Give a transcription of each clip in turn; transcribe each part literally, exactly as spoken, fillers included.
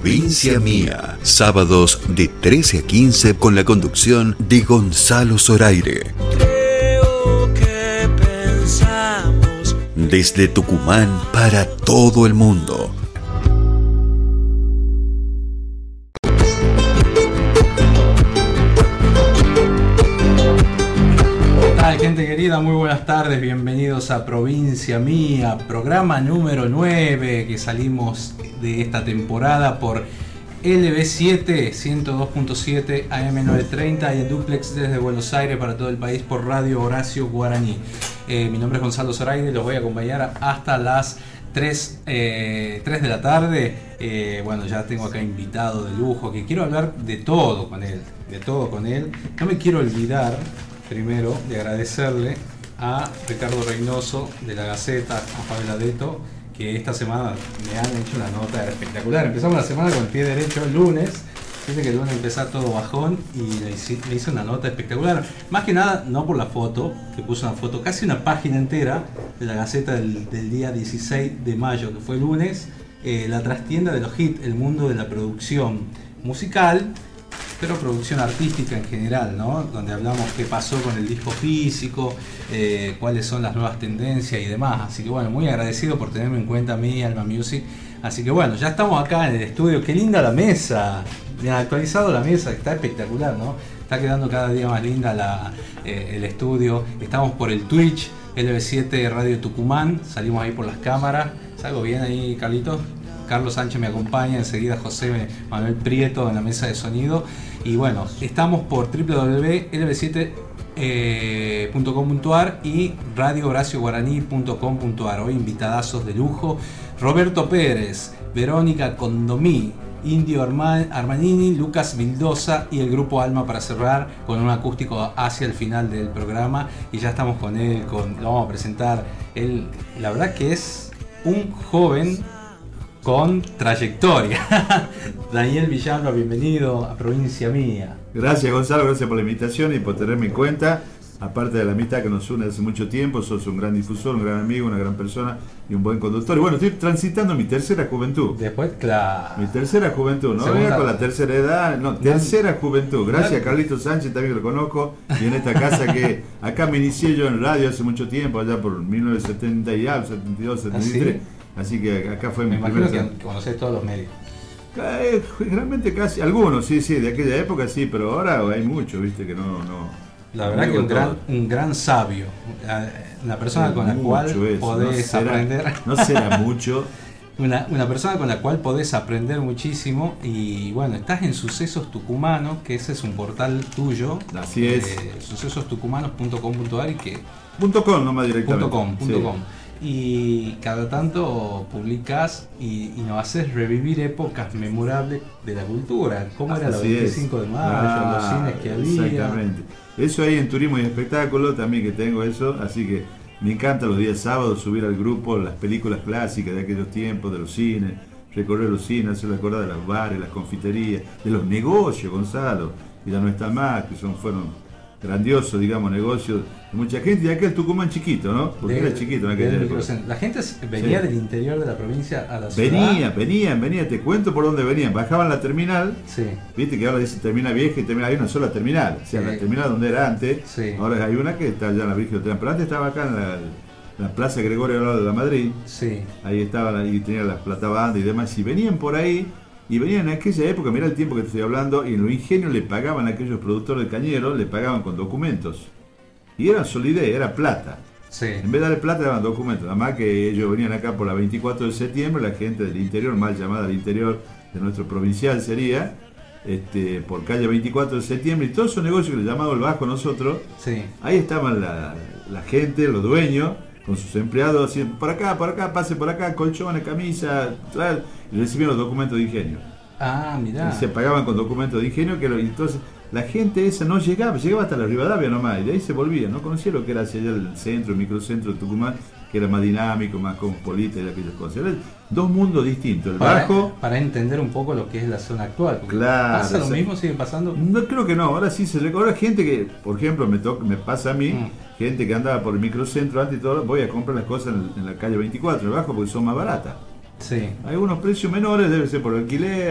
Provincia Mía, sábados de trece a quince con la conducción de Gonzalo Zoraire. Creo que pensamos. Desde Tucumán para todo el mundo. Gente querida, muy buenas tardes, bienvenidos a Provincia Mía, programa número nueve que salimos de esta temporada por L B siete, ciento dos punto siete A M novecientos treinta y en duplex desde Buenos Aires para todo el país por Radio Horacio Guaraní. Eh, mi nombre es Gonzalo Zoraire y los voy a acompañar hasta las tres, eh, tres de la tarde. Eh, bueno, ya tengo acá invitado de lujo que quiero hablar de todo con él, de todo con él. No me quiero olvidar primero de agradecerle a Ricardo Reynoso de la Gaceta, a Fabio Ladeto, que esta semana me han hecho una nota espectacular. Empezamos la semana con el pie derecho el lunes. Dice que el lunes empezaba todo bajón y le hice, le hice una nota espectacular. Más que nada, no por la foto, que puso una foto, casi una página entera de la Gaceta del, del día dieciséis de mayo, que fue el lunes, eh, la trastienda de los hits, el mundo de la producción musical, pero producción artística en general, ¿no? Donde hablamos qué pasó con el disco físico, eh, cuáles son las nuevas tendencias y demás. Así que bueno, muy agradecido por tenerme en cuenta a mí, Alma Music. Así que bueno, ya estamos acá en el estudio. Qué linda la mesa. Me han actualizado la mesa, está espectacular, ¿no? Está quedando cada día más linda la, eh, el estudio. Estamos por el Twitch, L B siete Radio Tucumán. Salimos ahí por las cámaras. ¿Salgo bien ahí, Carlitos? Carlos Sánchez me acompaña, enseguida José Manuel Prieto en la mesa de sonido. Y bueno, estamos por doble u doble u doble u punto l b siete punto com punto a r y radio horacio guaraní punto com punto a r. Hoy invitadazos de lujo: Roberto Pérez, Verónica Condomí, Indio Armanini, Lucas Vildosa y el grupo Alma para cerrar con un acústico hacia el final del programa. Y ya estamos con él, con, lo vamos a presentar. Él, la verdad que es un joven con trayectoria. Daniel Villalba, bienvenido a Provincia Mía. Gracias, Gonzalo, gracias por la invitación y por tenerme en cuenta. Aparte de la amistad que nos une hace mucho tiempo, sos un gran difusor, un gran amigo, una gran persona y un buen conductor. Y bueno, estoy transitando mi tercera juventud. Después, claro. Mi tercera juventud, no venga con la tercera edad, no, tercera juventud. Gracias a Carlitos Sánchez, también lo conozco, y en esta casa que acá me inicié yo en radio hace mucho tiempo, allá por mil novecientos setenta y algo, setenta y dos, setenta y tres. ¿Ah, sí? Así que acá fue me mi imagino primera. Que conocés todos los medios. Eh, realmente casi, algunos, sí, sí, de aquella época sí, pero ahora hay mucho, viste, que no... no la verdad que un gran, un gran sabio, una persona con la cual eso, podés no será, aprender. No será mucho. Una, una persona con la cual podés aprender muchísimo. Y bueno, estás en Sucesos Tucumanos, que ese es un portal tuyo. Así es. Eh, sucesos tucumanos punto com punto a r y que... Punto .com nomás directamente. Punto .com, punto sí. com. Y cada tanto publicás y, y nos haces revivir épocas memorables de la cultura. ¿Cómo era el veinticinco de mayo? Ah, los cines que había. Exactamente. Eso ahí en Turismo y Espectáculo también que tengo eso, así que me encanta los días sábados subir al grupo las películas clásicas de aquellos tiempos, de los cines, recorrer los cines, hacer acordar de los bares, las confiterías, de los negocios, Gonzalo, que ya no está más, que son fueron grandiosos, digamos, negocios de mucha gente, y aquel Tucumán chiquito, ¿no? Porque de, era chiquito en aquella época. La gente venía sí. del interior de la provincia a la ciudad. Venía, venían, venían, te cuento por dónde venían. Bajaban la terminal, sí. Viste que ahora dice terminal vieja y terminal, hay una sola terminal. O sea, sí. La terminal donde era antes, sí. Ahora hay una que está allá en la Virgen de pero antes estaba acá en la, la Plaza Gregorio Alvarado de la Madrid. Sí. Ahí estaba, y tenía las platabandas y demás, y venían por ahí. Y venían en aquella época, mirá el tiempo que te estoy hablando, y en los ingenios le pagaban a aquellos productores de cañeros, le pagaban con documentos. Y era solidez, era plata. Sí. En vez de darle plata, daban documentos. Nada más que ellos venían acá por la veinticuatro de septiembre, la gente del interior, mal llamada del interior de nuestro provincial sería, este, por calle veinticuatro de septiembre, y todos esos negocios que le llamamos el Bajo nosotros, sí. Ahí estaban la, la gente, los dueños, con sus empleados, así, por acá, por acá, pase por acá, colchones, camisas, tal, y recibían los documentos de ingenio. Ah, mirá. Y se pagaban con documentos de ingenio, que lo, entonces la gente esa no llegaba, llegaba hasta la Rivadavia nomás, y de ahí se volvía, no conocía lo que era hacia allá el centro, el microcentro de Tucumán, que era más dinámico, más cosmopolita y aquellas cosas. Eran dos mundos distintos, el para, Bajo... Para entender un poco lo que es la zona actual. Claro. ¿Pasa lo mismo? ¿Sigue pasando? No, creo que no, ahora sí se recuerda gente que, por ejemplo, me toca, me pasa a mí, mm. gente que andaba por el microcentro antes y todo, voy a comprar las cosas en, en la calle veinticuatro, el Bajo, porque son más baratas. Sí. Hay unos precios menores, debe ser por alquiler,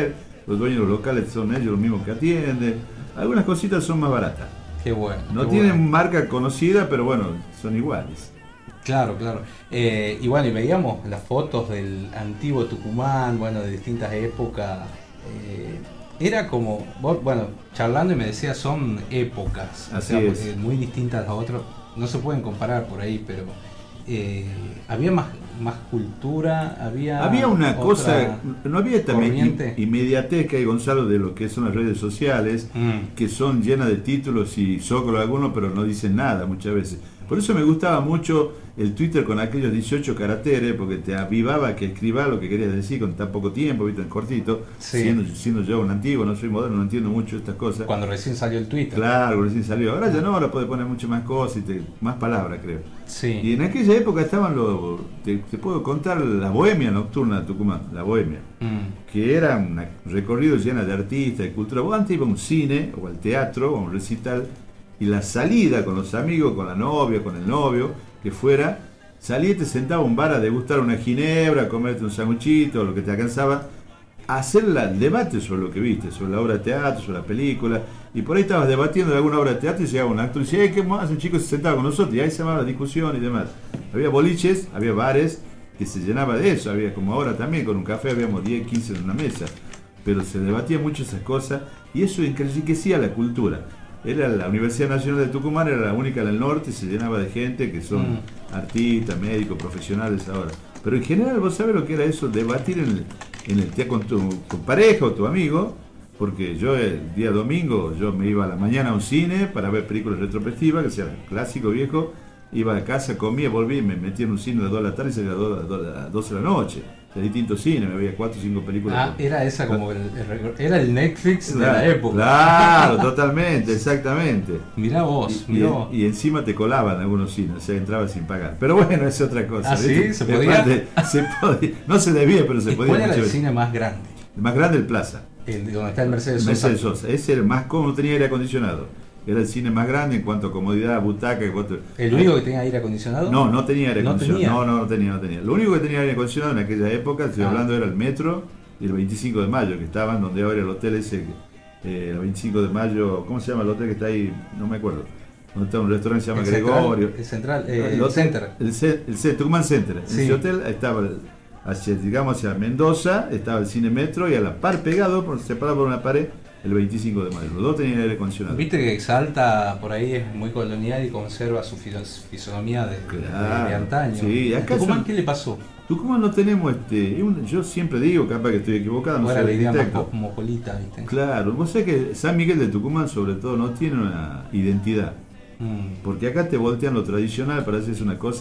los dueños de los locales son ellos los mismos que atienden. Algunas cositas son más baratas. Qué bueno. No qué tienen bueno. marca conocida, pero bueno, son iguales. Claro, claro. Eh, y bueno, y veíamos las fotos del antiguo Tucumán, bueno, de distintas épocas. Eh, era como, vos, bueno, charlando y me decía, son épocas, Así o sea, es. eh, muy distintas a otras. No se pueden comparar por ahí, pero eh, había más, más cultura, había. Había una otra cosa, no había esta corriente. in- inmediatez que hay, Gonzalo, de lo que son las redes sociales, Mm. que son llenas de títulos y zócolos algunos, pero no dicen nada muchas veces. Por eso me gustaba mucho el Twitter con aquellos dieciocho caracteres, porque te avivaba que escribas lo que querías decir con tan poco tiempo, ¿viste? En cortito, Sí. siendo, siendo yo un antiguo, no soy moderno, no entiendo mucho estas cosas. Cuando recién salió el Twitter. Claro, recién salió. Ahora ya no, ahora puedes poner muchas más cosas y te- más palabras, creo. Sí. Y en aquella época estaban los, te, te puedo contar la bohemia nocturna de Tucumán, la bohemia, Mm. que era un recorrido lleno de artistas, de cultura. Vos antes ibas a un cine o al teatro o a un recital y la salida con los amigos, con la novia, con el novio, que fuera, salías y te sentaba a un bar a degustar una ginebra, a comerte un sanguchito, lo que te alcanzaba, a hacer la- el debate sobre lo que viste, sobre la obra de teatro, sobre la película, y por ahí estabas debatiendo de alguna obra de teatro y llegaba un actor y decía, "Ey, ¿qué más? Un chico se sentaba con nosotros", y ahí se llamaba la discusión y demás. Había boliches, había bares, que se llenaba de eso, había como ahora también, con un café habíamos diez, quince en una mesa, pero se debatía mucho esas cosas, y eso enriquecía la cultura. Era la Universidad Nacional de Tucumán, era la única en el norte, y se llenaba de gente que son Mm. artistas, médicos, profesionales ahora. Pero en general, vos sabés lo que era eso, debatir en el, en el teatro con tu, tu pareja o tu amigo, porque yo el día domingo, yo me iba a la mañana a un cine para ver películas retrospectivas, que sea clásico viejo, iba a casa, comía, volví, me metía en un cine a las dos de la tarde y salía a las dos- a las doce de la noche. De distintos cines, me veía cuatro o cinco películas. Ah, era esa como el, el- era el Netflix de la Claro, época. Claro, totalmente, exactamente. Mirá vos, Y, mirá y- vos. y encima te colaban algunos cines, o sea, entraba sin pagar. Pero bueno, es otra cosa. ¿Ah, sí? ¿viste? ¿Se De podía? parte, se podía- No se debía, pero se ¿Y podía. ¿Cuál era muchas el veces. cine más grande? El más grande, el Plaza. El de donde está el Mercedes Sosa. Mercedes Sosa. Ese era el más cómodo, no tenía aire acondicionado. Era el cine más grande en cuanto a comodidad, butaca. En cuanto... ¿El único que tenía aire acondicionado? No, no tenía aire ¿No acondicionado. tenía? No, no, no tenía, no tenía. Lo único que tenía aire acondicionado en aquella época, estoy Ah. hablando, era el metro y el veinticinco de mayo, que estaban donde ahora el hotel ese, eh, el veinticinco de mayo, ¿cómo se llama el hotel que está ahí? No me acuerdo. Donde está un restaurante que se llama El Central, Gregorio. el Central, eh, el hotel- Center. El, ce- el ce- Tucumán Center. En Sí. ese hotel estaba, el- hacia, digamos, hacia Mendoza, estaba el cine metro y a la par pegado, por, separado por una pared, el veinticinco de mayo. Los dos tenían aire acondicionado. Viste que Salta por ahí es muy colonial y conserva su filo- fisonomía de, de- Claro, de antaño. sí, ¿A acá Tucumán son- qué le pasó? Tucumán no tenemos este. un- Yo siempre digo, capaz que estoy equivocado, no Ahora soy la idea más arquitecto. cosmopolita, ¿viste? Claro, vos sabés que San Miguel de Tucumán, sobre todo, no tiene una identidad. Mm. Porque acá te voltean lo tradicional para hacerse una cosa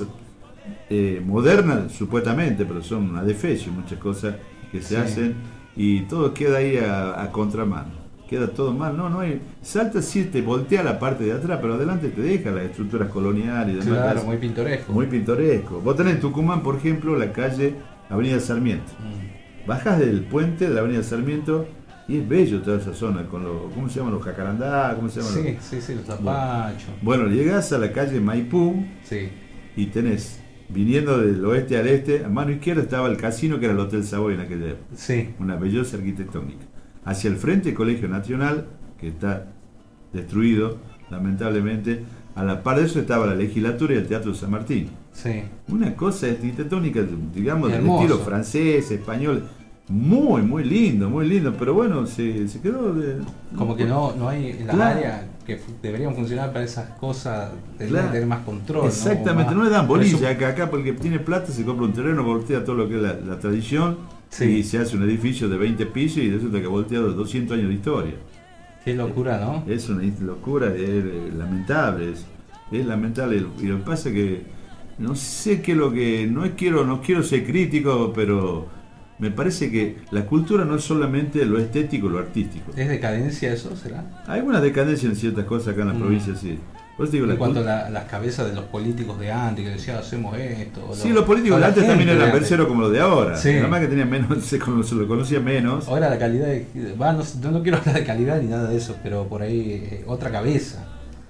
eh, moderna, supuestamente, pero son una defecio muchas cosas que se Sí. hacen y todo queda ahí a, a contramano. Queda todo mal, no, no hay. Salta sí te voltea la parte de atrás, pero adelante te deja las estructuras coloniales y demás. Claro, Es muy pintoresco. muy pintoresco. Vos tenés en Tucumán, por ejemplo, la calle Avenida Sarmiento. Mm. Bajás del puente de la Avenida Sarmiento y es bello toda esa zona, con los, ¿cómo se llaman los jacarandá? ¿Cómo se llaman Sí, los- sí, sí, los zapachos. Bueno, llegás a la calle Maipú Sí. y tenés, viniendo del oeste al este, a mano izquierda estaba el casino que era el Hotel Savoy en aquella época, Sí. una belleza arquitectónica. Hacia el frente el Colegio Nacional, que está destruido, lamentablemente. A la par de eso estaba la legislatura y el Teatro San Martín. Sí. Una cosa arquitectónica, digamos, del Hermoso. estilo francés, español, muy, muy lindo, muy lindo, pero bueno, se, se quedó de... Como que no, no hay en las Claro. áreas que fu- deberían funcionar para esas cosas, deberían Claro. tener más control. ¿no? Exactamente, O no, más- le dan por eso- bolilla acá, acá porque tiene plata, se compra un terreno, voltea todo lo que es la, la tradición Sí. y se hace un edificio de veinte pisos y resulta que ha volteado doscientos años de historia. Qué locura, ¿no? Es una locura, es eh, lamentable, es, es lamentable. Y lo que pasa es que no sé qué es lo que, no es, quiero, no quiero ser crítico, pero me parece que la cultura no es solamente lo estético, lo artístico. ¿Es decadencia eso, será? Hay una decadencia en ciertas cosas acá en la Mm. provincia, sí. Por eso digo, En la cuanto a cult- la- las cabezas de los políticos de antes, que decían hacemos esto. o Sí, lo- los políticos o de la antes gente también de eran antes. verseros como los de ahora. Sí. Nada más que tenían menos, se, cono- se lo conocía menos. Ahora la calidad de... Va, no, sé, yo no quiero hablar de calidad ni nada de eso, pero por ahí eh, otra cabeza.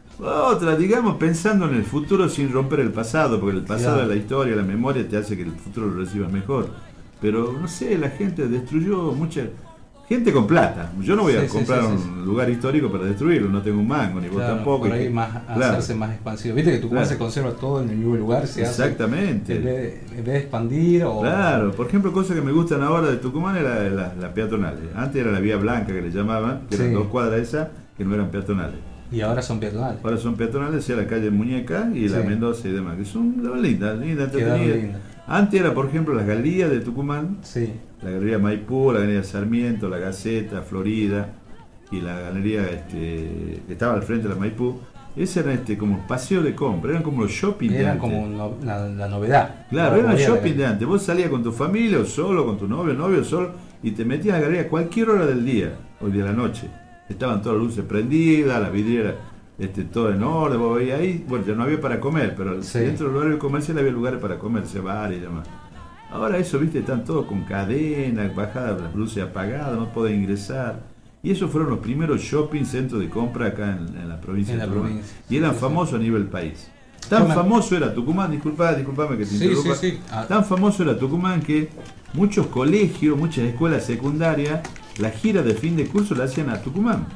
Otra, digamos, pensando en el futuro sin romper el pasado, porque el pasado Claro. de la historia, la memoria te hace que el futuro lo recibas mejor. Pero no sé, la gente destruyó muchas. gente con plata. Yo no voy a Sí, sí, comprar sí, un sí. lugar histórico para destruirlo, no tengo un mango, ni vos Claro, tampoco. por y ahí que- más, claro. hacerse más expansivo. Viste que Tucumán Claro. se conserva todo en el mismo lugar, se Exactamente. hace en vez, de, en vez de expandir o... Claro, por ejemplo, cosas que me gustan ahora de Tucumán era la, la peatonal. Antes era la vía blanca que le llamaban, que eran Sí. dos cuadras esas que no eran peatonales. Y ahora son peatonales. Ahora son peatonales, sea la calle Muñeca y la Sí. Mendoza y demás, que son lindas, lindas, Quedaron entretenidas. lindas. Antes era, por ejemplo, las galerías de Tucumán, Sí. la galería Maipú, la galería Sarmiento, la Gaceta, Florida y la galería este, que estaba al frente de la Maipú. Esas eran este, como paseo de compra, eran como los shopping de Eran antes. como no- la, la novedad. Claro, Ahora era el podía shopping leer. de antes. Vos salías con tu familia o solo, con tu novio, novio solo, y te metías a la galería a cualquier hora del día o de la noche. Estaban todas las luces prendidas, la vidriera este, todo en orden, vos veías ahí, bueno, ya no había para comer, pero Sí. dentro del horario comercial había lugares para comerse, bares y demás. Ahora eso, viste, están todos con cadenas, bajadas, las luces apagadas, no podés ingresar. Y esos fueron los primeros shopping centros de compra acá en, en la provincia En de la Tucumán. provincia, Y eran sí, sí. famosos a nivel país. Tan Yo me- famoso era Tucumán, disculpa, disculpame que te Sí, interrumpa. sí, sí. Ah. Tan famoso era Tucumán que muchos colegios, muchas escuelas secundarias, la gira de fin de curso la hacían a Tucumán.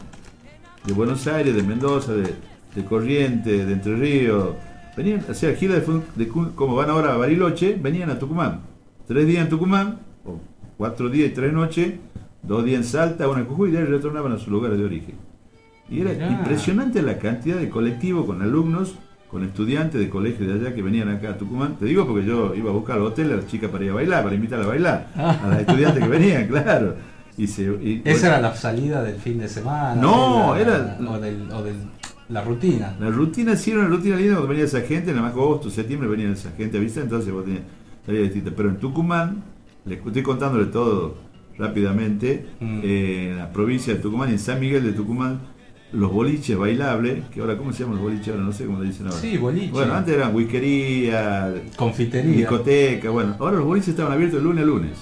De Buenos Aires, de Mendoza, de, de Corrientes, de Entre Ríos. Venían, o sea, gira de, fun- de cu- como van ahora a Bariloche, venían a Tucumán. Tres días en Tucumán, o cuatro días y tres noches, dos días en Salta, una en Jujuy, y de ahí retornaban a sus lugares de origen. Y era Mirá. impresionante la cantidad de colectivos con alumnos, con estudiantes de colegios de allá que venían acá a Tucumán. Te digo porque yo iba a buscar al hotel a las chicas para ir a bailar, para invitarlas a bailar. A las estudiantes que venían, claro. Y se, y- Esa era la salida del fin de semana. No, la- era- O del, o del, la rutina. La rutina sí era una rutina linda cuando venía esa gente, nada más agosto, septiembre venía esa gente a visitar, entonces vos tenías salida distinta. Pero en Tucumán, les estoy contándole todo rápidamente, Mm. eh, en la provincia de Tucumán y en San Miguel de Tucumán, los boliches bailables, que ahora, ¿cómo se llaman los boliches? Ahora no sé cómo le dicen ahora. Sí, boliche. Bueno, antes eran whiskería, Confitería. discoteca, bueno, ahora los boliches estaban abiertos de lunes a lunes.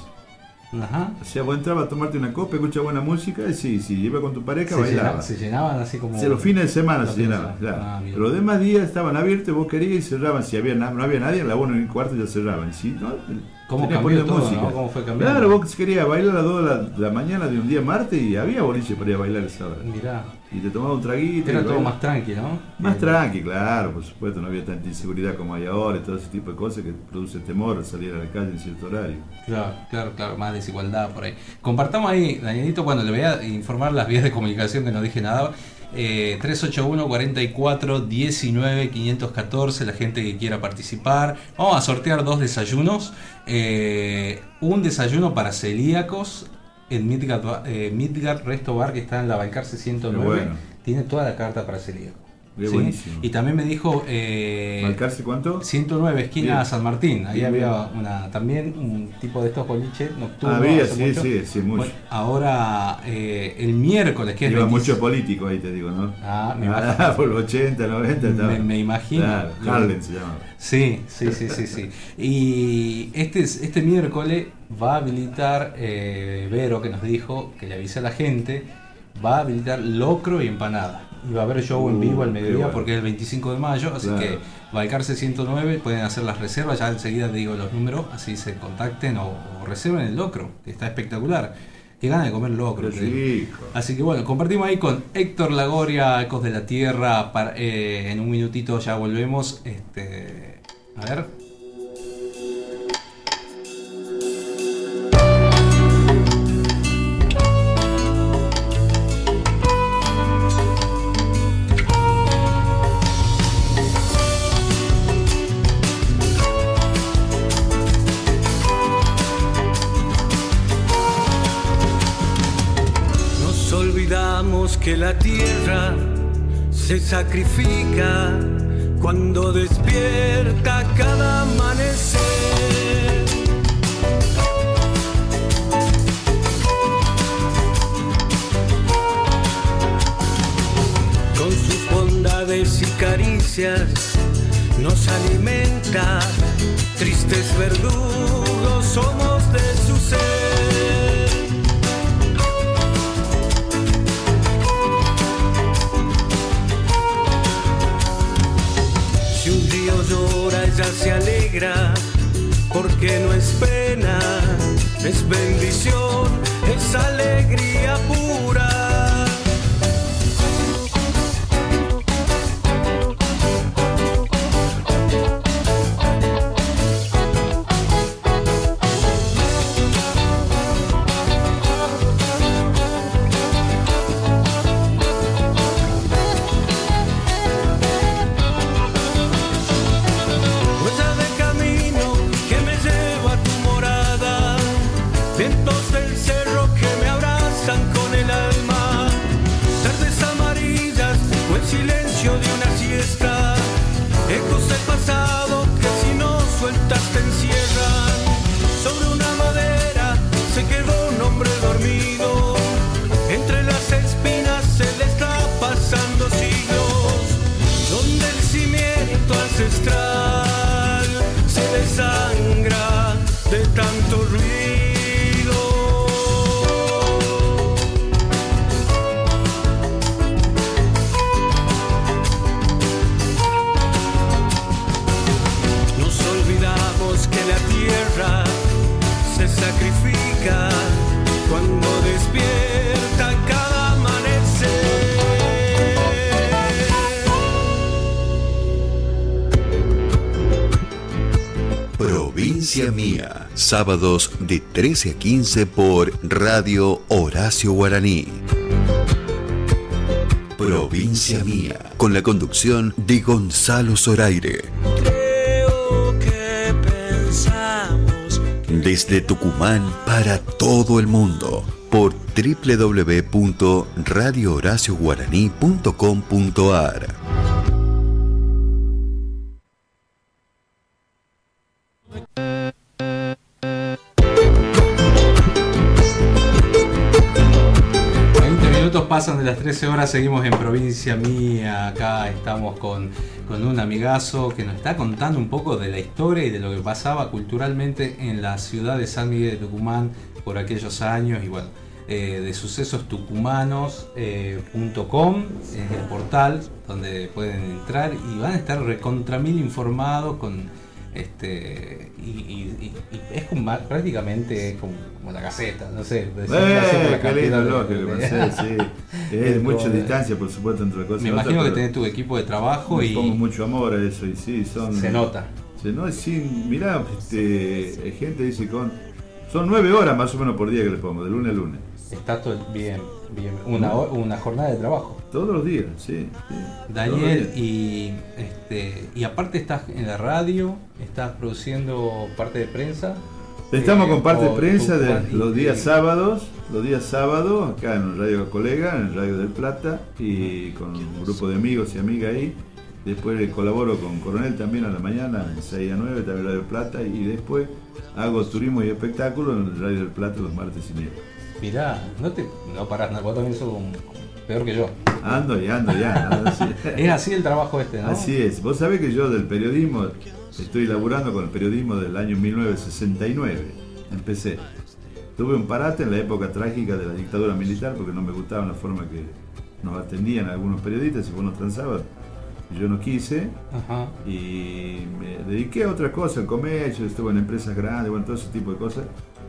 Ajá. O sea, vos entrabas a tomarte una copa, escuchabas buena música, y sí, sí, iba con tu pareja, Se, bailaba. llena- se llenaban así como. O sea, los fines de semana Los se fines de llenaban, semana. claro. Ah, mira. Pero los demás días estaban abiertos, vos querías y cerraban. Si había, na- no había nadie, a la una y un cuarto ya cerraban. Si no, ¿Cómo tenías cambió poniendo todo, no? ¿Cómo fue cambiando? Claro, vos querías bailar a las dos de la, de la mañana de un día martes y había boliche para ir a bailar esa hora. Mirá. Y te tomaba un traguito. Era y todo bailabas. más tranqui, ¿no? Más Eh, tranqui, claro, por supuesto, no había tanta inseguridad como hay ahora y todo ese tipo de cosas que produce temor salir a la calle en cierto horario. Claro, claro, claro, más desigualdad por ahí. Compartamos ahí, Danielito, bueno, le voy a informar las vías de comunicación que no dije nada. Eh, tres ocho uno, cuatro cuatro, uno nueve, cinco uno cuatro, la gente que quiera participar. Vamos a sortear dos desayunos. Eh, un desayuno para celíacos en Midgard, Ba- eh, Midgard Resto Bar, que está en la Balcarce ciento nueve. Qué bueno. Tiene toda la carta para celíacos. Qué ¿sí? buenísimo. Y también me dijo... Eh, ¿Marcarse cuánto? ciento nueve, esquina Bien. San Martín. Ahí Bien, había bien. una también un tipo de estos boliches nocturnos. Había, hace sí, mucho. sí, sí, mucho. Bueno, ahora eh, el miércoles, que es Iba veintiséis mucho político ahí, te digo, ¿no? Ah, me Ah, imagino. por los ochenta, noventa estaba. Me, me imagino. Claro, Harlem se llamaba. Sí, sí, sí, sí, sí. Y este, este miércoles va a habilitar, eh, Vero que nos dijo, que le avise a la gente, va a habilitar locro y empanada. Y va a haber show en Uh, vivo al qué mediodía bueno. porque es el veinticinco de mayo, así Claro. que Balcarce ciento nueve, pueden hacer las reservas, ya enseguida te digo los números, así se contacten o, o reserven el locro, que está espectacular. Qué ganas de comer locro. Qué te digo. rico. Así que bueno, compartimos ahí con Héctor Lagoria, Ecos de la Tierra. Para, eh, en un minutito ya volvemos. Este, a ver. Nos olvidamos que la tierra se sacrifica cuando despierta cada amanecer. Con sus bondades y caricias nos alimenta, tristes verdugos somos de su ser. Si un río llora, ella se alegra, porque no es pena es bendición, es alegría pura. Vientos del cerro que me abrazan con el alma, tardes amarillas o el silencio de una siesta, ecos del pasado que si no sueltas te encierran. Sobre una madera se quedó un hombre dormido, entre las espinas se le está pasando siglos, donde el cimiento ancestral se desangra de tanto ruido. Se sacrifica cuando despierta cada amanecer. Provincia Mía, sábados de trece a quince por Radio Horacio Guaraní. Provincia Mía, con la conducción de Gonzalo Zoraire. Desde Tucumán para todo el mundo por doble u doble u doble u punto radio horacio guaraní punto com punto a r. veinte minutos pasan de las trece horas, seguimos en Provincia Mía. Acá estamos con, con un amigazo que nos está contando un poco de la historia y de lo que pasaba culturalmente en la ciudad de San Miguel de Tucumán por aquellos años. Y bueno, eh, de sucesos tucumanos punto com es el portal donde pueden entrar y van a estar recontra mil informados con este y, y, y, y es como, prácticamente como, como la Gaceta, no sé. Eh, qué lindo lo que pensé, sí. Es mucha distancia, por supuesto, entre cosas. Me imagino que tenés tu equipo de trabajo y pongo mucho amor a eso y sí, son. Se nota. Se nota, sí, mirá, este, gente dice con. Son nueve horas más o menos por día que le pongo, de lunes a lunes. Está todo bien, bien. Una, una jornada de trabajo. Todos los días, sí. sí Daniel, y este y aparte estás en la radio, estás produciendo parte de prensa. Estamos eh, con parte de prensa tu, de y, los días y, sábados, los días sábados, acá en Radio Colega, en el Radio del Plata, y con un grupo de amigos y amigas ahí. Después colaboro con Coronel también a la mañana, en seis a nueve, también Radio del Plata, y después hago turismo y espectáculo en el Radio del Plata los martes y miércoles. Mirá, no te no parás, vos también sos un, peor que yo. Ando y ando ya. Ando así. Es así el trabajo este, ¿no? Así es. Vos sabés que yo del periodismo, estoy laburando con el periodismo del año mil novecientos sesenta y nueve. Empecé. Tuve un parate en la época trágica de la dictadura militar porque no me gustaba la forma que nos atendían algunos periodistas y vos nos transabas. Yo no quise. Ajá. Y me dediqué a otra cosa, al comercio, estuve en empresas grandes, bueno, todo ese tipo de cosas.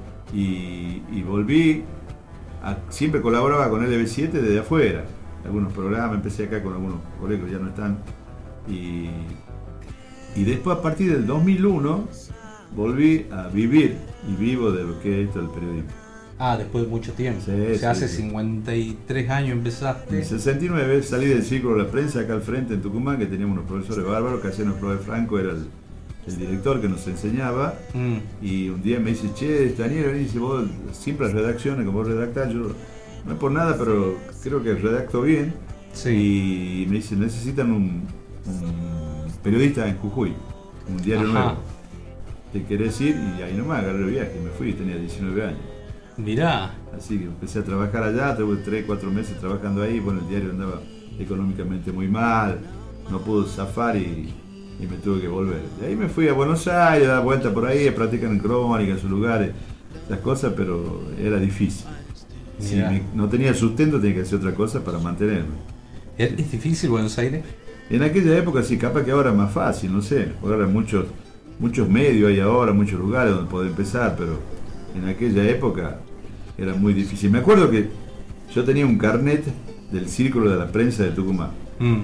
Y, y volví, a, siempre colaboraba con L B siete desde afuera, algunos programas, empecé acá con algunos colegas que ya no están. Y, y después a partir del dos mil uno volví a vivir y vivo de lo que es esto del periodismo. Ah, después de mucho tiempo. Sí, o sea, sí, hace sí. cincuenta y tres años empezaste. En sesenta y nueve salí del círculo de la prensa acá al frente en Tucumán, que teníamos unos profesores bárbaros, Casiano Flores Franco era el, el director que nos enseñaba. Mm. Y un día me dice, che, Daniel, me dice, vos siempre las redacciones, como vos redactás, yo no es por nada, pero creo que redacto bien. Sí. Y me dice, necesitan un, un periodista en Jujuy, un diario Ajá. nuevo. ¿Te querés ir? Y ahí nomás agarré el viaje, me fui, tenía diecinueve años. Mirá. Así que empecé a trabajar allá, tuve tres, cuatro meses trabajando ahí, bueno, el diario andaba económicamente muy mal, no pudo zafar y, y me tuve que volver. De ahí me fui a Buenos Aires, a dar vuelta por ahí, a practicar en crónica, en sus lugares, esas cosas, pero era difícil. Si me, no tenía sustento, tenía que hacer otra cosa para mantenerme. ¿Es difícil Buenos Aires? En aquella época sí, capaz que ahora es más fácil, no sé, ahora hay muchos, muchos medios hay ahora, muchos lugares donde poder empezar, pero en aquella época era muy difícil. Me acuerdo que yo tenía un carnet del Círculo de la Prensa de Tucumán. Mm.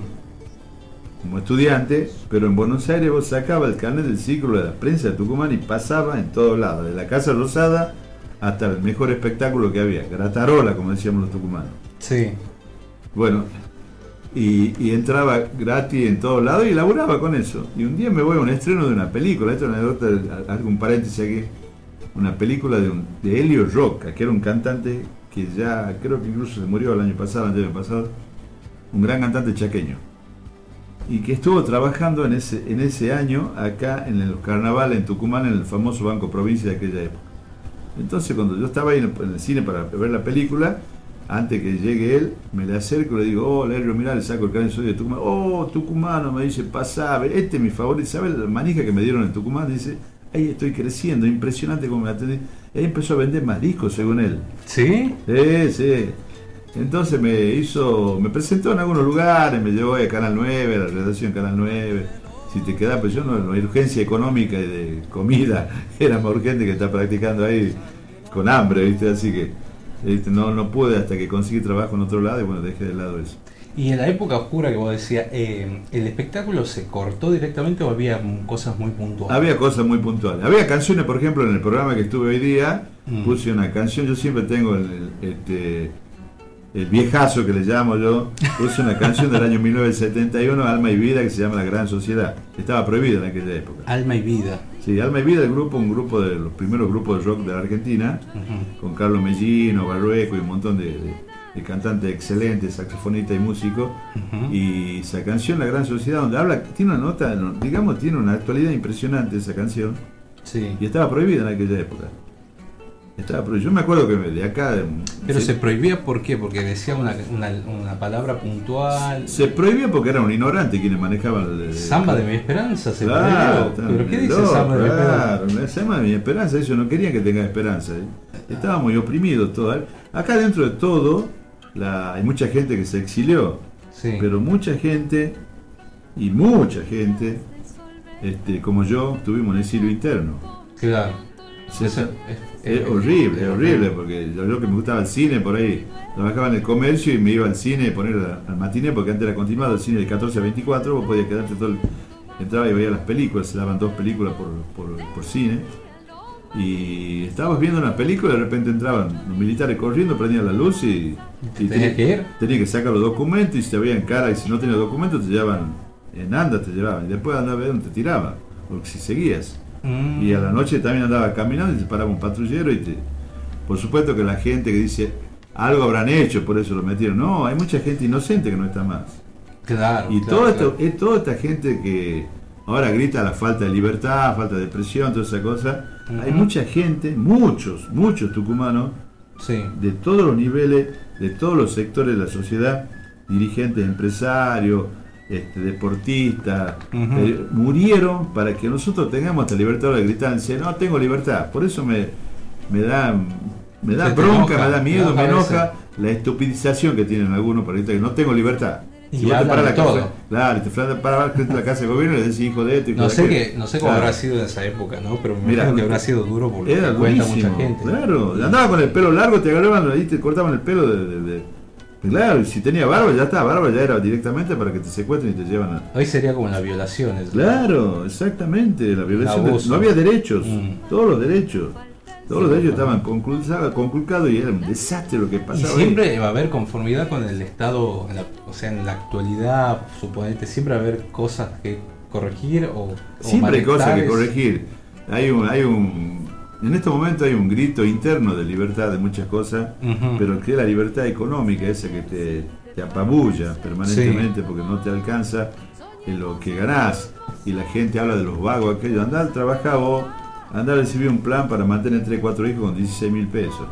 Como estudiante, pero en Buenos Aires vos sacabas el carnet del Círculo de la Prensa de Tucumán y pasaba en todos lados, de la Casa Rosada hasta el mejor espectáculo que había, Gratarola, como decíamos los tucumanos. Sí. Bueno, y, y entraba gratis en todos lados y laburaba con eso. Y un día me voy a un estreno de una película, esto es una anécdota, hago un paréntesis aquí, una película de, un, de Helio Roca, que era un cantante que ya creo que incluso se murió el año pasado, el año pasado, un gran cantante chaqueño. Y que estuvo trabajando en ese, en ese año acá en los carnavales en Tucumán, en el famoso Banco Provincia de aquella época. Entonces cuando yo estaba ahí en el, en el cine para ver la película, antes que llegue él, me le acerco y le digo, oh, Lerio, mirá, le saco el carnet, soy de Tucumán. Oh, tucumano, me dice, pasá, este es mi favorito. ¿Sabes la manija que me dieron en Tucumán? Dice, ahí estoy creciendo, impresionante cómo me atendí. Y ahí empezó a vender más discos, según él. ¿Sí? Sí, sí. Entonces me hizo, me presentó en algunos lugares, me llevó a Canal nueve, a la redacción Canal nueve. Si te quedás, pues yo no, no hay urgencia económica y de comida, era más urgente que estar practicando ahí con hambre, ¿viste? Así que ¿viste? No, no pude hasta que conseguí trabajo en otro lado y bueno, dejé de lado eso. Y en la época oscura que vos decías, eh, ¿el espectáculo se cortó directamente o había cosas muy puntuales? Había cosas muy puntuales. Había canciones, por ejemplo, en el programa que estuve hoy día, mm. puse una canción, yo siempre tengo el, el, este, el viejazo que le llamo yo, puse una canción del año mil novecientos setenta y uno, Alma y Vida, que se llama La Gran Sociedad. Estaba prohibida en aquella época. Alma y Vida. Sí, Alma y Vida, el grupo, un grupo de los primeros grupos de rock de la Argentina, uh-huh. con Carlos Mellino, Barrueco y un montón de, de, de cantantes excelentes, saxofonistas y músicos. Uh-huh. Y esa canción, La Gran Sociedad, donde habla, tiene una nota, digamos, tiene una actualidad impresionante esa canción. Sí. Y estaba prohibida en aquella época. Estaba prohibida. Yo me acuerdo que de acá... De, Pero se, se prohibía ¿por qué? Porque decía una, una, una palabra puntual. Se prohibía porque eran un ignorante quienes manejaban el... Samba de mi esperanza se claro, prohibió. ¿Pero qué dice no, Samba de mi esperanza? Claro, Samba de mi esperanza, ellos no querían que tenga esperanza. ¿eh? Estaban muy oprimidos todos. Acá dentro de todo, la, hay mucha gente que se exilió. Sí. Pero mucha gente, y mucha gente, este, como yo, tuvimos un exilio interno. Claro. Se, es, es, es, es horrible, es horrible, porque yo, yo que me gustaba el cine, por ahí trabajaba en el comercio y me iba al cine a poner al matiné, porque antes era continuado el cine de catorce a veinticuatro, vos podías quedarte todo el... Entraba y veía las películas, se daban dos películas por, por, por cine, y estabas viendo una película y de repente entraban los militares corriendo, prendían la luz y... y ¿Tenía que ir? Tenía que sacar los documentos y si te veían cara y si no tenías documentos te llevaban en anda, te llevaban, y después andaba a ver dónde te tiraban, porque si seguías. Y a la noche también andaba caminando y se paraba un patrullero y te... Por supuesto que la gente que dice algo habrán hecho, por eso lo metieron. No, hay mucha gente inocente que no está más. Claro. Y claro, todo claro. esto, es toda esta gente que ahora grita la falta de libertad, falta de presión, toda esa cosa. Uh-huh. Hay mucha gente, muchos, muchos tucumanos, sí. de todos los niveles, de todos los sectores de la sociedad, dirigentes, empresarios, Este, deportistas, uh-huh. eh, murieron para que nosotros tengamos esta libertad de gritar y decir, no tengo libertad. Por eso me, me da me da bronca, enoja, me da miedo, me, me enoja la estupidización que tienen algunos para gritar que no tengo libertad. Y si vos te paras la todo. Casa, claro, te paras frente a la casa de gobierno y le decís hijo de esto y no sé de que no sé cómo claro. habrá sido en esa época, ¿no? Pero me Mira, imagino que habrá sido duro porque era cuenta durísimo, mucha gente. Claro, andaba con el pelo largo, te agarraban y te cortaban el pelo de, de, de claro, y si tenía barba ya está, barba ya era directamente para que te secuestren y te llevan a... Hoy sería como la violación. Claro, ¿no? Exactamente, la violación. De... No había derechos, mm. todos los derechos. Todos los derechos estaban conculcados y era un desastre lo que pasaba. Y siempre ahí. va a haber conformidad con el Estado, en la, o sea, en la actualidad, suponete, siempre va a haber cosas que corregir o... Siempre o hay cosas que corregir. Hay un... Hay un En este momento hay un grito interno de libertad de muchas cosas, uh-huh. pero que es la libertad económica, esa que te, te apabulla permanentemente, sí. porque no te alcanza en lo que ganás. Y la gente habla de los vagos, aquello, andá al trabajar vos, andá a recibir un plan para mantener tres, cuatro hijos con dieciséis mil pesos.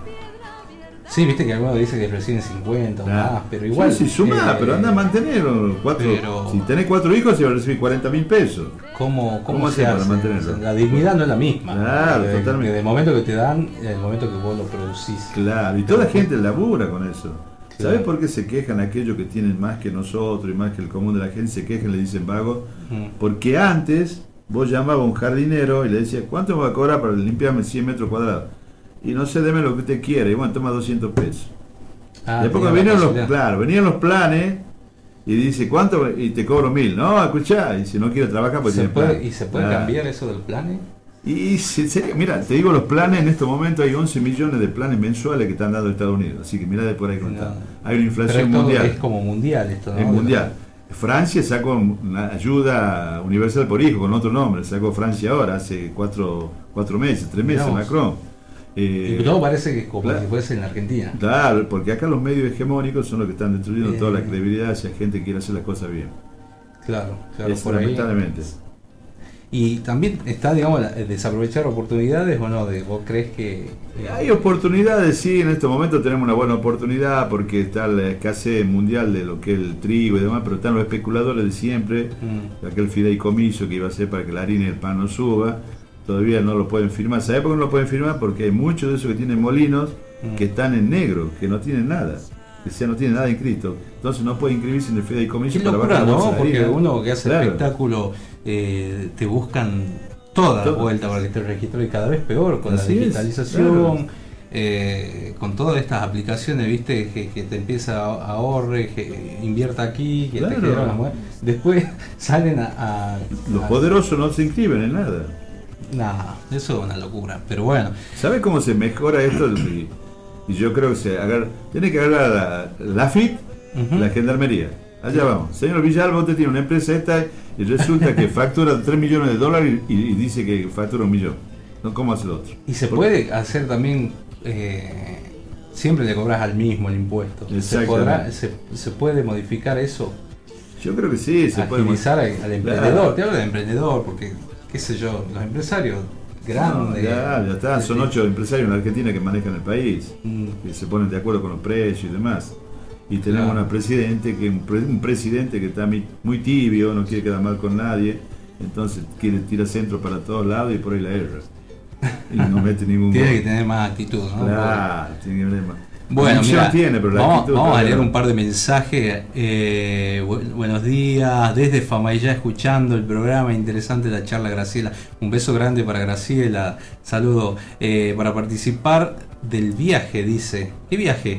Sí, viste que algunos dicen que reciben cincuenta o nah. más, pero igual... Sí, sí, sumá, eh, pero anda a mantener cuatro, pero... Si tenés cuatro hijos, se va a recibir cuarenta mil pesos. ¿Cómo, cómo, ¿Cómo se hace? Para mantenerlo? La dignidad no es la misma. Claro, de, totalmente. Desde el momento que te dan, el momento que vos lo producís. Claro, y toda la gente labura con eso. Claro. ¿Sabés por qué se quejan aquellos que tienen más que nosotros y más que el común de la gente? Se quejan y le dicen vagos. Mm. Porque antes vos llamabas a un jardinero y le decías, ¿cuánto me va a cobrar para limpiarme cien metros cuadrados? y no sé, deme lo que usted quiera, y bueno, toma doscientos pesos. Ah, Después tenía cuando vinieron la los, posibilidad. claro, venían los planes, y dice, ¿cuánto? Y te cobro mil. No, escuchá, y si no quiere trabajar, pues ¿Se tiene puede, plan. ¿Y se puede Claro. cambiar eso del plan? Y se- se- mira, te digo, los planes en este momento hay once millones de planes mensuales que están dando Estados Unidos, así que mira de por ahí cómo No. está. Hay una Pero inflación esto mundial. es como mundial esto, ¿no? Es mundial. Francia sacó una ayuda universal por hijo con otro nombre, sacó Francia ahora, hace cuatro, cuatro meses, tres meses, Mirá vos. Macron. Eh, Y todo parece que es como claro. si fuese en la Argentina. Claro, porque acá los medios hegemónicos son los que están destruyendo Eh. toda la credibilidad si la gente quiere hacer las cosas bien. Claro, claro, Es, por ahí. lamentablemente. Y también está, digamos, la- desaprovechar oportunidades o no, de, ¿vos crees que eh, Hay oportunidades, sí, en este momento tenemos una buena oportunidad porque está la escasez mundial de lo que es el trigo y demás, pero están los especuladores de siempre, mm, aquel fideicomiso que iba a ser para que la harina y el pan no suba, todavía no lo pueden firmar. ¿Sabes por qué no lo pueden firmar? Porque hay muchos de esos que tienen molinos mm. que están en negro, que no tienen nada, que sea, no tienen nada inscrito, entonces no pueden inscribirse en el fideicomiso Qué para locura, bajar la bolsa ¿no? de Porque harina. uno que hace Claro. espectáculo eh, te buscan toda la Todo. vuelta para que esté registrado y cada vez peor con Así la es, digitalización, claro. eh, con todas estas aplicaciones, viste, que, que te empieza a ahorre, que invierta aquí, que Claro. te genera una mujer. Después salen a, a- Los a- poderosos no se inscriben en nada. Nah, eso es una locura. Pero bueno, ¿Sabes cómo se mejora esto? Y, y yo creo que se agarra, tiene que agarrar la, la F I P, Ujú. la gendarmería. Allá vamos. Señor Villalba, usted tiene una empresa esta y resulta que factura tres millones de dólares y, y dice que factura un millón. No, ¿cómo hace el otro? y se Por- puede hacer también, eh, siempre le cobras al mismo el impuesto. Se, Exactamente. podrá, se, se puede modificar eso, Yo creo que sí, se puede. agilizar al, al Claro. emprendedor. Te hablo del emprendedor porque, qué sé yo, los empresarios No, grandes. ya, ya está. Son Sí. ocho empresarios en Argentina que manejan el país, Mm, que se ponen de acuerdo con los precios y demás. Y tenemos Claro. una presidente que un, pre- un presidente que está mi- muy tibio, no quiere quedar mal con nadie, entonces quiere tirar centro para todos lados y por ahí la erra. Y no mete ningún Tiene gol. que tener más actitud, ¿no? Claro, tiene que tener más. Bueno, Ambición mira, tiene, pero la vamos, actitud vamos a todavía leer no. un par de mensajes. Eh, bu- buenos días, desde Famayá escuchando el programa, interesante la charla, Graciela. Un beso grande para Graciela, saludo. Eh, para participar del viaje, dice. ¿Qué viaje?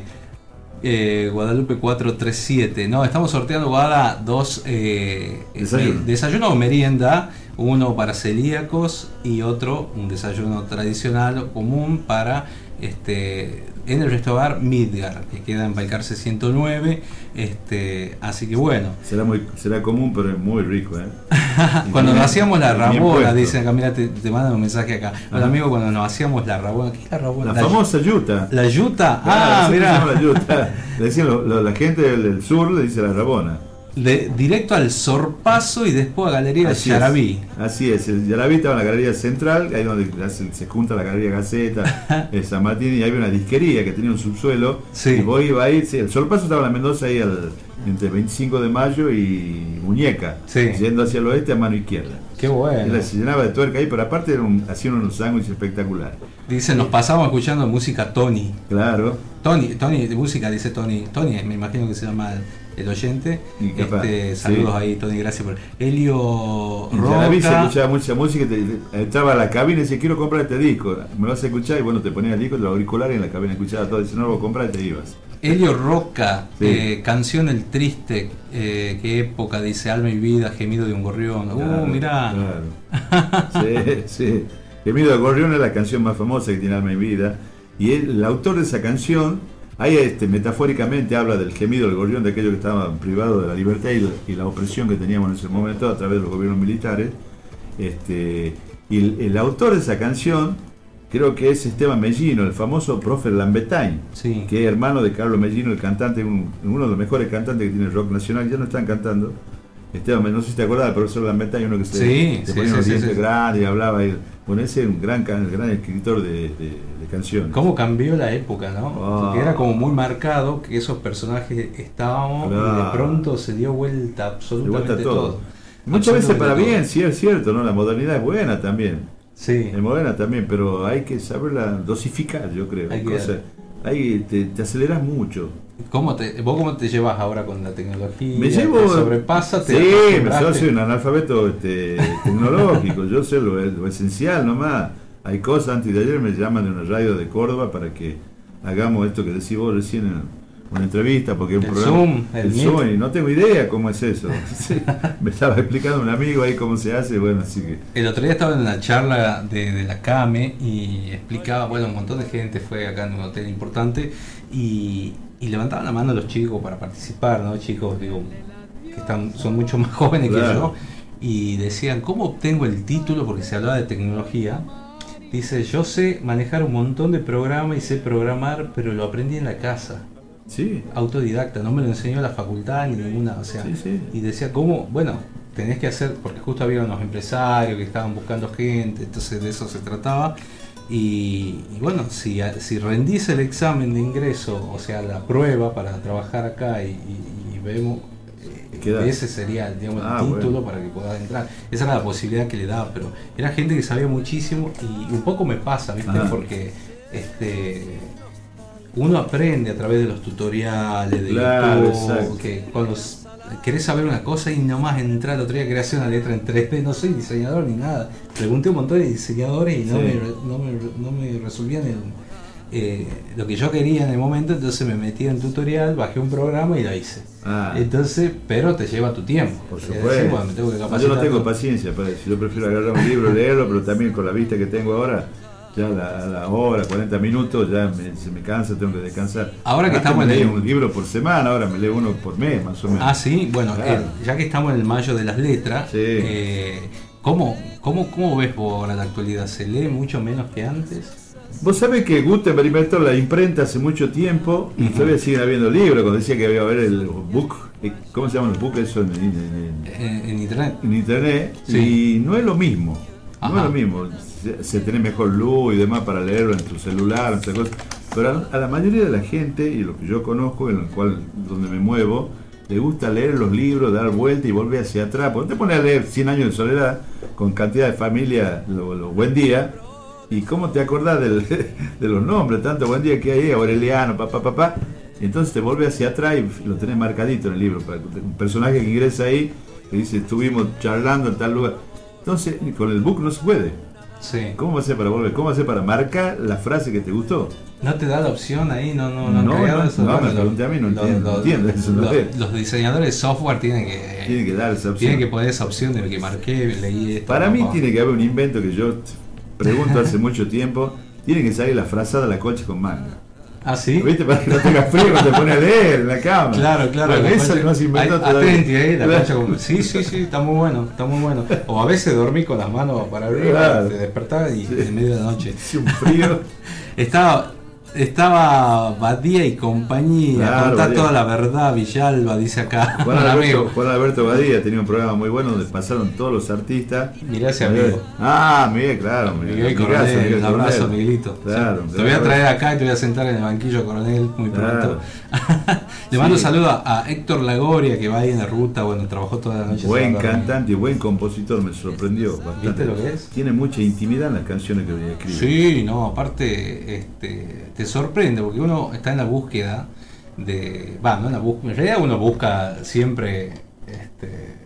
Eh, Guadalupe cuatrocientos treinta y siete. No, estamos sorteando, Guada, dos eh, Desayuno. me- desayuno o merienda. Uno para celíacos y otro, un desayuno tradicional común para este en el restaurante Midgar, que queda en Balcarce ciento nueve. Este, así que bueno, Será, muy, será común, pero es muy rico, ¿eh? Y cuando bien- nos hacíamos la y bien rabona, puesto. dicen Camila, te, te mandan un mensaje acá. Hola Ajá. amigo, cuando nos hacíamos la rabona, ¿qué es la rabona? La famosa yuta. La yuta, Claro, ah, así se llama mira. la yuta. Le decían lo- lo- la gente del, del sur le dice la rabona. De, directo al Sorpaso y después a Galería Así de es. Yarabí. Así es, el Yarabí estaba en la galería central, ahí donde se, se junta la galería Gaceta, el San Martín, y había una disquería que tenía un subsuelo. Sí. Y vos ibas ahí, sí, el Sorpaso estaba en la Mendoza ahí al, entre veinticinco de mayo y Muñeca, Sí. yendo hacia el oeste a mano izquierda. Qué bueno. Era- se llenaba de tuerca ahí, pero aparte era un- hacían unos sándwiches espectaculares. Dice, nos pasamos escuchando música Tony. Claro. Tony, Tony de música, dice Tony. Tony, me imagino que se llama el, el oyente. Y capaz, Este, sí. saludos ahí, Tony, gracias por. Elio En Yarabí se Roca. escuchaba mucha música, te- te- entraba a la cabina y decía, quiero comprar este disco, me vas a escuchar, y bueno, te ponías el disco, los auriculares en la cabina, escuchaba todo, y si no lo voy a comprar, te ibas. Elio Roca, Sí. eh, canción El Triste, eh, qué época, dice Alma y Vida, gemido de un gorrión. Claro, uh, mirá. claro. Sí, sí. Gemido de Gorrión es la canción más famosa que tiene Alma y Vida, y él, el autor de esa canción, ahí este, metafóricamente habla del gemido del gorrión, de aquellos que estaban privados de la libertad y la, y la opresión que teníamos en ese momento a través de los gobiernos militares. Este, y el, el autor de esa canción creo que es Esteban Mellino, el famoso profe Lambertain, Sí. que es hermano de Carlos Mellino, el cantante, un- uno de los mejores cantantes que tiene el rock nacional. Ya no están cantando. Esteban, no sé si te acordás del profesor Lambertain, uno que se, Sí, se sí, ponía sí, unos sí, dientes sí. grandes y hablaba. Y, bueno, ese es un gran, can- gran escritor de, de- de canciones. ¿Cómo cambió la época, no? Ah. Porque era como muy marcado que esos personajes estábamos y de Claro. pronto se dio vuelta De absolutamente vuelta todo. todo. Muchas veces para Absolutamente bien, sí es cierto, ¿no? La modernidad es buena también. Sí. Es moderna también, pero hay que saberla dosificar, yo creo. Hay que- Cosa- ahí te, te aceleras mucho. ¿Cómo te, ¿Vos cómo te llevas ahora con la tecnología? Me llevo. ¿Te sobrepasa? ¿Te Sí, acostumbraste? yo soy un analfabeto este, tecnológico. Yo sé lo, lo esencial nomás. hay cosas, antes de ayer me llaman de una radio de Córdoba para que hagamos esto que decís vos recién en una entrevista, porque es un el programa, Zoom, el, el Meet. Zoom, y no tengo idea cómo es eso. Sí, me estaba explicando un amigo ahí cómo se hace, bueno, así que... El otro día estaba en una charla de, de la CAME y explicaba, bueno, un montón de gente fue acá en un hotel importante y, y levantaban la mano los chicos para participar, ¿no? Chicos, digo, que están, son mucho más jóvenes Claro. que yo, y decían, ¿cómo obtengo el título? Porque se hablaba de tecnología. Dice, yo sé manejar un montón de programas y sé programar, pero lo aprendí en la casa. Sí, Autodidacta, no me lo enseñó la facultad ni ninguna, o sea, Sí, sí. y decía, ¿cómo? Bueno, tenés que hacer, porque justo había unos empresarios que estaban buscando gente, entonces de eso se trataba, y, y bueno, si, si rendís el examen de ingreso, o sea, la prueba para trabajar acá y, y- y vemos, eh, Queda. ese sería, digamos, Ah, el título bueno. para que puedas entrar. Esa era la posibilidad que le daba, pero era gente que sabía muchísimo y un poco me pasa, ¿viste? Ajá. Porque este uno aprende a través de los tutoriales de Claro, YouTube, exacto. que cuando s- querés saber una cosa y nomás entrar, el otro día quería hacer una letra en tres D, no soy diseñador ni nada. Pregunté a un montón de diseñadores y no, Sí. me, re- no, me, re- no me resolvían el, eh, lo que yo quería en el momento, entonces me metí en tutorial, bajé un programa y la hice. Ah. Entonces, pero te lleva tu tiempo. Por Es supuesto. decir, bueno, me tengo que No, yo capacitar no tengo todo. paciencia para eso. Yo prefiero agarrar un libro, leerlo, pero también con la vista que tengo ahora, ya a la, a la hora, cuarenta minutos, ya me, se me cansa, tengo que descansar. Ahora que Antes estamos me en leía el- un libro por semana, ahora me leo uno por mes, más o menos. Ah, sí, bueno, Claro. eh, ya que estamos en el mayo de las letras, Sí. eh, ¿cómo, cómo, ¿cómo ves vos ahora la actualidad? ¿Se lee mucho menos que antes? Vos sabés que Gutenberg inventó la imprenta hace mucho tiempo y Ujú. todavía siguen habiendo libros. Cuando decía que había que haber el book, eh, ¿cómo se llaman los books? Eso en, en- en- En, en internet. en internet, Sí. y no es lo mismo. No Ajá. es lo mismo. Se, se tiene mejor luz y demás para leerlo en tu celular, esas cosas. Pero a, a la mayoría de la gente, y lo que yo conozco, en el cual donde me muevo, le gusta leer los libros, dar vuelta y volver hacia atrás. Porque te pones a leer Cien años de soledad con cantidad de familia, los lo buen día, y cómo te acordás del- de los nombres, tanto buen día que hay, Aureliano, papá, papá. Y entonces te vuelve hacia atrás y lo tenés marcadito en el libro. para- Un personaje que ingresa ahí, que dice, estuvimos charlando en tal lugar. Entonces, con el book no se puede. Sí. ¿Cómo va a ser para volver? ¿Cómo va a ser para marcar la frase que te gustó? ¿No te da la opción ahí? No, no, no, han No, creado no, eso. no, Bueno, me los- pregunté a mí, no los- entiendo, los- no entiendo, eso no los- es. los diseñadores de software tienen que, Tiene que dar esa opción. tienen que poner esa opción de que marqué, leí esto. Para mí papá. tiene que haber un invento que yo pregunto hace mucho tiempo. Tiene que salir la frazada la colcha con manga. Ah, sí. ¿Viste? Para que no tengas frío cuando te pones a leer en la cama. Claro, claro. Bueno, la eso concha- no se inventó Ay, todavía. atenti, eh, la Claro. concha con- Sí, sí, sí, está muy bueno, está muy bueno. O a veces dormí con las manos para arriba, Claro. te despertaba y Sí. en medio de la noche. Hace un frío. Estaba, estaba Badía y compañía, Claro, contá Badía. toda la verdad, Villalba, dice acá. Juan un Alberto, amigo. Juan Alberto Badía tenía un programa muy bueno donde pasaron todos los artistas. Mirá ese amigo. Ah, Miguel, claro. Miguel amigazo, Coronel, Miguel un abrazo, Coronel. Miguelito. Claro, Sí. Te voy a claro. traer acá y te voy a sentar en el banquillo, Coronel, muy Claro. pronto. Le mando un Sí. saludo a Héctor Lagoria, que va ahí en la ruta, bueno, trabajó toda la noche. Buen sábado. cantante y buen compositor, me sorprendió bastante. ¿Viste lo que es? Tiene mucha intimidad en las canciones que escribe. Sí, no, aparte este, te sorprende porque uno está en la búsqueda de. Va, no en la búsqueda. En realidad uno busca siempre este,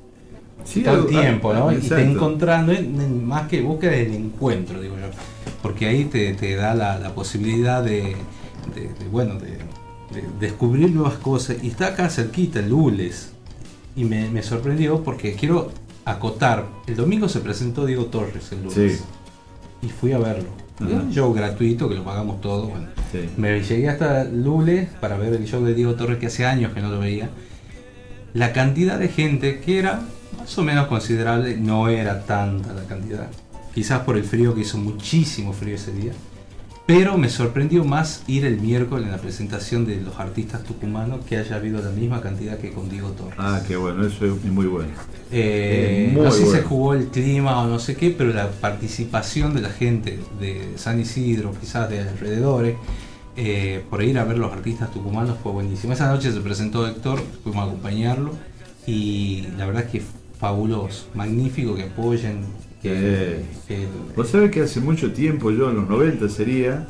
Sí, todo el algo- tiempo, ¿no? ah, Y te exacto. encontrás, no es- no es más que búsqueda del encuentro, digo yo. Porque ahí te, te da la, la posibilidad de, de, de, bueno, de, de descubrir nuevas cosas. Y está acá cerquita, el Lules. Y me, me sorprendió porque quiero acotar. El domingo se presentó Diego Torres el lunes. Sí. Y fui a verlo. Ajá. Un show gratuito que lo pagamos todos. Bueno, Sí. me llegué hasta Lules para ver el show de Diego Torres, que hace años que no lo veía. La cantidad de gente que era más o menos considerable, no era tanta la cantidad. Quizás por el frío, que hizo muchísimo frío ese día. Pero me sorprendió más ir el miércoles en la presentación de los artistas tucumanos, que haya habido la misma cantidad que con Diego Torres. Ah, qué bueno, eso es muy bueno. Eh, Eh, muy no sé si se bueno. jugó el clima o no sé qué, pero la participación de la gente de San Isidro, quizás de alrededores, eh, por ir a ver los artistas tucumanos fue buenísimo. Esa noche se presentó Héctor, fuimos a acompañarlo y la verdad es que fabuloso, magnífico que apoyen. Que, que- Vos sabés que hace mucho tiempo, yo en los noventa sería,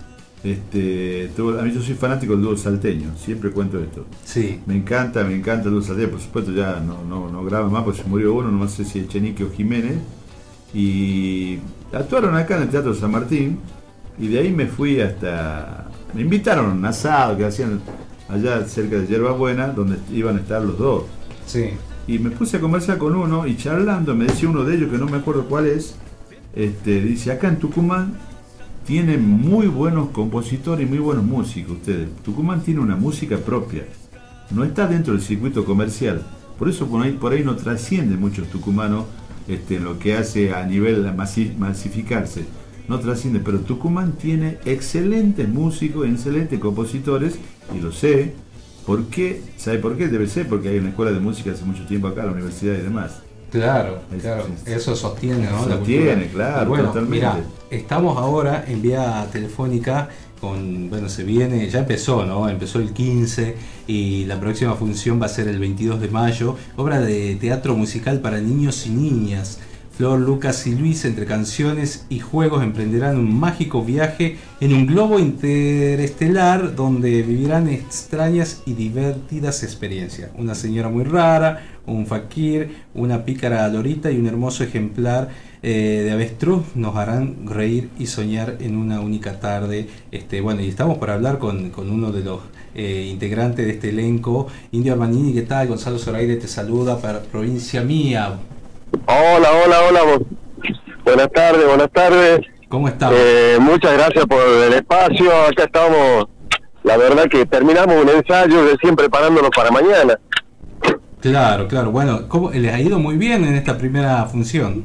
este, tuvo- a mí yo soy fanático del dúo salteño, siempre cuento esto. sí, Me encanta, me encanta el dúo salteño, por supuesto ya no, no, no graba más porque se murió uno, no sé si es Chenique o Jiménez. y actuaron acá en el Teatro San Martín, y de ahí me fui hasta... Me invitaron a un asado que hacían allá cerca de Yerba Buena, donde iban a estar los dos. Sí. Y me puse a conversar con uno, y charlando, me decía uno de ellos, que no me acuerdo cuál es, este, dice, acá en Tucumán tienen muy buenos compositores y muy buenos músicos ustedes. Tucumán tiene una música propia, no está dentro del circuito comercial, por eso por ahí, por ahí no trasciende muchos tucumanos este, en lo que hace a nivel de masi- masificarse, no trasciende, pero Tucumán tiene excelentes músicos, excelentes compositores, y lo sé. ¿Por qué? ¿Sabe por qué? Debe ser porque hay una escuela de música hace mucho tiempo acá, la universidad y demás. Claro, Es- claro, es- eso sostiene, ¿no? La Sostiene, cultura. claro, Y bueno, totalmente. mirá, estamos ahora en vía telefónica con, bueno, se viene, ya empezó, ¿no? Empezó el quince y la próxima función va a ser el veintidós de mayo, obra de teatro musical para niños y niñas. Flor, Lucas y Luis, entre canciones y juegos, emprenderán un mágico viaje en un globo interestelar donde vivirán extrañas y divertidas experiencias. Una señora muy rara, un fakir, una pícara lorita y un hermoso ejemplar eh, de avestruz nos harán reír y soñar en una única tarde. Este, bueno, y estamos para hablar con, con uno de los eh, integrantes de este elenco, Indio Armanini. ¿Qué tal? Gonzalo Zoraide te saluda para Provincia Mía. Hola, hola, hola. Buenas tardes, buenas tardes. ¿Cómo estás? Eh, muchas gracias por el espacio. Acá estamos, la verdad que terminamos un ensayo, recién preparándonos para mañana. Claro, claro. Bueno, ¿cómo, les ha ido muy bien en esta primera función?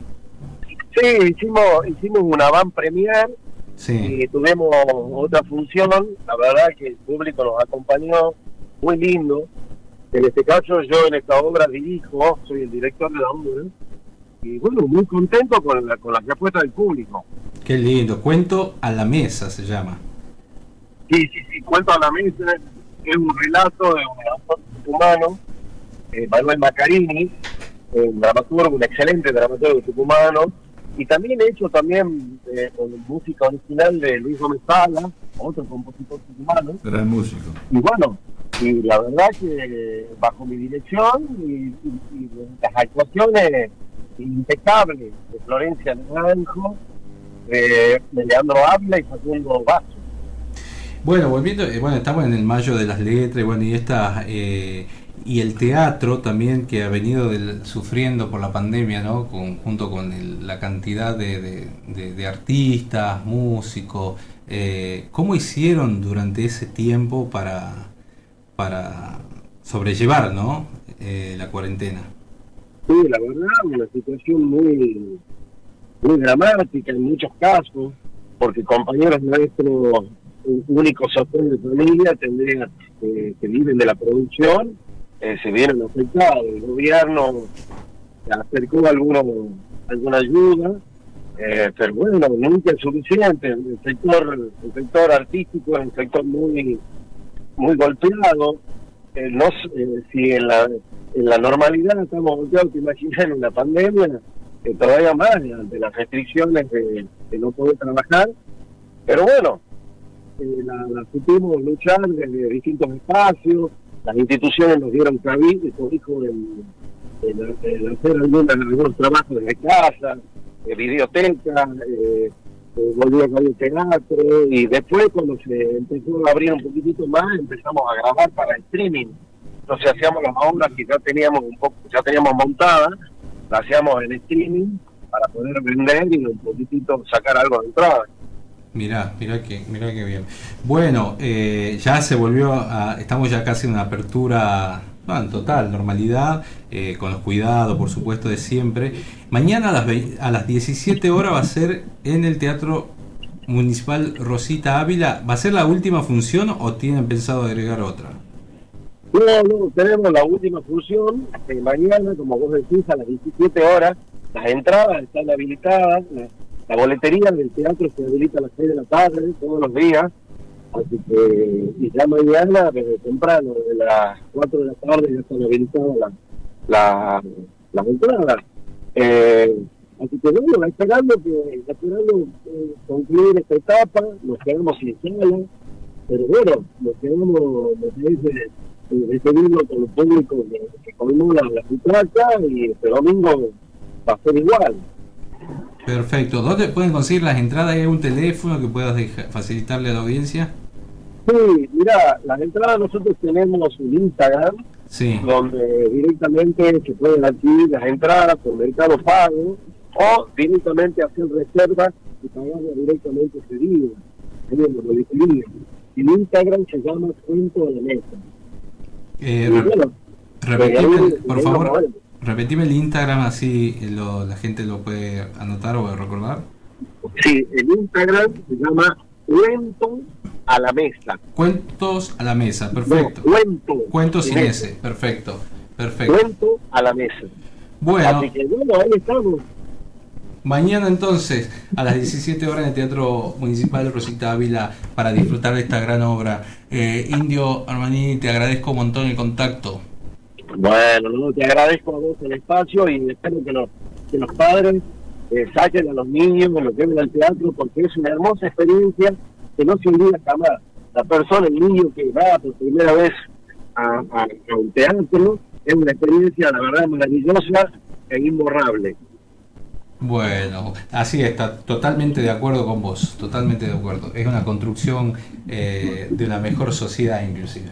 Sí, hicimos hicimos una van premier Sí. y tuvimos otra función. La verdad que el público nos acompañó, muy lindo. En este caso yo en esta obra dirijo, soy el director de la obra. Y bueno, muy contento con la, con la respuesta del público. Qué lindo. Cuento a la mesa se llama. Sí, sí, sí, cuento a la mesa, es un relato de un autor tucumano, eh, Manuel Macarini, un dramaturgo, un excelente dramaturgo tucumano, y también he hecho también eh, con música original de Luis Gómez Sala, otro compositor tucumano, Gran músico. y bueno, y la verdad que bajo mi dirección y, y, y las actuaciones impecables de Florencia Naranjo, de, de Leandro Ávila y Facundo Vaso. Bueno, volviendo, eh, bueno, estamos en el mayo de las letras, y bueno, y esta eh, y el teatro también que ha venido del, sufriendo por la pandemia, ¿no? Con, junto con el, la cantidad de, de, de, de artistas, músicos, eh, ¿cómo hicieron durante ese tiempo para para sobrellevar, ¿no? Eh, la cuarentena? Sí, la verdad, una situación muy muy dramática en muchos casos, porque compañeros nuestros, únicos sostén de familia, tendrían eh, que viven de la producción, eh, se vieron afectados. El gobierno acercó alguno, alguna ayuda, eh, pero bueno, nunca es suficiente. El sector, el sector artístico es un sector muy muy golpeado. Eh, no, eh, si en la en la normalidad estamos golpeados, te imaginas en una pandemia, eh, todavía más, ante las restricciones de, de no poder trabajar. Pero bueno, eh, la, la supimos luchar desde distintos espacios, las instituciones nos dieron cabida, dijo en, en, en hacer algunos, algunos trabajos desde casa, de videoteca, eh, eh, volvió a caer el teatro, y después cuando se empezó a abrir un poquitito más, empezamos a grabar para streaming. Entonces hacíamos las obras que ya teníamos un poco, ya teníamos montadas, las hacíamos en streaming para poder vender y un poquitito sacar algo de entrada. Mirá, mirá que, mirá que bien. Bueno, eh, ya se volvió a, estamos ya casi en una apertura, no, en total normalidad, eh, con los cuidados, por supuesto, de siempre. Mañana a las, veinte, a las diecisiete horas va a ser en el Teatro Municipal Rosita Ávila. ¿Va a ser la última función o tienen pensado agregar otra? No, no, tenemos la última función, eh, mañana, como vos decís, a las diecisiete horas. Las entradas están habilitadas, la, la boletería del teatro se habilita a las seis de la tarde, todos los días. Así que, y ya mañana, desde temprano, desde las cuatro de la tarde, ya están habilitadas las la, la entradas. Eh, así que bueno, esperando, que, esperando eh, concluir esta etapa, nos quedamos sin sala, pero bueno, nos quedamos, nos dice, recibiendo con el público que, que colmó la, la butraca, y este domingo va a ser igual. Perfecto. ¿Dónde pueden conseguir las entradas? ¿Hay algún teléfono que puedas dejar, facilitarle a la audiencia? Sí, mira, las entradas nosotros tenemos un Instagram, Sí. donde directamente se pueden adquirir las entradas por Mercado Pago o directamente hacer reservas y pagarlas directamente ese día. Tenemos lo distribuido. Y el Instagram se llama Cuento de la Mesa. Eh, Y bueno, repetime, pues, por ahí favor, vamos a ver. repetime el Instagram, así lo, la gente lo puede anotar o recordar. Sí, el Instagram se llama Cuento a la Mesa. Cuentos a la mesa, perfecto. No, cuento. Cuentos sin Sin ese, perfecto, perfecto. Cuento a la Mesa. Bueno, Así que bueno, ahí estamos. mañana entonces a las diecisiete horas en el Teatro Municipal Rosita Ávila para disfrutar de esta gran obra. Eh, Indio Armanini, te agradezco un montón el contacto. Bueno, no, te agradezco a vos el espacio y espero que los, que los padres eh, saquen a los niños, que los lleven al teatro, porque es una hermosa experiencia que no se olvida jamás. La persona, el niño que va por primera vez a, a, a un teatro, es una experiencia, la verdad, maravillosa e imborrable. Bueno, así está, totalmente de acuerdo con vos, totalmente de acuerdo. Es una construcción eh, de una mejor sociedad inclusive.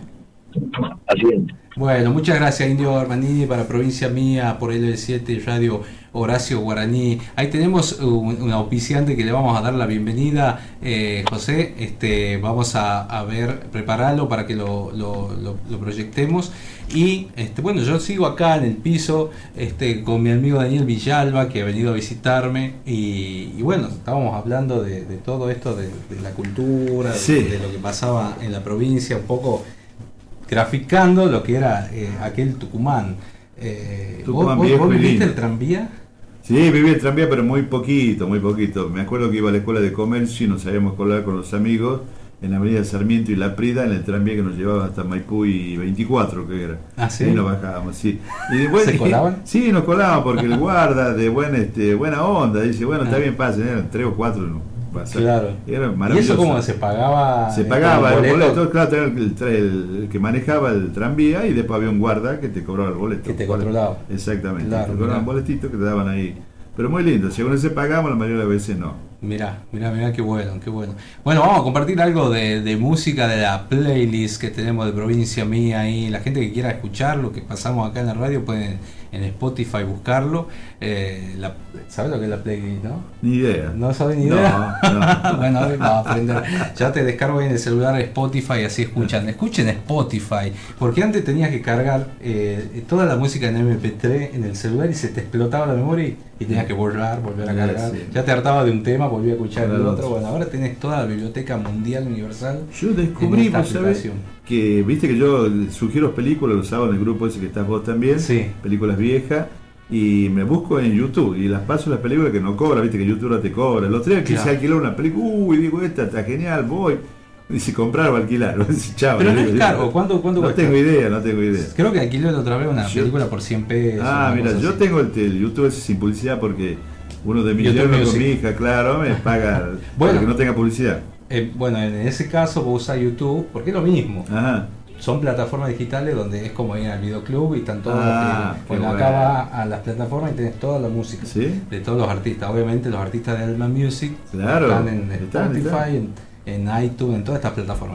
Así es. Bueno, muchas gracias Indio Armanini para Provincia Mía por L B siete y Radio Horacio Guaraní. Ahí tenemos un, un auspiciante que le vamos a dar la bienvenida, eh, José. Este, vamos a, a ver, prepararlo para que lo, lo, lo, lo proyectemos. Y este, bueno, yo sigo acá en el piso este, con mi amigo Daniel Villalba, que ha venido a visitarme. Y, y bueno, estábamos hablando de, de todo esto, de, de la cultura, Sí. de, de lo que pasaba en la provincia, un poco graficando lo que era eh, aquel Tucumán. Eh, Tucumán ¿Vos, viejo vos y viviste lindo. el tranvía? Sí, viví el tranvía, pero muy poquito, muy poquito. Me acuerdo que iba a la escuela de comercio y nos sabíamos colar con los amigos en la avenida Sarmiento y La Prida, en el tranvía que nos llevaba hasta Maipú y veinticuatro, que era. ¿Ah, sí? Ahí nos bajábamos, sí. Y después, ¿Se colaban? Sí, nos colábamos porque el guarda de buen, este, buena onda dice, bueno, está Ah. bien, pasen, eran tres o cuatro, no pasa. Claro. Era ¿Y maravilloso. eso cómo se pagaba? Se eh, pagaba con el boleto? boleto, claro, tenía el, el- el que manejaba el tranvía y después había un guarda que te cobraba el boleto. Que te controlaba. Exactamente, Claro, te cobraban mirá. boletitos que te daban ahí. Pero muy lindo, según ese pagamos, la mayoría de las veces no. Mirá, mirá, mirá, qué bueno, qué bueno. Bueno, vamos a compartir algo de, de música de la playlist que tenemos de Provincia Mía ahí. La gente que quiera escuchar lo que pasamos acá en la radio pueden en Spotify buscarlo. Eh, la, ¿Sabes lo que es la playlist, no? Ni idea. ¿No sabes ni No, idea? no. Bueno, hoy vamos a aprender. Ya te descargo en el celular Spotify y así escuchan. Escuchen Spotify. Porque antes tenías que cargar eh, toda la música en eme pe tres en el celular y se te explotaba la memoria y, y tenías que borrar, volver a cargar. Sí. Ya te hartaba de un tema, volví a escuchar el Claro. otro. Bueno, ahora tenés toda la biblioteca mundial universal. Yo descubrí, en esta vos sabés, aplicación. que viste que yo sugiero películas, los sábados en el grupo ese que estás vos también, Sí. películas viejas, y me busco en YouTube y las paso las películas que no cobra, viste que YouTube no te cobra. El otro día quise Claro. alquilar una película, uy, digo, esta está genial, voy. Dice, comprar o alquilar. Dice, chao. Pero no le es digo, caro. ¿Cuánto, cuánto No cuesta? tengo idea, no tengo idea. Creo que alquilé la otra vez una Yo- película por cien pesos. Ah, una mira, cosa yo así. tengo el, el YouTube ese sin publicidad porque uno de mis YouTube yernos con Music. mi hija, claro, me paga Bueno. para que no tenga publicidad. Eh, bueno, en ese caso vos usás YouTube porque es lo mismo. Ajá. Son plataformas digitales donde es como ir al videoclub y están todos Ah, los que, qué bueno, bueno. acá va a las plataformas y tenés toda la música ¿Sí? de todos los artistas. Obviamente los artistas de Alma Music Claro, están en están, Spotify, están. En, en iTunes, en todas estas plataformas.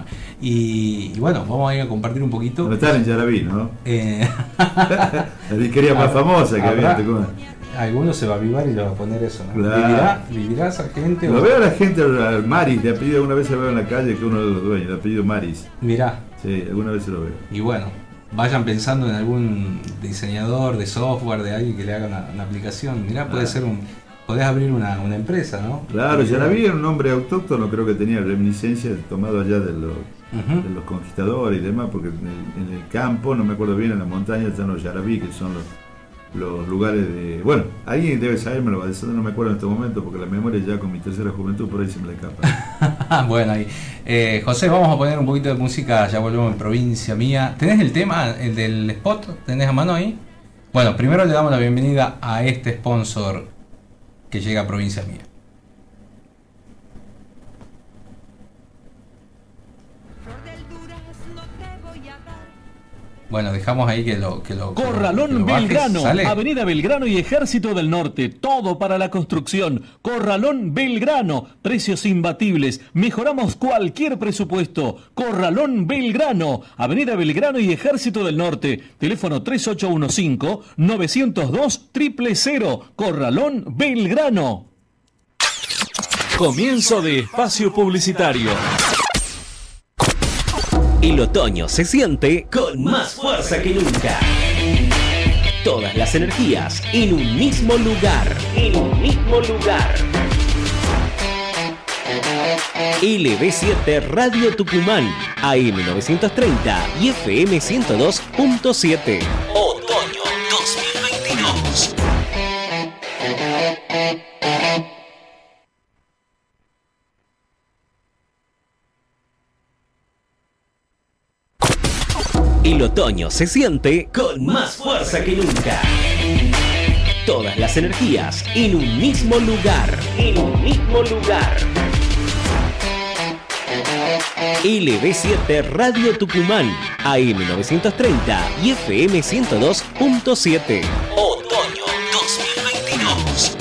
Y, y bueno, vamos a ir a compartir un poquito. No están en Yarabí, ¿no? Eh, La disquería más Habrá- famosa que había habrá- en Tucumán. alguno se va a avivar y le va a poner eso, ¿no? Claro. ¿Vivirá, ¿Vivirá esa gente? Lo o- veo a la gente, al Maris, de apellido, alguna vez se lo veo en la calle, que uno de los dueños, de apellido Maris. Mirá, Sí, alguna vez se lo veo. y bueno, vayan pensando en algún diseñador de software, de alguien que le haga una, una aplicación. Mirá, puede Ah. ser un... Podés abrir una, una empresa, ¿no? Claro, Yarabí era un nombre autóctono, creo que tenía reminiscencia tomado allá de los, Ujú. de los conquistadores y demás, porque en el, en el campo, no me acuerdo bien, en la montaña están los Yarabí, que son los, los lugares de... Bueno, alguien debe saber, me lo va a decir, no me acuerdo en este momento, porque la memoria ya con mi tercera juventud por ahí se me la escapa. Bueno, ahí. Eh, José, vamos a poner un poquito de música, ya volvemos en Provincia Mía. ¿Tenés el tema, el del spot? ¿Tenés a mano ahí? Bueno, primero le damos la bienvenida a este sponsor que llega a Provincia Mía. Flor del durazno te voy a dar, Bueno, dejamos ahí que lo que lo Corralón que lo bajes. Belgrano, ¿Sale? Avenida Belgrano y Ejército del Norte, todo para la construcción. Corralón Belgrano, precios imbatibles, mejoramos cualquier presupuesto. Corralón Belgrano, Avenida Belgrano y Ejército del Norte, teléfono tres ocho uno cinco, nueve cero dos, cero cero cero, Corralón Belgrano. Comienzo de espacio publicitario. El otoño se siente con más fuerza que nunca. Todas las energías en un mismo lugar. En un mismo lugar. L B siete Radio Tucumán, A M novecientos treinta y F M ciento dos punto siete. Otoño dos mil veintidós. El otoño se siente con más fuerza que nunca. Todas las energías en un mismo lugar. En un mismo lugar. L B siete Radio Tucumán, A M novecientos treinta y F M ciento dos punto siete. Otoño dos mil veintidós.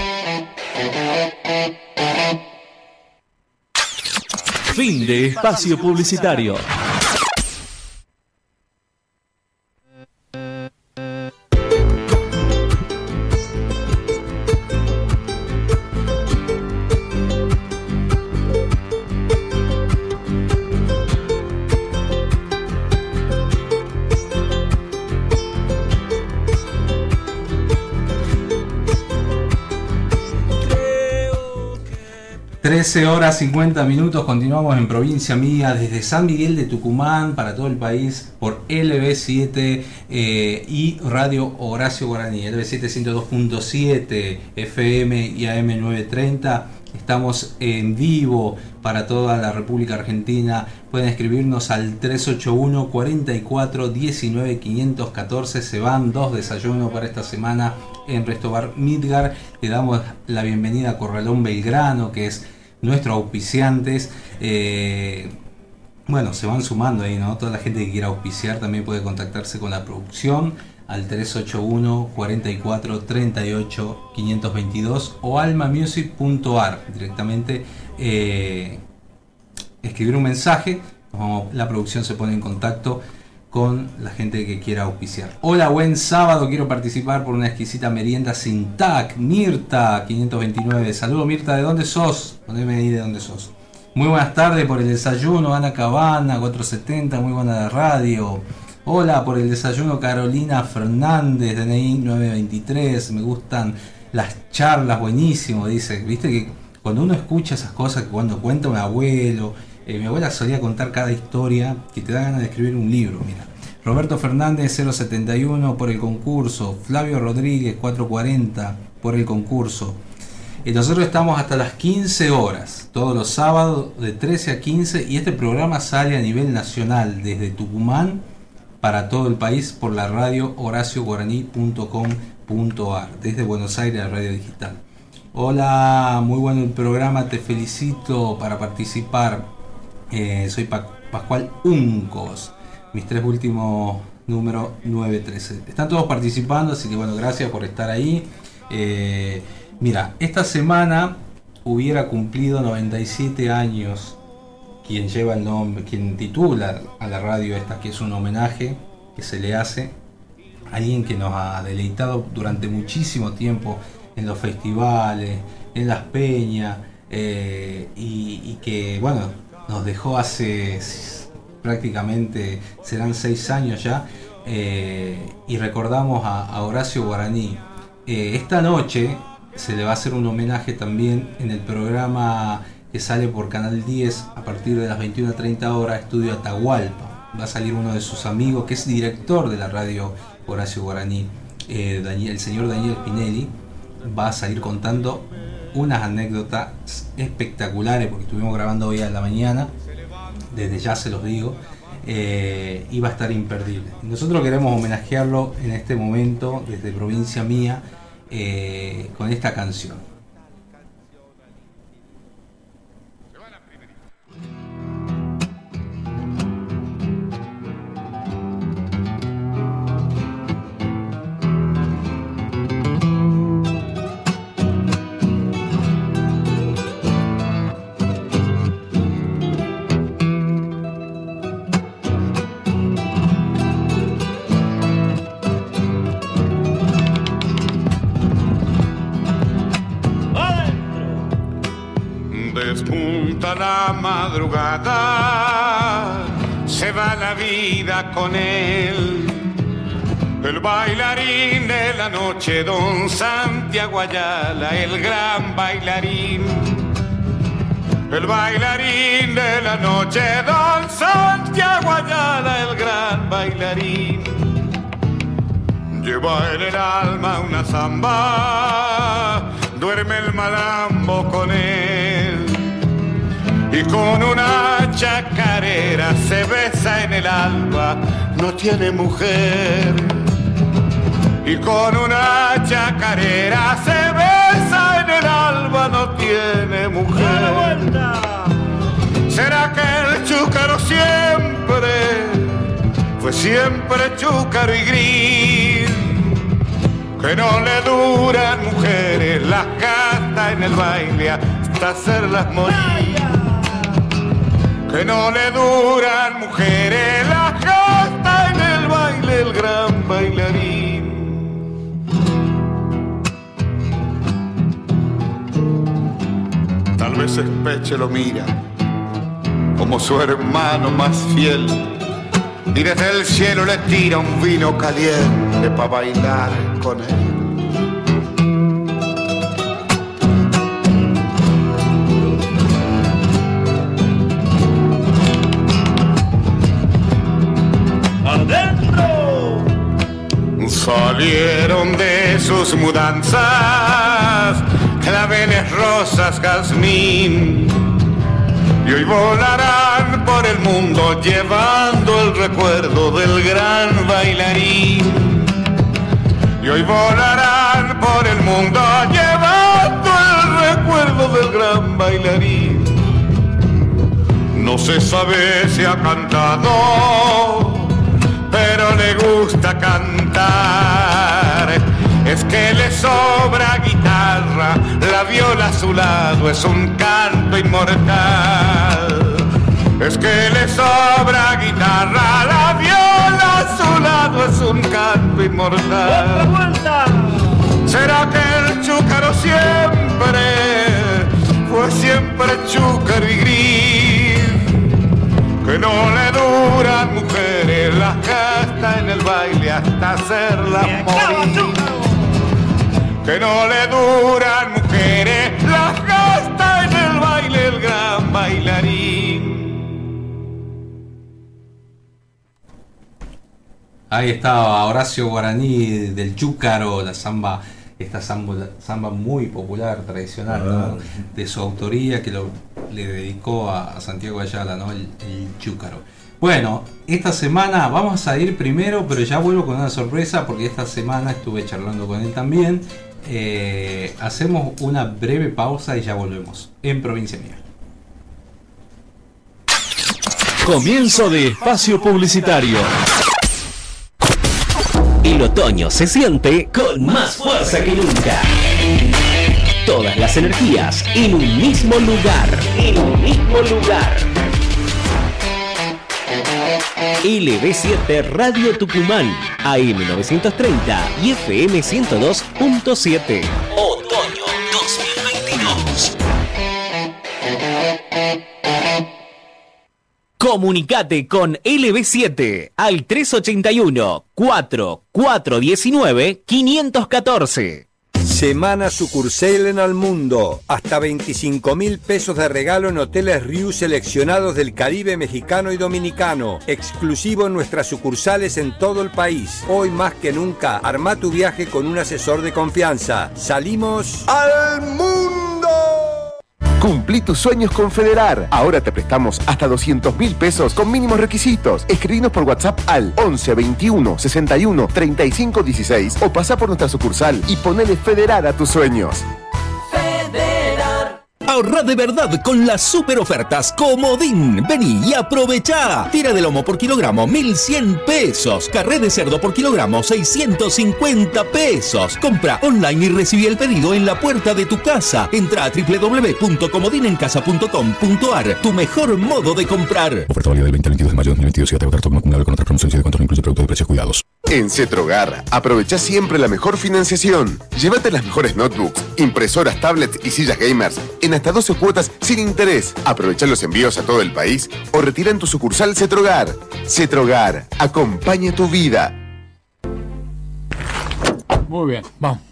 Fin de espacio publicitario. trece horas cincuenta minutos, continuamos en Provincia Mía desde San Miguel de Tucumán para todo el país por L B siete eh, y Radio Horacio Guaraní, L B siete ciento dos punto siete, F M y A M novecientos treinta. Estamos en vivo para toda la República Argentina. Pueden escribirnos al tres ocho uno, cuatro cuatro, uno nueve, cinco uno cuatro. Se van dos desayunos para esta semana en Restobar Midgar. Le damos la bienvenida a Corralón Belgrano, que es nuestro auspiciantes. Eh, bueno, se van sumando ahí, ¿no? Toda la gente que quiera auspiciar también puede contactarse con la producción al tres ocho uno, cuatro cuatro, tres ocho, cinco dos dos o almamusic punto a r. Directamente eh, escribir un mensaje, vamos, la producción se pone en contacto con la gente que quiera auspiciar. Hola, buen sábado, quiero participar por una exquisita merienda sin T A C. Mirta quinientos veintinueve, saludo Mirta, ¿de dónde sos? Poneme ahí de dónde sos. Muy buenas tardes por el desayuno, Ana Cabana, cuatrocientos setenta, muy buena la radio. Hola, por el desayuno Carolina Fernández, D N I nueve veintitrés, me gustan las charlas, buenísimo, dice. Viste que cuando uno escucha esas cosas, que cuando cuenta un abuelo, eh, mi abuela solía contar cada historia que te da ganas de escribir un libro, mira. Roberto Fernández cero setenta y uno por el concurso, Flavio Rodríguez cuatrocientos cuarenta por el concurso. Y nosotros estamos hasta las quince horas, todos los sábados de trece a quince, y este programa sale a nivel nacional desde Tucumán para todo el país por la radio horacio guaraní punto com punto a r, desde Buenos Aires, la radio digital. Hola, muy bueno el programa, te felicito para participar. Eh, soy pa Pascual Uncos, mis tres últimos números nueve trece. Están todos participando, así que bueno, gracias por estar ahí. Eh, mira, esta semana hubiera cumplido noventa y siete años quien lleva el nombre, quien titula a la radio esta, que es un homenaje que se le hace a alguien que nos ha deleitado durante muchísimo tiempo en los festivales, en las peñas, eh, y, y que bueno, nos dejó hace prácticamente, serán seis años ya, eh, y recordamos a, a Horacio Guaraní. Eh, esta noche se le va a hacer un homenaje también en el programa que sale por Canal diez a partir de las veintiuna treinta horas, Estudio Atahualpa. Va a salir uno de sus amigos, que es director de la radio Horacio Guaraní, eh, Daniel, el señor Daniel Spinelli. Va a salir contando unas anécdotas espectaculares, porque estuvimos grabando hoy a la mañana, desde ya se los digo, eh, y va a estar imperdible. Nosotros queremos homenajearlo en este momento, desde Provincia Mía, eh, con esta canción. toda la madrugada se va la vida con él. El bailarín de la noche, don Santiago Ayala, el gran bailarín. El bailarín de la noche, don Santiago Ayala, el gran bailarín. Lleva en el alma una zamba, duerme el malambo con él. Y con una chacarera se besa en el alba, no tiene mujer. Y con una chacarera se besa en el alba, no tiene mujer. ¿Será que el chúcaro siempre fue siempre chúcaro y gris? Que no le duran mujeres, las gasta en el baile hasta hacerlas morir. Que no le duran mujeres, las gasta en el baile el gran bailarín. Tal vez Espeche lo mira como su hermano más fiel y desde el cielo le tira un vino caliente para bailar con él. ¡Adentro! Salieron de sus mudanzas claveles, rosas, jazmín, y hoy volarán por el mundo llevando el recuerdo del gran bailarín. Y hoy volarán por el mundo llevando el recuerdo del gran bailarín. No se sabe si ha cantado, pero le gusta cantar. Es que le sobra guitarra, la viola a su lado es un canto inmortal. Es que le sobra guitarra, la viola a su lado es un canto inmortal. ¡Otra vuelta! ¿Será que el chúcaro siempre fue siempre chúcaro y gris? Que no le duran mujeres, las gasta en el baile hasta hacerlas morir. Que no le duran mujeres, las gasta en el baile el gran bailarín. Ahí estaba Horacio Guaraní del Chúcaro, la samba, esta samba, samba muy popular, tradicional, ¿no? De su autoría, que lo, le dedicó a, a Santiago Ayala, ¿no? El, el Chúcaro. Bueno, esta semana vamos a ir primero, pero ya vuelvo con una sorpresa, porque esta semana estuve charlando con él también. Eh, hacemos una breve pausa y ya volvemos en Provincia Mía. Comienzo de espacio publicitario. El otoño se siente con más fuerza que nunca. Todas las energías en un mismo lugar. En un mismo lugar. L B siete Radio Tucumán, A M novecientos treinta y F M ciento dos punto siete. Otoño dos mil veintidós. Comunicate con L B siete al tres ochenta y uno, cuatro cuatro diecinueve, quinientos catorce. Semana sucursal en el mundo. Hasta veinticinco mil pesos de regalo en hoteles Riu seleccionados del Caribe mexicano y dominicano. Exclusivo en nuestras sucursales en todo el país. Hoy más que nunca, arma tu viaje con un asesor de confianza. Salimos al mundo. Cumplí tus sueños con Federar. Ahora te prestamos hasta doscientos mil pesos con mínimos requisitos. Escribinos por WhatsApp al once veintiuno sesenta y uno treinta y cinco dieciséis o pasa por nuestra sucursal y ponele Federar a tus sueños. Ahorra de verdad con las super ofertas Comodín. Vení y aprovechá. Tira de lomo por kilogramo mil cien pesos. Carré de cerdo por kilogramo seiscientos cincuenta pesos. Compra online y recibí el pedido en la puerta de tu casa. Entra a doble u doble u doble u punto comodinencasa punto com punto a r. Tu mejor modo de comprar. Oferta válida del veinte al veintidós de mayo de dos mil veintidós y hasta agotar todo acumulable con otras promociones y de control incluye productos de precios cuidados. En Cetrogar, aprovecha siempre la mejor financiación. Llévate las mejores notebooks, impresoras, tablets y sillas gamers en hasta doce cuotas sin interés. Aprovecha los envíos a todo el país o retira en tu sucursal Cetrogar. Cetrogar, acompaña tu vida. Muy bien, vamos.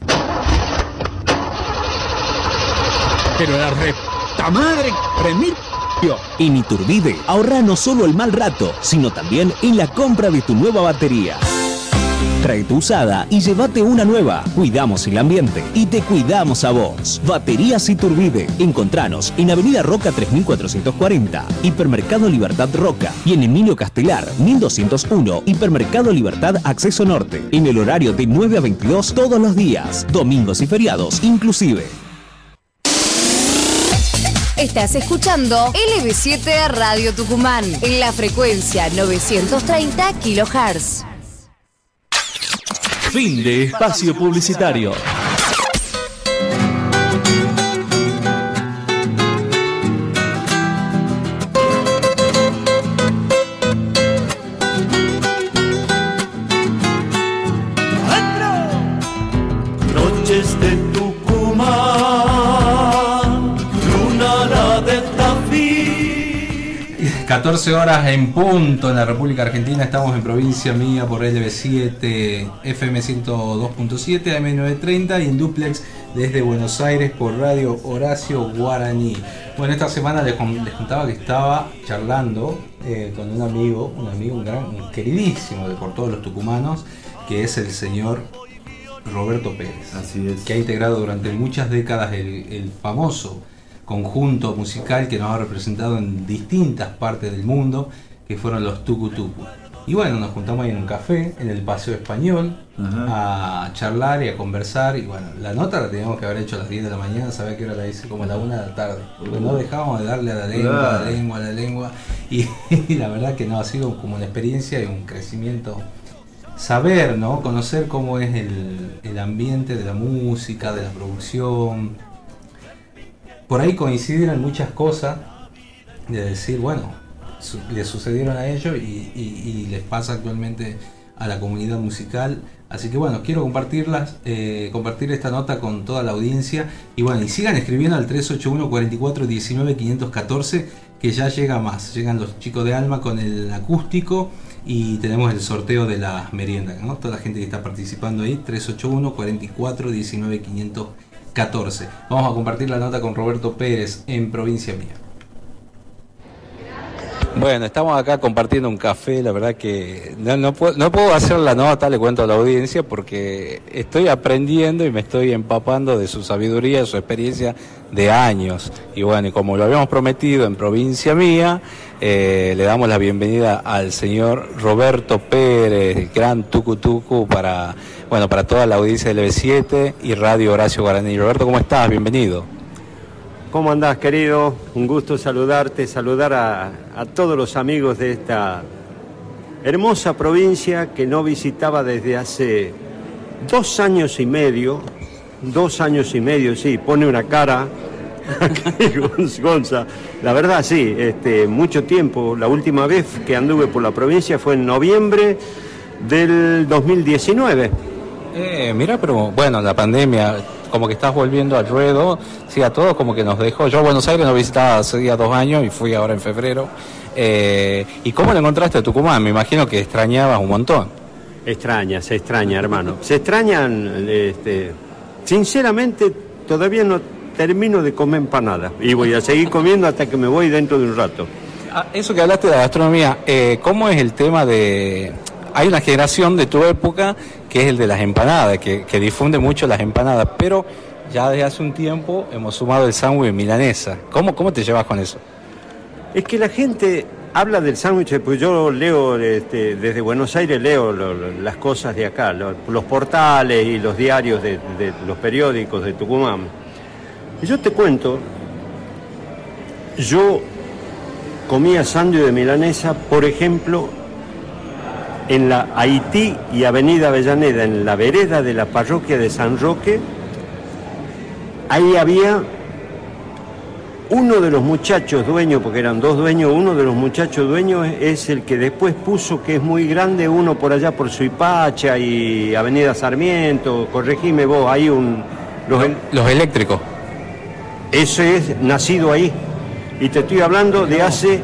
Pero la reta madre, remil... En Iturbide, ahorra no solo el mal rato, sino también en la compra de tu nueva batería. Trae tu usada y llévate una nueva. Cuidamos el ambiente y te cuidamos a vos. Baterías Iturbide. Encontranos en Avenida Roca tres mil cuatrocientos cuarenta, Hipermercado Libertad Roca, y en Emilio Castelar mil doscientos uno, Hipermercado Libertad Acceso Norte, en el horario de nueve a veintidós todos los días, domingos y feriados inclusive. Estás escuchando L B siete Radio Tucumán en la frecuencia novecientos treinta kilohertz. Fin de espacio publicitario. Noches de Tucumán, luna de Tafí. catorce horas en punto en la República Argentina. Estamos en Provincia Mía por L B siete, F M ciento dos punto siete, A M novecientos treinta y en duplex desde Buenos Aires por Radio Horacio Guaraní. Bueno, esta semana les, les contaba que estaba charlando eh, con un amigo, un amigo, un gran, un queridísimo de por todos los tucumanos, que es el señor Roberto Pérez. Así es. Que ha integrado durante muchas décadas el, el famoso conjunto musical que nos ha representado en distintas partes del mundo, que fueron los Tucu Tucu. Y bueno, nos juntamos ahí en un café, en el Paseo Español, ajá, a charlar y a conversar. Y bueno, la nota la teníamos que haber hecho a las diez de la mañana, sabía que hora la hice como a la una de la tarde. Porque no dejábamos de darle a la lengua, a la lengua, a la lengua. Y, y la verdad que no, ha sido como una experiencia y un crecimiento. Saber, ¿no? Conocer cómo es el, el ambiente de la música, de la producción. Por ahí coincidir en muchas cosas, de decir, bueno, su, le sucedieron a ellos y, y, y les pasa actualmente a la comunidad musical. Así que bueno, quiero compartirlas, eh, compartir esta nota con toda la audiencia. Y bueno, y sigan escribiendo al tres ocho uno, cuatro cuatro, uno nueve, cinco uno cuatro, que ya llega más. Llegan los chicos de Alma con el acústico y tenemos el sorteo de las meriendas, ¿no? Toda la gente que está participando ahí, tres ocho uno, cuatro cuatro, uno nueve, cinco uno cuatro. Vamos a compartir la nota con Roberto Pérez en Provincia Mía. Bueno, estamos acá compartiendo un café, la verdad que no, no, puedo, no puedo hacer la nota, le cuento a la audiencia, porque estoy aprendiendo y me estoy empapando de su sabiduría, de su experiencia de años. Y bueno, y como lo habíamos prometido en Provincia Mía, eh, le damos la bienvenida al señor Roberto Pérez, gran Tucu Tucu, para, bueno, para toda la audiencia de L B siete y Radio Horacio Guaraní. Roberto, ¿cómo estás? Bienvenido. ¿Cómo andás, querido? Un gusto saludarte, saludar a, a todos los amigos de esta hermosa provincia que no visitaba desde hace dos años y medio, dos años y medio, sí, pone una cara, Gonza, la verdad sí, este, mucho tiempo. La última vez que anduve por la provincia fue en noviembre del dos mil diecinueve. Eh, mira, pero bueno, la pandemia, como que estás volviendo al ruedo, sí, a todos como que nos dejó. Yo a Buenos Aires no visitaba hace ya dos años y fui ahora en febrero. Eh, ¿Y cómo lo encontraste a Tucumán? Me imagino que extrañabas un montón. Extraña, se extraña, hermano. Se extrañan, este, sinceramente, todavía no termino de comer empanadas. Y voy a seguir comiendo hasta que me voy dentro de un rato. Ah, eso que hablaste de la gastronomía, eh, ¿cómo es el tema de...? Hay una generación de tu época que es el de las empanadas, que, que difunde mucho las empanadas, pero ya desde hace un tiempo hemos sumado el sándwich milanesa. ¿Cómo, ¿Cómo te llevas con eso? Es que la gente habla del sándwich, pues yo leo este, desde Buenos Aires, leo lo, lo, las cosas de acá, lo, los portales y los diarios de, de los periódicos de Tucumán. Y yo te cuento, yo comía sándwich de milanesa, por ejemplo, en la Haití y Avenida Avellaneda, en la vereda de la parroquia de San Roque. Ahí había uno de los muchachos dueños, porque eran dos dueños, uno de los muchachos dueños es, es el que después puso, que es muy grande, uno por allá por Suipacha y Avenida Sarmiento, corregime vos, hay un... Los, el... los eléctricos. Ese es nacido ahí. Y te estoy hablando de hace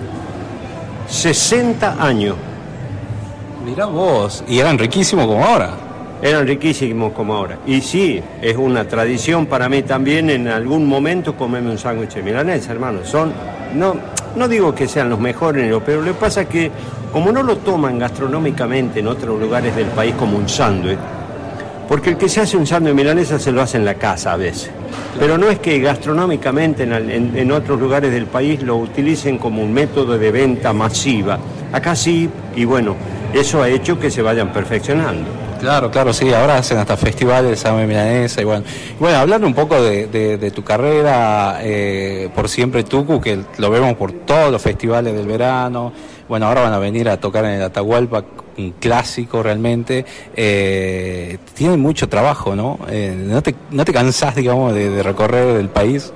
sesenta años. Mirá vos, y eran riquísimos como ahora. Eran riquísimos como ahora. Y sí, es una tradición para mí también en algún momento comerme un sándwich de milanesa, hermano. Son, no, no digo que sean los mejores, pero lo que pasa es que como no lo toman gastronómicamente en otros lugares del país como un sándwich, porque el que se hace un sándwich de milanesa se lo hace en la casa a veces. Pero no es que gastronómicamente en, en, en otros lugares del país lo utilicen como un método de venta masiva. Acá sí, y bueno, eso ha hecho que se vayan perfeccionando. Claro, claro, sí, ahora hacen hasta festivales de sándwich milanesa y bueno. Bueno, hablando un poco de, de, de tu carrera, eh, por siempre Tucu, que lo vemos por todos los festivales del verano. Bueno, ahora van a venir a tocar en el Atahualpa, un clásico realmente. Eh, tienen mucho trabajo, ¿no? Eh, ¿no te, no te cansás, digamos, de, de recorrer el país?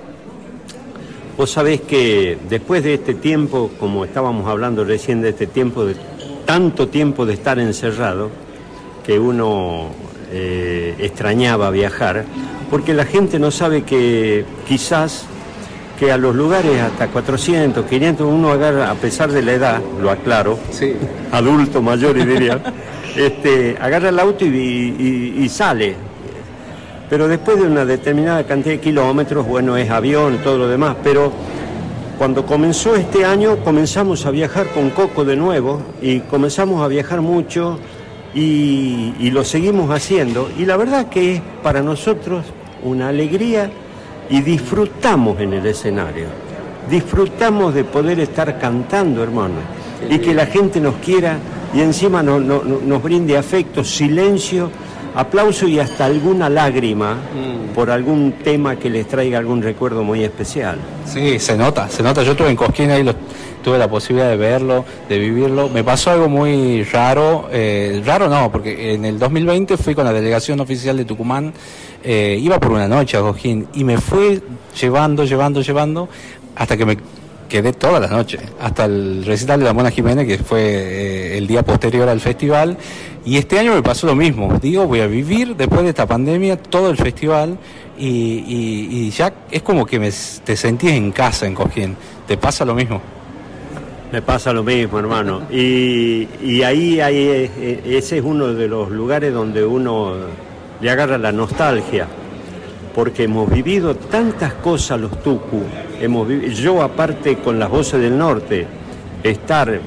Vos sabés que después de este tiempo, como estábamos hablando recién de este tiempo, de tanto tiempo de estar encerrado, que uno eh, extrañaba viajar, porque la gente no sabe que quizás que a los lugares hasta cuatrocientos, quinientos, uno agarra, a pesar de la edad, lo aclaro, sí. Adulto, mayor y diría, este, agarra el auto y, y, y sale. Pero después de una determinada cantidad de kilómetros, bueno, es avión y todo lo demás, pero cuando comenzó este año comenzamos a viajar con Coco de nuevo y comenzamos a viajar mucho. Y, y lo seguimos haciendo, y la verdad que es para nosotros una alegría y disfrutamos en el escenario, disfrutamos de poder estar cantando, hermano, y que la gente nos quiera y encima no, no, no, nos brinde afecto, silencio, aplauso y hasta alguna lágrima mm. por algún tema que les traiga algún recuerdo muy especial. Sí, se nota, se nota. Yo estuve en Cosquín, ahí lo, tuve la posibilidad de verlo, de vivirlo. Me pasó algo muy raro, eh, raro no, porque en el dos mil veinte fui con la delegación oficial de Tucumán, eh, iba por una noche a Cosquín y me fue llevando, llevando, llevando, hasta que me quedé toda la noche, hasta el recital de la Mona Jiménez, que fue eh, el día posterior al festival. Y este año me pasó lo mismo. Digo, voy a vivir después de esta pandemia todo el festival y, y, y ya es como que me, te sentís en casa en Cosquín. ¿Te pasa lo mismo? Me pasa lo mismo, hermano. Y, y ahí hay, ese es uno de los lugares donde uno le agarra la nostalgia, porque hemos vivido tantas cosas los Tucu. Hemos vivido, yo aparte con las Voces del Norte, estar,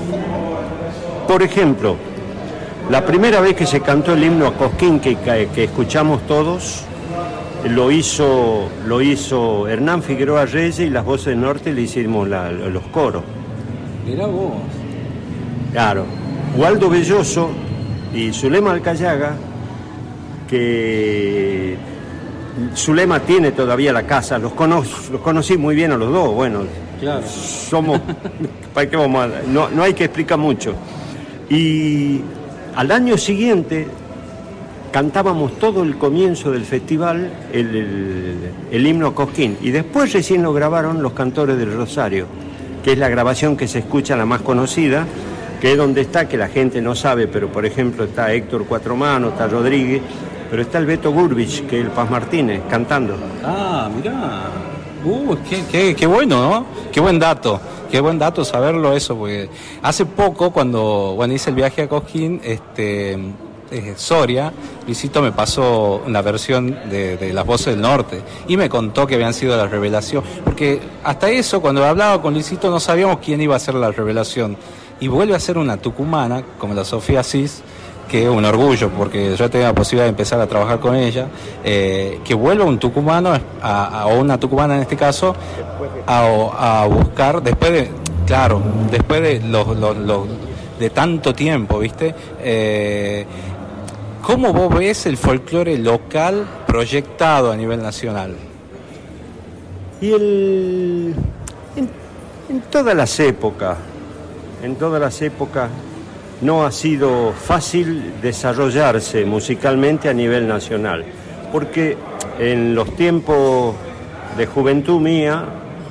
por ejemplo, la primera vez que se cantó el himno a Cosquín que, que escuchamos todos, lo hizo, lo hizo Hernán Figueroa Reyes y las Voces del Norte le hicimos la, los coros. Mirá vos. Claro. Waldo Belloso y Zulema Alcayaga, que Zulema tiene todavía la casa, los, cono, los conocí muy bien a los dos, bueno, claro. Somos, ¿para qué vamos a, no, no hay que explicar mucho. Y al año siguiente cantábamos todo el comienzo del festival el, el, el himno Cosquín, y después recién lo grabaron los Cantores del Rosario, que es la grabación que se escucha, la más conocida, que es donde está, que la gente no sabe, pero por ejemplo está Héctor Cuatro Manos, está Rodríguez, pero está el Beto Gurbich, que es el Paz Martínez, cantando. Ah, mirá. Uh, qué, qué, qué bueno, ¿no? Qué buen dato. Qué buen dato saberlo eso, porque hace poco, cuando bueno, hice el viaje a Cosquín, este, eh, Soria, Luisito me pasó una versión de, de Las Voces del Norte y me contó que habían sido la revelación, porque hasta eso, cuando hablaba con Luisito, no sabíamos quién iba a ser la revelación, y vuelve a ser una tucumana, como la Sofía Cis, que es un orgullo, porque yo tengo la posibilidad de empezar a trabajar con ella, eh, que vuelva un tucumano, a, a, o una tucumana en este caso, a, a buscar, después de, claro, después de, los, los, los, de tanto tiempo, ¿viste? Eh, ¿Cómo vos ves el folclore local proyectado a nivel nacional? Y el, en, en todas las épocas, en todas las épocas, no ha sido fácil desarrollarse musicalmente a nivel nacional, porque en los tiempos de juventud mía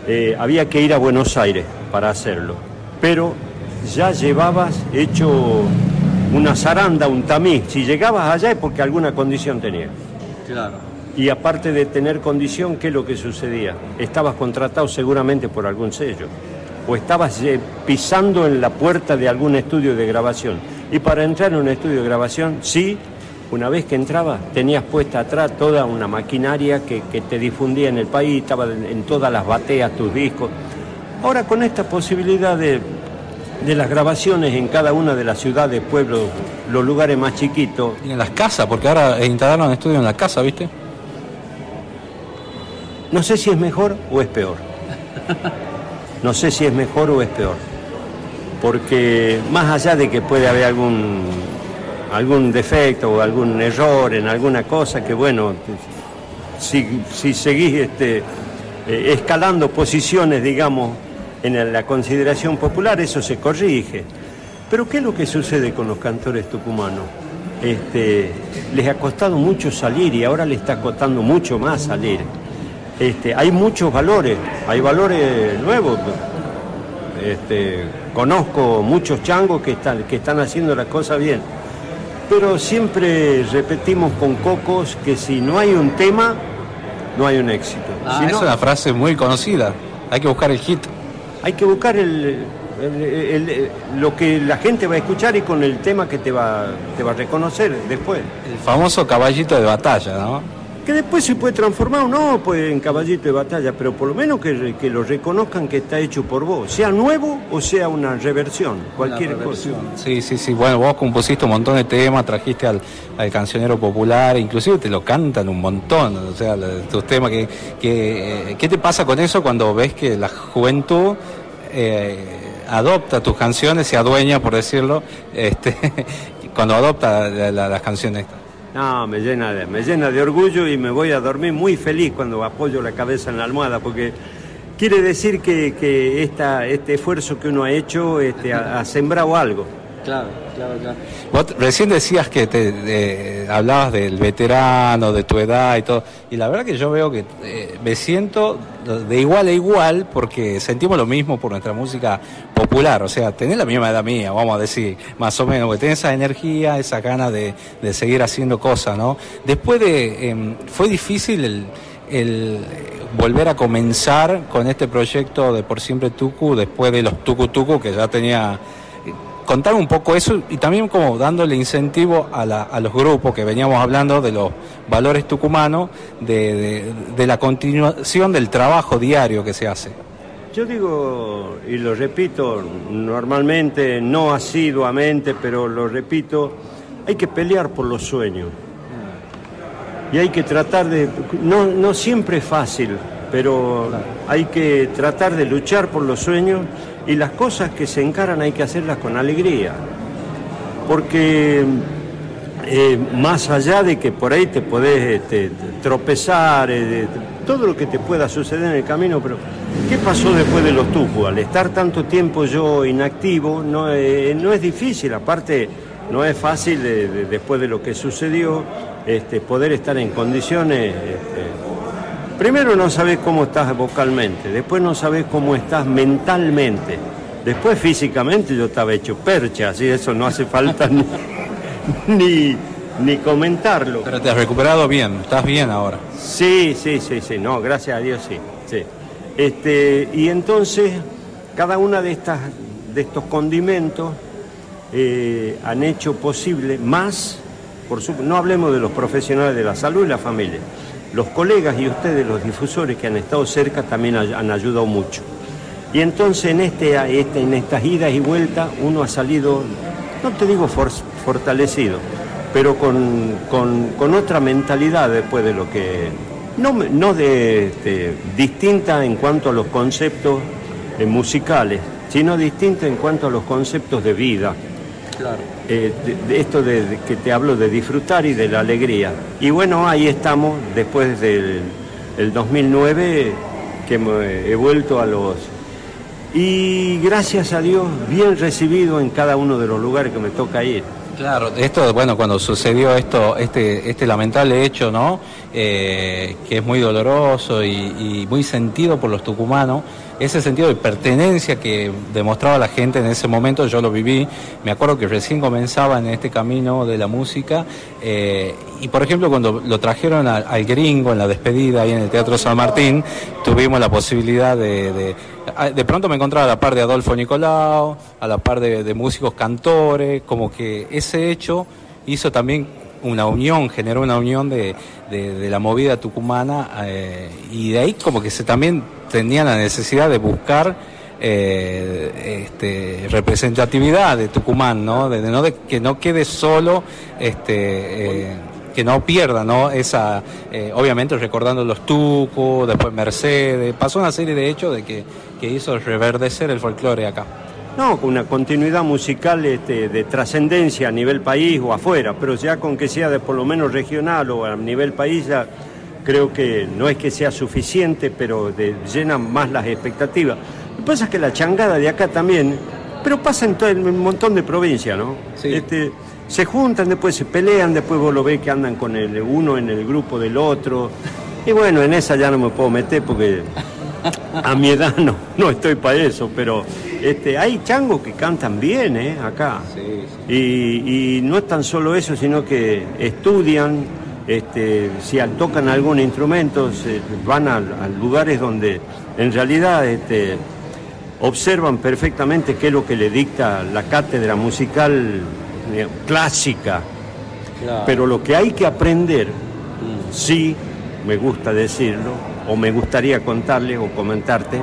eh, había que ir a Buenos Aires para hacerlo, pero ya llevabas hecho una zaranda, un tamiz. Si llegabas allá es porque alguna condición tenías. Claro. Y aparte de tener condición, ¿qué es lo que sucedía? Estabas contratado seguramente por algún sello, o estabas eh, pisando en la puerta de algún estudio de grabación. Y para entrar en un estudio de grabación, sí, una vez que entrabas, tenías puesta atrás toda una maquinaria que, que te difundía en el país, estaba en todas las bateas tus discos. Ahora con esta posibilidad de, de las grabaciones en cada una de las ciudades, pueblos, los lugares más chiquitos. Y en las casas, porque ahora instalaron un estudio en la casa, ¿viste? No sé si es mejor o es peor. No sé si es mejor o es peor. Porque más allá de que puede haber algún, algún defecto o algún error en alguna cosa, que bueno, si, si seguís este, eh, escalando posiciones, digamos, en la consideración popular, eso se corrige. Pero ¿qué es lo que sucede con los cantores tucumanos? Este, les ha costado mucho salir y ahora les está costando mucho más salir. Este, hay muchos valores, hay valores nuevos. Este, conozco muchos changos que están, que están haciendo las cosas bien, pero siempre repetimos con Cocos que si no hay un tema, no hay un éxito. Ah, si es no, una frase muy conocida, hay que buscar el hit. Hay que buscar el, el, el, el, lo que la gente va a escuchar y con el tema que te va, te va a reconocer después. El famoso caballito de batalla, ¿no? Que después se puede transformar o no pues, en caballito de batalla, pero por lo menos que, que lo reconozcan que está hecho por vos, sea nuevo o sea una reversión, cualquier Una cosa. Sí, sí, sí. Bueno, vos compusiste un montón de temas, trajiste al, al cancionero popular, inclusive te lo cantan un montón, o sea, tus temas. Que, que, eh, ¿Qué te pasa con eso cuando ves que la juventud eh, adopta tus canciones, se adueña, por decirlo, este, cuando adopta la, la, las canciones? No, me llena, de, me llena de orgullo y me voy a dormir muy feliz cuando apoyo la cabeza en la almohada, porque quiere decir que, que esta, este esfuerzo que uno ha hecho este, ha, ha sembrado algo. Claro, claro, claro. Vos recién decías que te de, hablabas del veterano, de tu edad y todo, y la verdad que yo veo que eh, me siento de igual a igual porque sentimos lo mismo por nuestra música popular, o sea, tenés la misma edad mía, vamos a decir, más o menos, porque tenés esa energía, esa gana de, de seguir haciendo cosas, ¿no? Después de, eh, fue difícil el, el volver a comenzar con este proyecto de Por Siempre Tucu, después de los Tucu Tucu, que ya tenía... Contar un poco eso y también como dándole incentivo a, la, a los grupos que veníamos hablando de los valores tucumanos, de, de, de la continuación del trabajo diario que se hace. Yo digo, y lo repito normalmente, no asiduamente, pero lo repito, hay que pelear por los sueños. Y hay que tratar de, no, no siempre es fácil, pero hay que tratar de luchar por los sueños. Y las cosas que se encaran hay que hacerlas con alegría, porque eh, más allá de que por ahí te podés este, tropezar, eh, todo lo que te pueda suceder en el camino, pero ¿qué pasó después de los Tucu? Al estar tanto tiempo yo inactivo, no, eh, no es difícil, aparte no es fácil de, de, después de lo que sucedió, este, poder estar en condiciones... Este, primero no sabés cómo estás vocalmente, después no sabés cómo estás mentalmente, después físicamente yo estaba hecho percha, así eso no hace falta ni, ni, ni comentarlo. Pero te has recuperado bien, estás bien ahora. Sí, sí, sí, sí, no, gracias a Dios sí, sí. Este, y entonces cada una de estas de estos condimentos eh, han hecho posible más, por su, no hablemos de los profesionales de la salud y la familia. Los colegas y ustedes, los difusores que han estado cerca, también han ayudado mucho. Y entonces en, este, este, en estas idas y vueltas uno ha salido, no te digo for, fortalecido, pero con, con, con otra mentalidad después de lo que... No, no de, este, distinta en cuanto a los conceptos eh, musicales, sino distinta en cuanto a los conceptos de vida. Claro. Eh, de, de esto de, de que te hablo de disfrutar y de la alegría. Y bueno, ahí estamos, después del el dos mil nueve, que me he vuelto a los... Y gracias a Dios, bien recibido en cada uno de los lugares que me toca ir. Claro, esto, bueno, cuando sucedió esto, este, este lamentable hecho, ¿no? Eh, que es muy doloroso y, y muy sentido por los tucumanos, ese sentido de pertenencia que demostraba la gente en ese momento, yo lo viví, me acuerdo que recién comenzaba en este camino de la música, eh, y por ejemplo cuando lo trajeron a, al Gringo en la despedida ahí en el Teatro San Martín, tuvimos la posibilidad de, de, de pronto me encontraba a la par de Adolfo Nicolau, a la par de, de músicos cantores, como que ese hecho hizo también una unión, generó una unión de, de, de la movida tucumana, eh, y de ahí como que se también tenía la necesidad de buscar eh, este, representatividad de Tucumán, ¿no? De, de no de, que no quede solo, este, eh, que no pierda, ¿no? Esa, eh, obviamente recordando los tucos, después Mercedes, pasó una serie de hechos de que, que hizo reverdecer el folclore acá. No, con una continuidad musical este, de trascendencia a nivel país o afuera, pero ya con que sea de por lo menos regional o a nivel país, ya creo que no es que sea suficiente, pero de, llena más las expectativas. Lo que pasa es que la changada de acá también, pero pasa en todo en un montón de provincias, ¿no? Sí. Este, se juntan, después se pelean, después vos lo ves que andan con el uno en el grupo del otro, y bueno, en esa ya no me puedo meter porque a mi edad no, no estoy para eso, pero este, hay changos que cantan bien, ¿eh? Acá. Sí, sí. Y, y no es tan solo eso, sino que estudian, este, si tocan algún instrumento, se van a, a lugares donde en realidad este, observan perfectamente qué es lo que le dicta la cátedra musical eh, clásica. Claro. Pero lo que hay que aprender, mm. sí, me gusta decirlo, o me gustaría contarles o comentarte,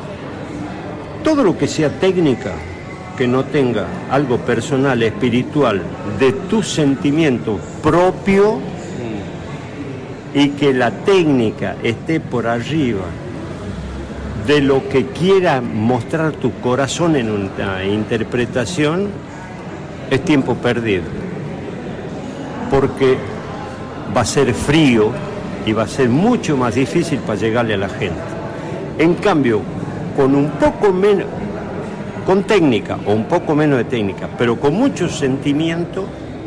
todo lo que sea técnica, que no tenga algo personal, espiritual, de tu sentimiento propio, y que la técnica esté por arriba de lo que quiera mostrar tu corazón en una interpretación, es tiempo perdido. Porque va a ser frío y va a ser mucho más difícil para llegarle a la gente. En cambio, con un poco menos, con técnica o un poco menos de técnica, pero con mucho sentimiento,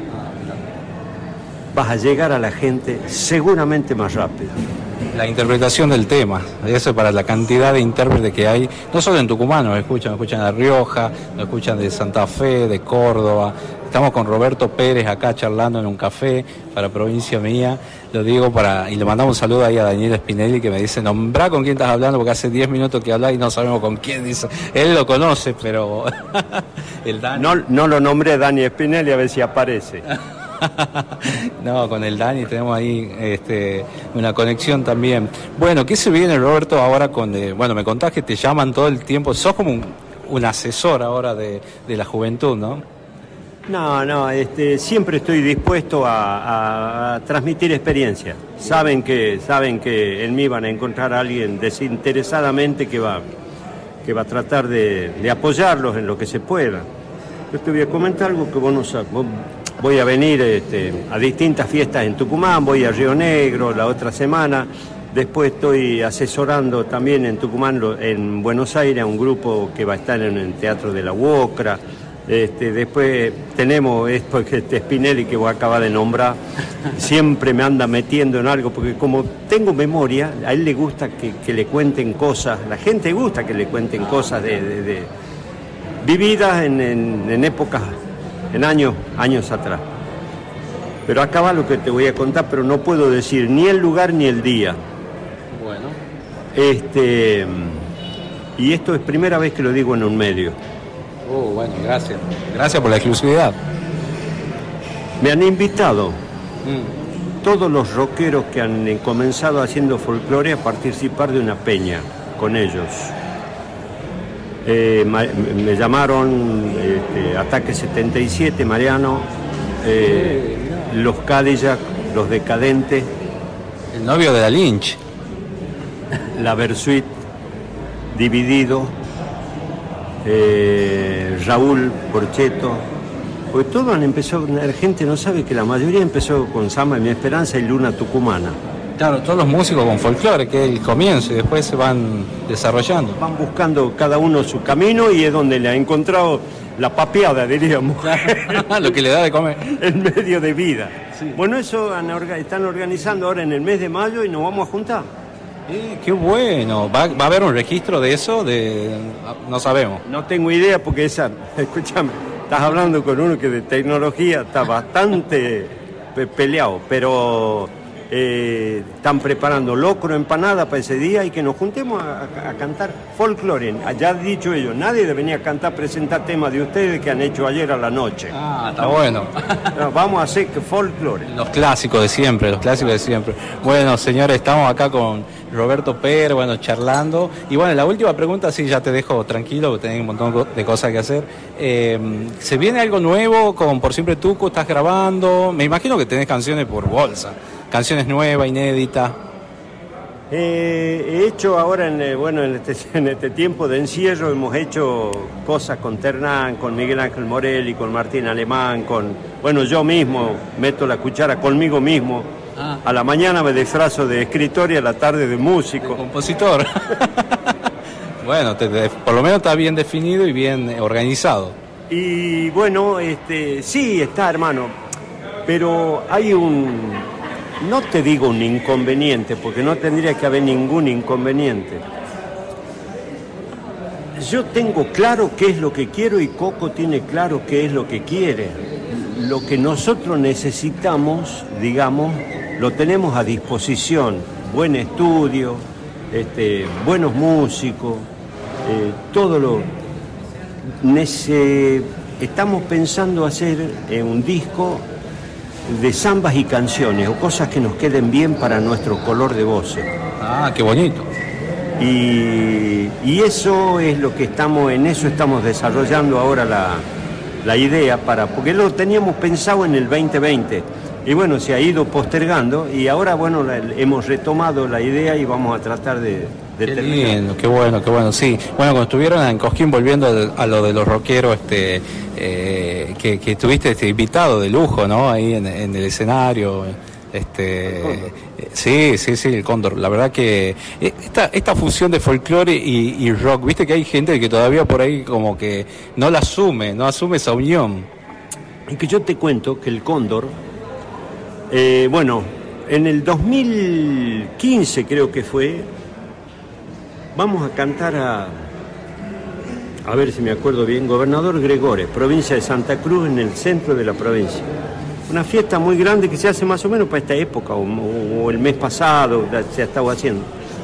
vas a llegar a la gente seguramente más rápido. La interpretación del tema, eso para la cantidad de intérpretes que hay, no solo en Tucumán, nos escuchan, nos escuchan de Rioja, nos escuchan de Santa Fe, de Córdoba. Estamos con Roberto Pérez acá charlando en un café para Provincia Mía, lo digo para, y le mandamos un saludo ahí a Daniel Spinelli que me dice, nombrá con quién estás hablando porque hace diez minutos que hablas y no sabemos con quién, dice, él lo conoce, pero el Dani... No, no lo nombré Dani Spinelli, a ver si aparece. No, con el Dani tenemos ahí este, una conexión también. Bueno, ¿qué se viene, Roberto, ahora con... Eh, bueno, me contás que te llaman todo el tiempo, sos como un, un asesor ahora de, de la juventud, ¿no? No, no, este, siempre estoy dispuesto a, a, a transmitir experiencia. Saben que, saben que en mí van a encontrar a alguien desinteresadamente que va, que va a tratar de, de apoyarlos en lo que se pueda. Yo te voy a comentar algo que vos no sabes. Vos, voy a venir este, a distintas fiestas en Tucumán, voy a Río Negro la otra semana. Después estoy asesorando también en Tucumán, en Buenos Aires, a un grupo que va a estar en el Teatro de la Uocra. Este, después tenemos esto que este Spinelli que vos acabas de nombrar, siempre me anda metiendo en algo, porque como tengo memoria, a él le gusta que, que le cuenten cosas, la gente gusta que le cuenten cosas de, de, de vividas en, en, en épocas, en años, años atrás. Pero acá va lo que te voy a contar, pero no puedo decir ni el lugar ni el día. Bueno. Este, y esto es primera vez que lo digo en un medio. Oh, bueno, gracias. Gracias por la exclusividad. Me han invitado mm. todos los rockeros que han comenzado haciendo folclore a participar de una peña con ellos. Eh, me, me llamaron este, Ataque setenta y siete, Mariano, eh, sí, los Cadillac, los Decadentes. El novio de la Lynch. La Versuit, Dividido. Eh, Raúl Porcheto, porque todos han empezado, la gente no sabe que la mayoría empezó con Samba de mi Esperanza y Luna Tucumana. Claro, todos los músicos con folclore, que es el comienzo y después se van desarrollando. Van buscando cada uno su camino y es donde le ha encontrado la papeada, diríamos. Lo que le da de comer. El medio de vida. Sí. Bueno, eso han orga- están organizando ahora en el mes de mayo y nos vamos a juntar. Eh, qué bueno. ¿Va, ¿Va a haber un registro de eso? De... No sabemos. No tengo idea porque esa, escúchame, estás hablando con uno que de tecnología está bastante pe- peleado, pero eh, están preparando locro, empanada para ese día y que nos juntemos a, a, a cantar folclore. Ya han dicho ellos, nadie debería cantar, presentar temas de ustedes que han hecho ayer a la noche. Ah, está bueno. No, vamos a hacer que folclore. Los clásicos de siempre, los clásicos de siempre. Bueno, señores, estamos acá con Roberto Pérez, bueno, charlando. Y bueno, la última pregunta, sí, ya te dejo tranquilo, porque tenés un montón de cosas que hacer. Eh, ¿Se viene algo nuevo con Por Siempre Tucu? ¿Estás grabando? Me imagino que tenés canciones por bolsa. Canciones nuevas, inéditas. Eh, he hecho ahora, en, eh, bueno, en este, en este tiempo de encierro, hemos hecho cosas con Ternán, con Miguel Ángel Morelli, con Martín Alemán, con, bueno, yo mismo meto la cuchara conmigo mismo. Ah. A la mañana me disfrazo de escritor y a la tarde de músico. De compositor. Bueno, te, te, por lo menos está bien definido y bien organizado. Y bueno, este, sí está, hermano, pero hay un, no te digo un inconveniente, porque no tendría que haber ningún inconveniente. Yo tengo claro qué es lo que quiero y Coco tiene claro qué es lo que quiere. Lo que nosotros necesitamos, digamos, lo tenemos a disposición. Buen estudio, este, buenos músicos, eh, todo lo... Nece... Estamos pensando hacer eh, un disco de zambas y canciones, o cosas que nos queden bien para nuestro color de voces. Ah, qué bonito. Y, y eso es lo que estamos, en eso estamos desarrollando ahora la, la idea, para, porque lo teníamos pensado en el veinte veinte. Y bueno, se ha ido postergando y ahora, bueno, la, hemos retomado la idea y vamos a tratar de, de qué terminar. Lindo, qué bueno, qué bueno, sí. Bueno, cuando estuvieron en Cosquín, volviendo a lo de los rockeros, este, eh, que, que tuviste este invitado de lujo, ¿no? Ahí en, en el escenario. Este, eh, sí, sí, sí, el Cóndor. La verdad que esta, esta fusión de folclore y, y rock, viste que hay gente que todavía por ahí como que no la asume, no asume esa unión. Y que yo te cuento que el Cóndor, eh, bueno, en el dos mil quince creo que fue, vamos a cantar a, a ver si me acuerdo bien, Gobernador Gregores, provincia de Santa Cruz, en el centro de la provincia. Una fiesta muy grande que se hace más o menos para esta época, o, o el mes pasado se ha estado haciendo.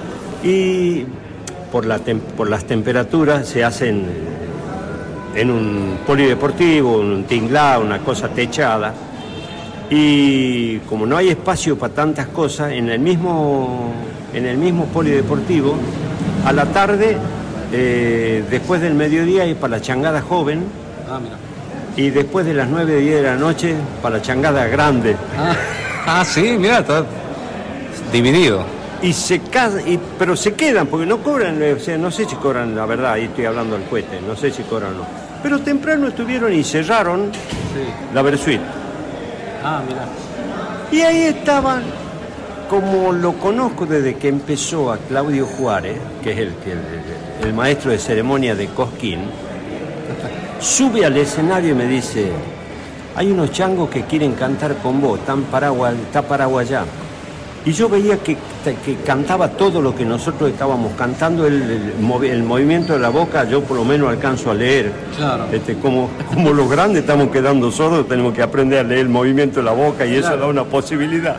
Y por, la tem, por las temperaturas se hacen en un polideportivo, en un tinglá, una cosa techada. Y como no hay espacio para tantas cosas, en el mismo, en el mismo polideportivo, a la tarde, eh, después del mediodía, hay para la changada joven. Ah, mira. Y después de las nueve, diez de la noche, para la changada grande. Ah, ah sí, mira, está dividido. Y se y, pero se quedan, porque no cobran, o sea, no sé si cobran, la verdad, ahí estoy hablando del cohete, no sé si cobran o no. Pero temprano estuvieron y cerraron sí. la Versuit. Ah, mira. Y ahí estaban, como lo conozco desde que empezó a Claudio Juárez, que es el, el, el maestro de ceremonia de Cosquín, sube al escenario y me dice, hay unos changos que quieren cantar con vos, están paraguay, está paraguayá. Y yo veía que, que cantaba todo lo que nosotros estábamos cantando, el, el, el movimiento de la boca, yo por lo menos alcanzo a leer. Claro. Este, como, como los grandes estamos quedando sordos, tenemos que aprender a leer el movimiento de la boca y claro. Eso da una posibilidad.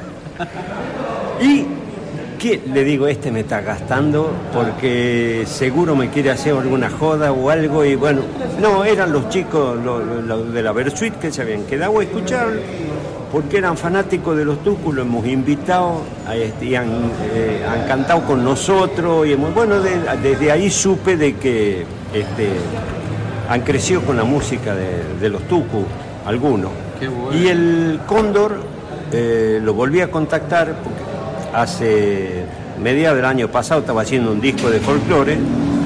Y ¿qué? Le digo, este me está gastando porque seguro me quiere hacer alguna joda o algo. Y bueno, no, eran los chicos lo, lo, de la Versuit que se habían quedado a escuchar porque eran fanáticos de los Tucus, lo hemos invitado a este, y han, eh, han cantado con nosotros. Y hemos, bueno, de, desde ahí supe de que este, han crecido con la música de, de los Tucus, algunos. Qué bueno. Y el Cóndor eh, lo volví a contactar porque hace mediados del año pasado estaba haciendo un disco de folclore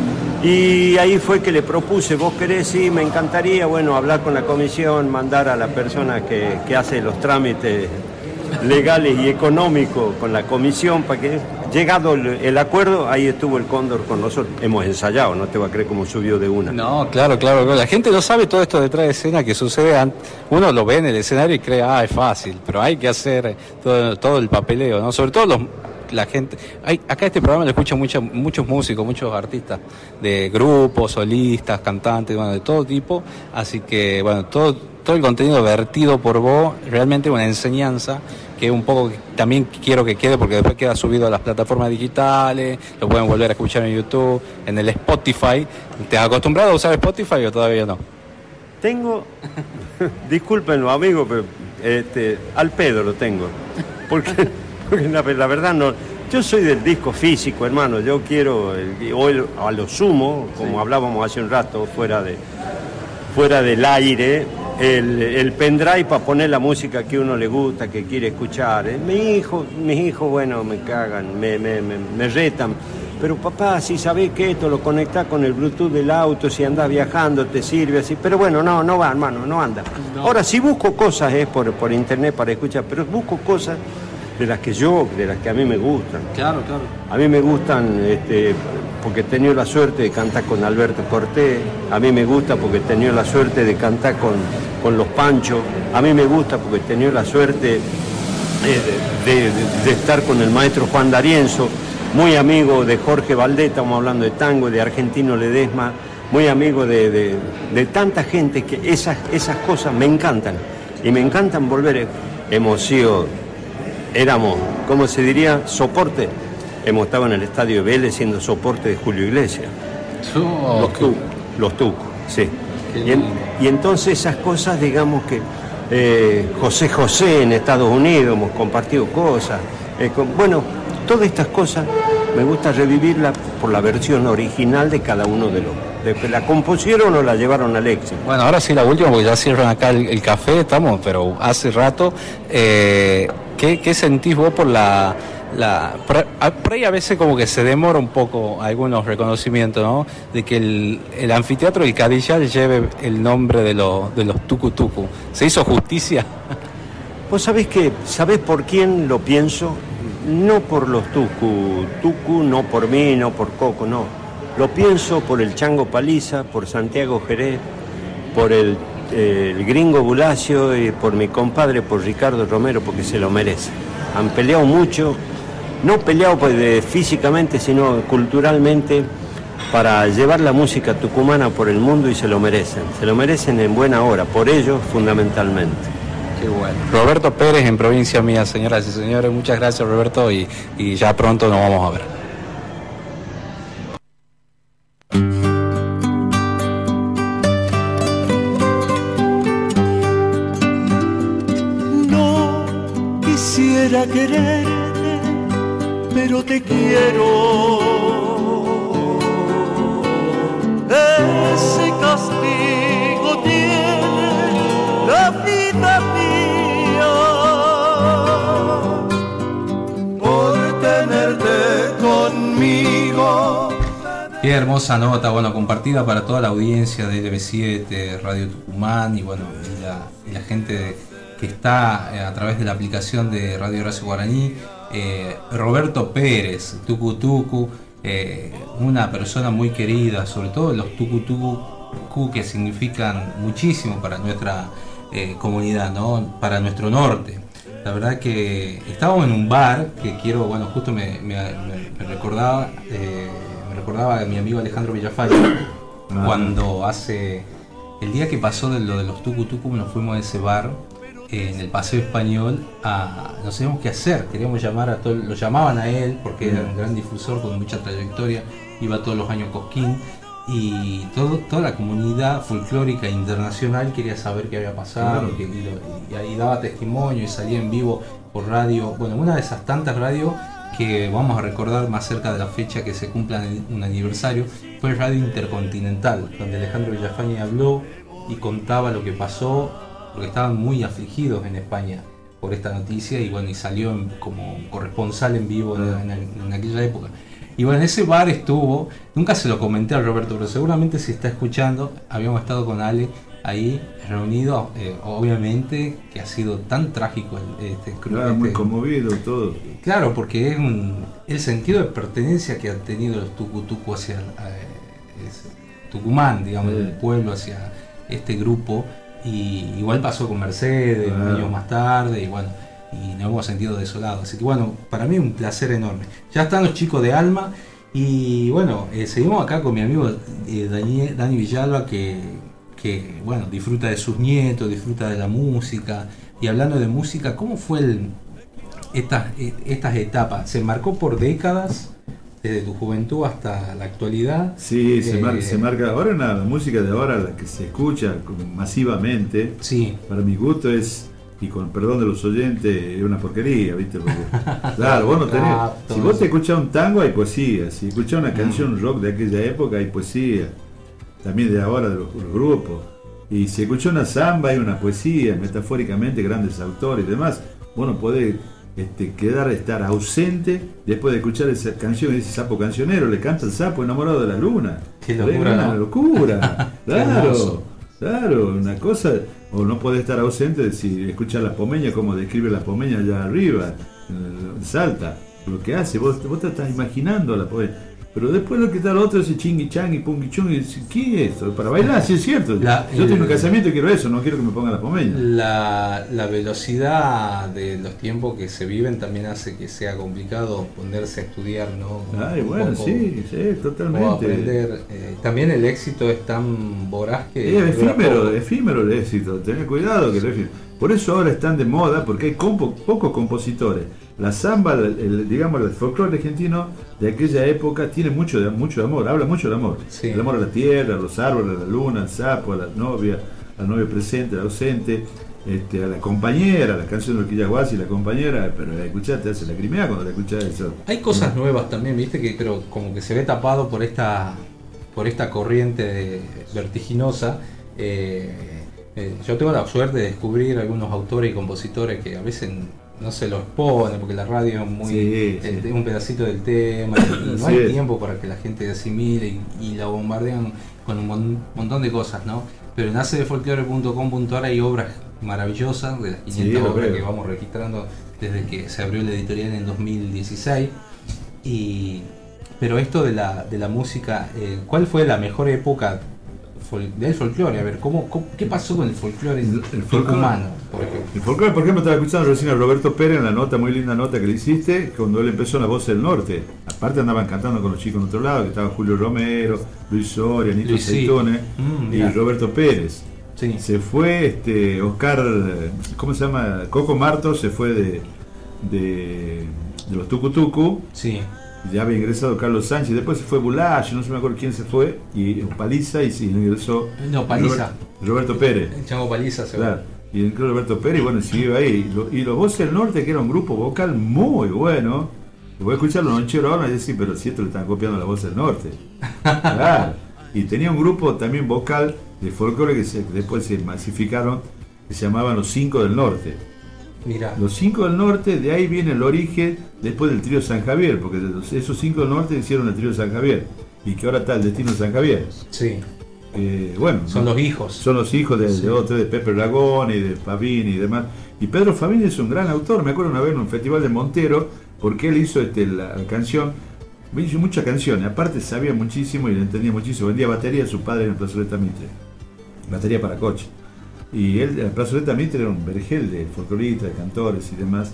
y ahí fue que le propuse, vos querés, sí, me encantaría, bueno, hablar con la comisión, mandar a la persona que, que hace los trámites legales y económicos con la comisión para que llegado el, el acuerdo, ahí estuvo el Cóndor con nosotros. Hemos ensayado, no te va a creer cómo subió de una. No, claro, claro. La gente no sabe todo esto detrás de escena que sucede. Uno lo ve en el escenario y cree, ah, es fácil, pero hay que hacer todo, todo el papeleo, ¿no? Sobre todo los... la gente, hay, acá este programa lo escuchan mucha, muchos músicos, muchos artistas de grupos, solistas, cantantes, bueno, de todo tipo, así que bueno, todo, todo el contenido vertido por vos, realmente una enseñanza que un poco también quiero que quede, porque después queda subido a las plataformas digitales, lo pueden volver a escuchar en YouTube, en el Spotify. ¿Te has acostumbrado a usar Spotify o todavía no? Tengo, discúlpenlo amigos, pero este, al pedo lo tengo, porque... La, la verdad no, yo soy del disco físico, hermano, yo quiero, el, o el, a lo sumo, como sí. hablábamos hace un rato, fuera de fuera del aire, el, el pendrive para poner la música que uno le gusta, que quiere escuchar. Eh, mi hijo, mis hijos, bueno, me cagan, me, me, me, me retan, pero papá, si sabés que esto lo conectás con el Bluetooth del auto, si andás viajando te sirve así, pero bueno, no, no va, hermano, no anda. No. Ahora, si busco cosas es por, por internet para escuchar, pero busco cosas de las que yo, de las que a mí me gustan. Claro, claro. A mí me gustan, este, porque he tenido la suerte de cantar con Alberto Cortés, a mí me gusta porque he tenido la suerte de cantar con, con Los Panchos, a mí me gusta porque he tenido la suerte de, de, de, de estar con el maestro Juan D'Arienzo, muy amigo de Jorge Valdés, estamos hablando de tango, de Argentino Ledesma, muy amigo de, de, de tanta gente que esas, esas cosas me encantan, y me encantan volver, hemos sido... Éramos, ¿cómo se diría? Soporte. Hemos estado en el estadio de Vélez siendo soporte de Julio Iglesias. Oh, los tucos, los tucos, sí. Y, en, y entonces esas cosas, digamos que eh, José José en Estados Unidos, hemos compartido cosas. Eh, con, bueno, todas estas cosas me gusta revivirlas por la versión original de cada uno de los... De que la compusieron o la llevaron al éxito. Bueno, ahora sí la última, porque ya cierran acá el, el café, estamos, pero hace rato... Eh, ¿Qué, ¿Qué sentís vos por la, la... Por ahí a veces como que se demora un poco algunos reconocimientos, ¿no? De que el, el anfiteatro del Cadillal lleve el nombre de, lo, de los Tucu Tucu. ¿Se hizo justicia? Vos sabés que, ¿sabés por quién lo pienso? No por los Tucu Tucu, no por mí, no por Coco, no. Lo pienso por el Chango Paliza, por Santiago Jerez, por el... el gringo Bulacio y por mi compadre, por Ricardo Romero, porque se lo merece. Han peleado mucho, no peleado pues de, físicamente, sino culturalmente, para llevar la música tucumana por el mundo y se lo merecen. Se lo merecen en buena hora, por ellos fundamentalmente. Qué bueno. Roberto Pérez en Provincia Mía, señoras y señores. Muchas gracias, Roberto, y, y ya pronto nos vamos a ver. Quisiera quererte, pero te quiero. Ese castigo tiene la vida mía por tenerte conmigo. Qué hermosa nota, bueno, compartida para toda la audiencia de L B siete, Radio Tucumán y bueno, y la, y la gente de que está eh, a través de la aplicación de Radio Horacio Guaraní, eh, Roberto Pérez, Tucu Tucu, eh, una persona muy querida, sobre todo los Tucu Tucu que significan muchísimo para nuestra eh, comunidad, ¿no? Para nuestro norte. La verdad que estábamos en un bar que quiero, bueno, justo me, me, me recordaba, eh, me recordaba a mi amigo Alejandro Villafañe, ah. cuando hace, el día que pasó de lo de los Tucu Tucu, nos fuimos a ese bar en el Paseo Español, a, no sabíamos qué hacer, queríamos llamar a todo, lo llamaban a él porque era un gran difusor con mucha trayectoria, iba todos los años a Cosquín y todo, toda la comunidad folclórica internacional quería saber qué había pasado, que, y, lo, y ahí daba testimonio y salía en vivo por radio, bueno, una de esas tantas radios que vamos a recordar más cerca de la fecha que se cumpla un aniversario, fue Radio Intercontinental, donde Alejandro Villafañe habló y contaba lo que pasó, porque estaban muy afligidos en España por esta noticia y bueno, y salió en, como corresponsal en vivo en, en, en aquella época. Y bueno, en ese bar estuvo, nunca se lo comenté a Roberto, pero seguramente si está escuchando, habíamos estado con Ale ahí reunidos, eh, obviamente que ha sido tan trágico el, este claro, este, muy conmovido todo. Claro, porque es un, el sentido de pertenencia que han tenido los tucutucu hacia eh, es, Tucumán, digamos, sí. el pueblo hacia este grupo, y igual pasó con Mercedes claro. años más tarde, y bueno, y nos hemos sentido desolados. Así que bueno, para mí un placer enorme. Ya están los chicos de Alma, y bueno, eh, seguimos acá con mi amigo eh, Dani, Dani Villalba, que, que bueno, disfruta de sus nietos, disfruta de la música. Y hablando de música, ¿cómo fue el, estas, estas etapas? ¿Se marcó por décadas? Desde tu juventud hasta la actualidad. Sí, se, eh, mar, se marca. Ahora la, la música de ahora, la que se escucha masivamente, sí. para mi gusto es, y con perdón de los oyentes, es una porquería, ¿viste? Porque, claro, vos no tenés. Si vos te escuchás un tango, hay poesía. Si escuchás una canción rock de aquella época, hay poesía. También de ahora, de los, los grupos. Y si escuchás una samba, hay una poesía, metafóricamente, grandes autores y demás. Vos no podés este, quedar, estar ausente después de escuchar esa canción, ese sapo cancionero, le canta el sapo enamorado de la luna. Qué locura, una ¿no? locura. Claro, claro, una cosa. O no podés estar ausente si escuchas la pomeña, como describe la pomeña allá arriba, en Salta. Lo que hace, vos, vos te estás imaginando la pomeña. Pero después lo que está el otro es chingui changui, pungui chungui. ¿Qué es esto? Para bailar, sí es cierto. La, Yo el, tengo un casamiento y quiero eso, no quiero que me pongan la pomeña. La, la velocidad de los tiempos que se viven también hace que sea complicado ponerse a estudiar, ¿no? Ay, bueno, poco, sí, sí, totalmente. O aprender. Eh, también el éxito es tan voraz que. Es efímero, efímero el éxito. Tened cuidado que el éxito. Por eso ahora están de moda, porque hay compo, pocos compositores. La samba, el, el, digamos, el folclore argentino de aquella época tiene mucho de, mucho de amor, habla mucho de amor. Sí. El amor a la tierra, a los árboles, a la luna, al sapo, a la novia, al novio presente, al ausente, este, a la compañera, la canción del Quillaguasi, la compañera, pero la escuchás, te hace lagrimear cuando la escuchás eso. Hay cosas nuevas también, viste, que pero como que se ve tapado por esta, por esta corriente de, vertiginosa. Eh, eh, yo tengo la suerte de descubrir algunos autores y compositores que a veces no se los pone porque la radio es muy sí, el, sí. un pedacito del tema y no hay sí. tiempo para que la gente asimile y, y la bombardean con un mon, montón de cosas, ¿no? Pero en a c de folclore punto com punto a r hay obras maravillosas, de las quinientas sí, obras que vamos registrando desde que se abrió la editorial en dos mil dieciséis. Y pero esto de la de la música, eh, ¿cuál fue la mejor época del folclore? A ver, ¿cómo, cómo, ¿qué pasó con el folclore humano, por ejemplo? El folclore, por ejemplo, estaba escuchando recién a Roberto Pérez en la nota, muy linda nota que le hiciste, cuando él empezó en La Voz del Norte. Aparte andaban cantando con los chicos en otro lado, que estaba Julio Romero, Luis Soria, Nito Luis, Aceitone sí. mm, y Roberto Pérez. Sí. Se fue este Oscar, ¿cómo se llama? Coco Marto se fue de, de, de los Tucutucu. Sí. Ya había ingresado Carlos Sánchez, después se fue Bulash, no se me acuerdo quién se fue, y Paliza, y sí, ingresó no, Paliza. Roberto, Roberto Pérez. El Chango Paliza, seguro. Claro, y entró Roberto Pérez, y bueno, siguió ahí. Y, lo, y los Voces del Norte, que era un grupo vocal muy bueno, voy a escuchar los nocheros ahora y decir, pero si esto le están copiando la Voz del Norte. Claro, y tenía un grupo también vocal de folclore que se, después se masificaron, que se llamaban Los Cinco del Norte. Mirá. Los Cinco del Norte, de ahí viene el origen después del trío San Javier, porque esos Cinco del Norte hicieron el trío San Javier, y que ahora está el Destino San Javier. Sí. Eh, bueno, son ¿no? los hijos. Son los hijos de, sí. de otros, de Pepe Ragón y de Pavini y demás. Y Pedro Favini es un gran autor, me acuerdo una vez en un festival de Montero, porque él hizo este, la, la canción, hizo muchas canciones, aparte sabía muchísimo y le entendía muchísimo, vendía batería a su padre en el Plazoleta Mitre, batería para coche. Y él, el Plazoleta Mitre era un vergel de folcloristas, de cantores y demás.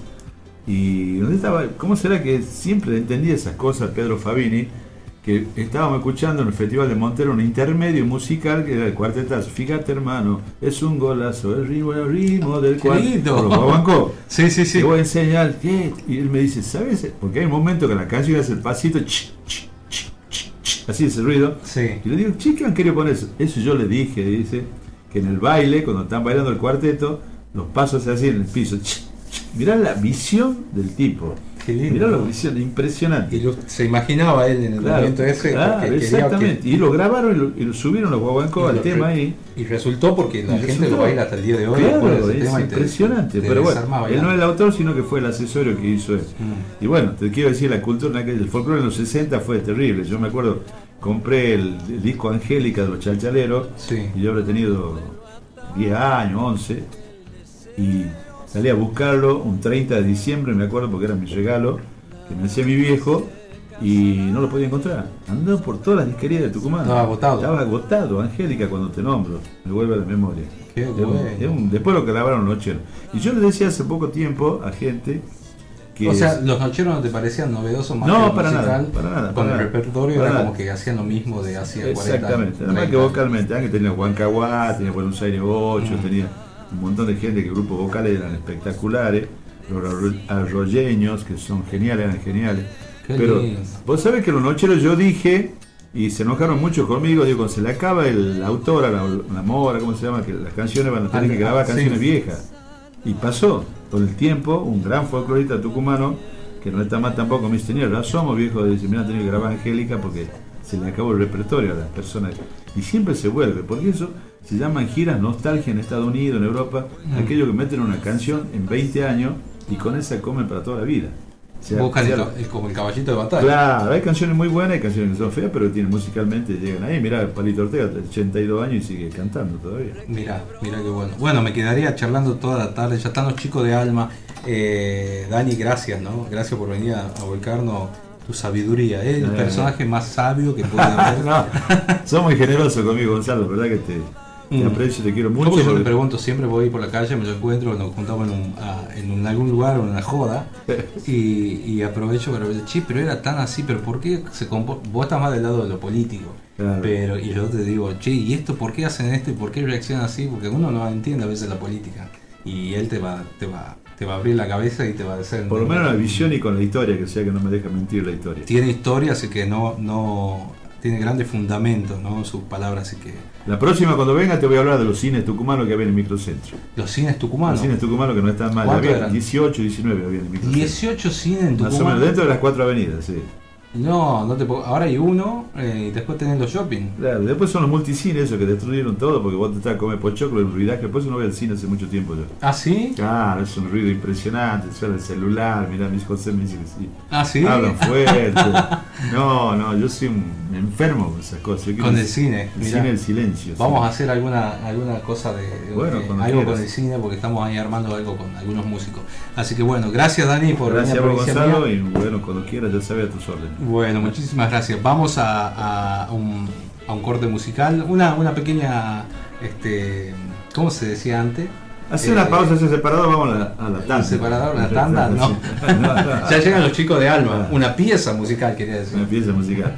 Y ¿dónde estaba? ¿Cómo será que siempre entendía esas cosas Pedro Favini? Que estábamos escuchando en el Festival de Montero un intermedio musical que era el cuartetazo. Fíjate, hermano, es un golazo, el ritmo, el ritmo del cuarteto. Lo bancó. Sí, sí, sí. Te voy a enseñar qué. Y él me dice, ¿sabes? Porque hay un momento que la canción hace el pasito, ch, ch, ch, ch, ch, así es el ruido. Sí. Y le digo, che, ¿qué han querido poner eso? Eso yo le dije, dice, que en el baile, cuando están bailando el cuarteto, los pasos se hacían en el piso. Ch, ch. Mirá la visión del tipo. Qué lindo. Mirá la visión, impresionante. Y lo, se imaginaba él en el claro, momento ese. Claro, exactamente. Que... Y lo grabaron y lo, y lo subieron los guaguancos al tema ahí. Y resultó porque la y gente resultó. Lo baila hasta el día de hoy. Claro, ese es tema impresionante. te, te pero bueno, él no es el autor, sino que fue el asesorio que hizo eso. Mm. Y bueno, te quiero decir, la cultura, el folclore en los sesenta fue terrible. Yo me acuerdo, compré el, el disco Angélica de los Chalchaleros. Sí. Y yo habré tenido diez años, once, y salí a buscarlo un treinta de diciembre, me acuerdo, porque era mi regalo que me hacía mi viejo, y no lo podía encontrar. Andaba por todas las disquerías de Tucumán. Estaba agotado. Estaba agotado, Angélica, cuando te nombro, me vuelve a la memoria. Qué Es un- bueno. es un- después lo grabaron los nocheros. Y yo le decía hace poco tiempo a gente que... O sea, los nocheros no te parecían novedosos más No, que para musical, nada, para nada, con para el nada. repertorio Para era nada. como que hacían lo mismo de hacía cuarenta años. Exactamente, además que treinta. vocalmente, que tenía Huancahuá, tenía Buenos Aires ocho, Mm. tenía un montón de gente que grupos vocales eran espectaculares, los arro- arroyeños, que son geniales, eran geniales. Qué Pero lindo. vos sabés que los nocheros yo dije, y se enojaron mucho conmigo, digo, cuando se le acaba el autor, la, la mora, ¿cómo se llama? Que las canciones van a tener que grabar Sí. canciones viejas. Y pasó, todo el tiempo, un gran folclorista tucumano, que no está mal tampoco, me dice, tenía razón, somos viejos, dice, mira, tenía que grabar Angélica porque se le acabó el repertorio a las personas. Y siempre se vuelve, porque eso se llaman giras nostalgia en Estados Unidos, en Europa, Mm. aquellos que meten una canción en veinte años y con esa comen para toda la vida. O sea, Buscan el sea- ca- el- como el caballito de batalla. Claro, hay canciones muy buenas, hay canciones que son feas, pero tienen musicalmente, llegan ahí. Mirá, Palito Ortega, ochenta y dos años y sigue cantando todavía. Mirá, mirá qué bueno. Bueno, me quedaría charlando toda la tarde, ya están los chicos de Alma. Eh, Dani, gracias, ¿no? Gracias por venir a, a volcarnos tu sabiduría. Es el Eh. personaje más sabio que puede haber. No, sos muy generoso conmigo, Gonzalo, ¿verdad que te, te Mm. aprecio, te quiero mucho? Como yo porque- te pregunto, siempre voy por la calle, me lo encuentro, nos juntamos en, un, a- en un- algún lugar o en una joda y, y aprovecho para ver, che, pero era tan así, pero ¿por qué se compo vos estás más del lado de lo político? Claro. Pero, y yo te digo, che, ¿y esto por qué hacen esto y por qué reaccionan así? Porque uno no entiende a veces la política y él te va, te va, te va a abrir la cabeza y te va a decir. Por lo menos la visión y con la historia, que sea que no me deja mentir la historia. Tiene historia, así que no, no tiene grandes fundamentos, ¿no? Sus palabras, así que. La próxima cuando venga te voy a hablar de los cines tucumanos que había en el microcentro. Los cines tucumanos. Los cines tucumanos que no están mal. ¿Cuántos Había eran? dieciocho, diecinueve había en el microcentro. dieciocho cines en Tucumán. Más o menos, dentro de las cuatro avenidas, sí. No, no te puedo. Ahora hay uno eh, y después tenés los shopping. Claro, después son los multicines esos que destruyeron todo porque vos te estás a comer pochoclo, el ruidaje. Por eso no voy al cine hace mucho tiempo yo. ¿Ah, sí? Claro, es un ruido impresionante, suena el celular, mirá, mis José me dice que sí. ¿Ah, sí? Hablan fuerte. No, no, yo soy un enfermo con esas cosas. Yo quiero Con el cine. El mirá. cine del silencio. Vamos sí. a hacer alguna alguna cosa de, de- Bueno, de- cuando algo quieras. con el cine porque estamos ahí armando algo con algunos músicos. Así que bueno, gracias Dani por Gracias a venir a vos, Provincia Gonzalo, Mía. y bueno, cuando quieras ya sabes a tus órdenes. Bueno, muchísimas gracias. Vamos a, a un, a un corte musical, una, una pequeña, este, ¿cómo se decía antes? Hace Eh, una pausa, ese separador, vamos a la, a la tanda. ¿Un separador, una tanda? No. Sí. No, no. Ya llegan los chicos de Alma. Una pieza musical, quería decir. Una pieza musical.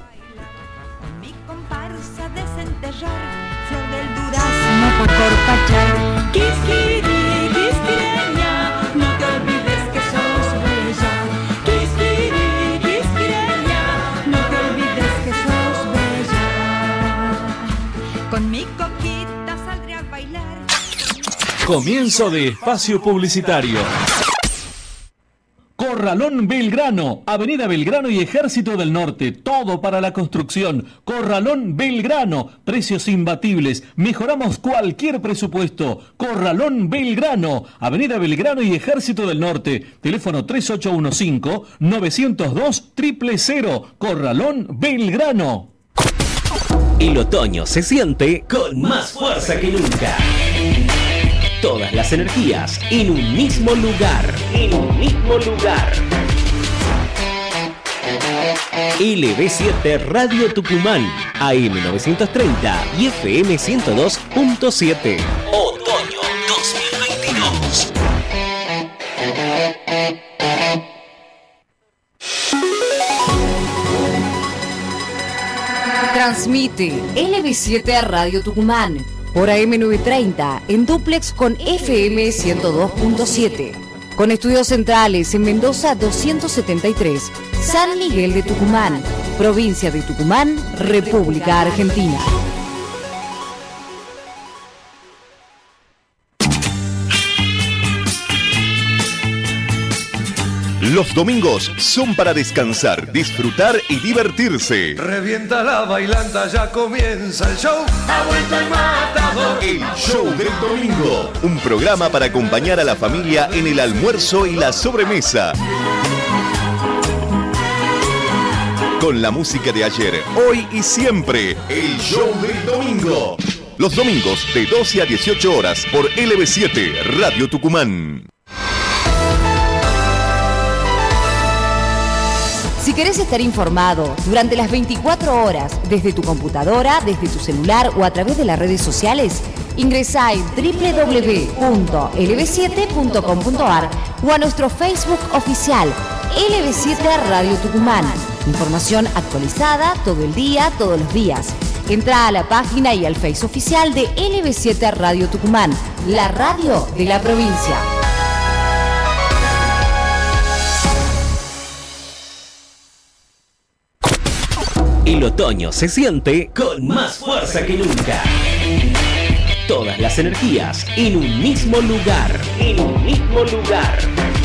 Comparsa desenterrar, flor del durazno por corpachar. Quisquiri, quisquireña, no te olvides que sos bella. Quisquiri, quisquireña, no te olvides que sos bella. Con mi coquita saldré a bailar. Comienzo de espacio publicitario. Corralón Belgrano, Avenida Belgrano y Ejército del Norte, todo para la construcción. Corralón Belgrano, precios imbatibles, mejoramos cualquier presupuesto. Corralón Belgrano, Avenida Belgrano y Ejército del Norte, teléfono tres ocho uno cinco, nueve cero dos, cero cero cero, Corralón Belgrano. El otoño se siente con más fuerza que nunca. Todas las energías en un mismo lugar. En un mismo lugar. L B siete Radio Tucumán, A M novecientos treinta y F M ciento dos punto siete. Otoño dos mil veintidós. Transmite L B siete Radio Tucumán por A M novecientos treinta en dúplex con F M ciento dos punto siete. Con estudios centrales en Mendoza doscientos setenta y tres, San Miguel de Tucumán, provincia de Tucumán, República Argentina. Los domingos son para descansar, disfrutar y divertirse. Revienta la bailanta, ya comienza el show. Ha vuelto el matador. El Show del Domingo, un programa para acompañar a la familia en el almuerzo y la sobremesa. Con la música de ayer, hoy y siempre, el Show del Domingo. Los domingos de doce a dieciocho horas por L B siete Radio Tucumán. Si querés estar informado durante las veinticuatro horas, desde tu computadora, desde tu celular o a través de las redes sociales, ingresá en doble u doble u doble u punto l b siete punto com punto a r o a nuestro Facebook oficial L B siete Radio Tucumán. Información actualizada todo el día, todos los días. Entra a la página y al Face oficial de L B siete Radio Tucumán, la radio de la provincia. El otoño se siente con más fuerza que nunca. Todas las energías en un mismo lugar. En un mismo lugar.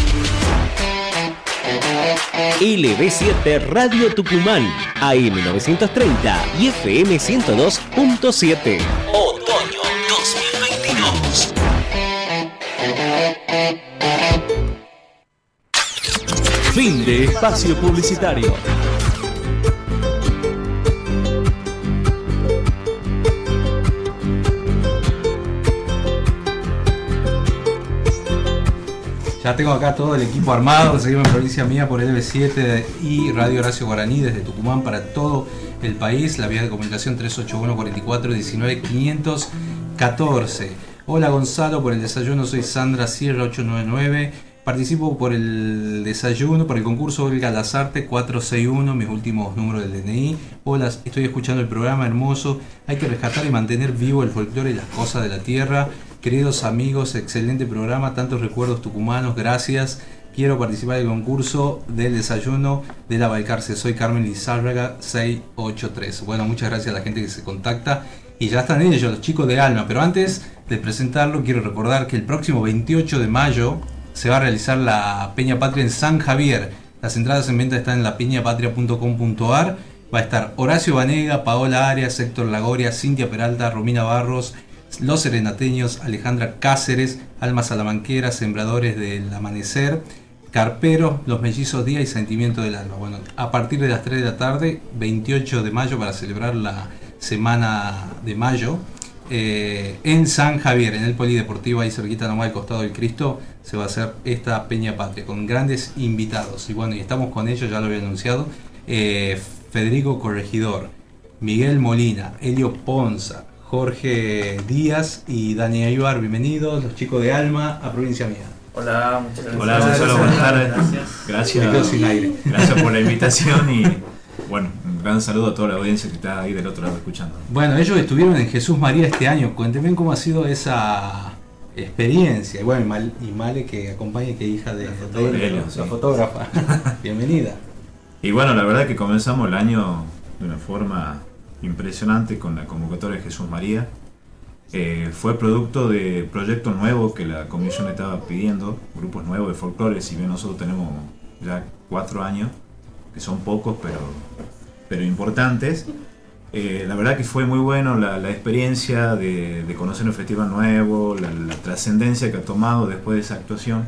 L B siete Radio Tucumán, A M novecientos treinta y F M ciento dos punto siete. Otoño dos mil veintidós. Fin de espacio publicitario. Ya tengo acá todo el equipo armado, seguimos en Provincia Mía por L B siete y Radio Horacio Guaraní desde Tucumán para todo el país. La vía de comunicación tres ocho uno, cuatro cuatro, uno nueve, cinco uno cuatro. Hola Gonzalo, por el desayuno soy Sandra Sierra ocho nueve nueve. Participo por el desayuno, por el concurso Olga Lazarte cuatro seis uno, mis últimos números del D N I. Hola, estoy escuchando el programa hermoso. Hay que rescatar y mantener vivo el folclore y las cosas de la tierra. Queridos amigos, excelente programa, tantos recuerdos tucumanos, gracias. Quiero participar del concurso del desayuno de la Balcarce. Soy Carmen Lizárraga seiscientos ochenta y tres. Bueno, muchas gracias a la gente que se contacta. Y ya están ellos, los chicos de Alma. Pero antes de presentarlo, quiero recordar que el próximo veintiocho de mayo se va a realizar la Peña Patria en San Javier. Las entradas en venta están en la peña patria punto com punto a r. Va a estar Horacio Banega, Paola Arias, Héctor Lagoria, Cintia Peralta, Romina Barros, Los Serenateños, Alejandra Cáceres, Alma Salamanquera, Sembradores del Amanecer, Carpero, Los Mellizos Día y Sentimiento del Alma. Bueno, a partir de las tres de la tarde, veintiocho de mayo, para celebrar la semana de mayo, eh, en San Javier, en el Polideportivo, ahí cerquita nomás al costado del Cristo, se va a hacer esta Peña Patria, con grandes invitados. Y bueno, y estamos con ellos, ya lo había anunciado, eh, Federico Corregidor, Miguel Molina, Elio Ponza, Jorge Díaz y Dani Aybar. Bienvenidos, los chicos de Alma, a Provincia Mía. Hola, muchas gracias. Hola, Gonzalo, buenas tardes. Gracias. Gracias, Me quedo sin aire. gracias por la invitación y bueno, un gran saludo a toda la audiencia que está ahí del otro lado escuchando. Bueno, ellos estuvieron en Jesús María este año. Cuéntenme cómo ha sido esa experiencia. Y bueno, y, Mal, y Male, que acompaña, que hija de, de, de Elio, la sí. fotógrafa. Bienvenida. Y bueno, la verdad que comenzamos el año de una forma impresionante con la convocatoria de Jesús María. Eh, fue producto de proyectos nuevos que la comisión estaba pidiendo, grupos nuevos de folclore. Si bien nosotros tenemos ya cuatro años, que son pocos pero, pero importantes, eh, la verdad que fue muy bueno la, la experiencia de, de conocer un festival nuevo, la, la trascendencia que ha tomado después de esa actuación.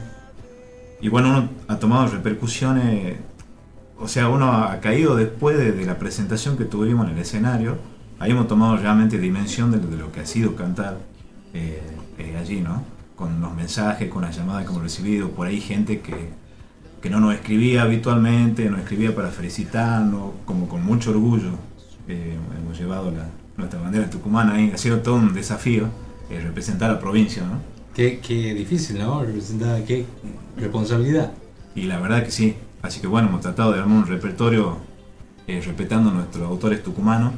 Y bueno, uno ha tomado repercusiones, o sea, uno ha caído después de, de la presentación que tuvimos en el escenario. Ahí hemos tomado realmente dimensión de, de lo que ha sido cantar eh, eh, allí, ¿no? Con los mensajes, con las llamadas que hemos recibido, por ahí gente que, que no nos escribía habitualmente, nos escribía para felicitarnos, como con mucho orgullo. Eh, hemos llevado la, nuestra bandera tucumana ahí, ha sido todo un desafío eh, representar a la provincia, ¿no? Qué, qué difícil, ¿no? Representar, qué responsabilidad. Y la verdad que sí, así que bueno, hemos tratado de armar un repertorio eh, respetando a nuestros autores tucumanos.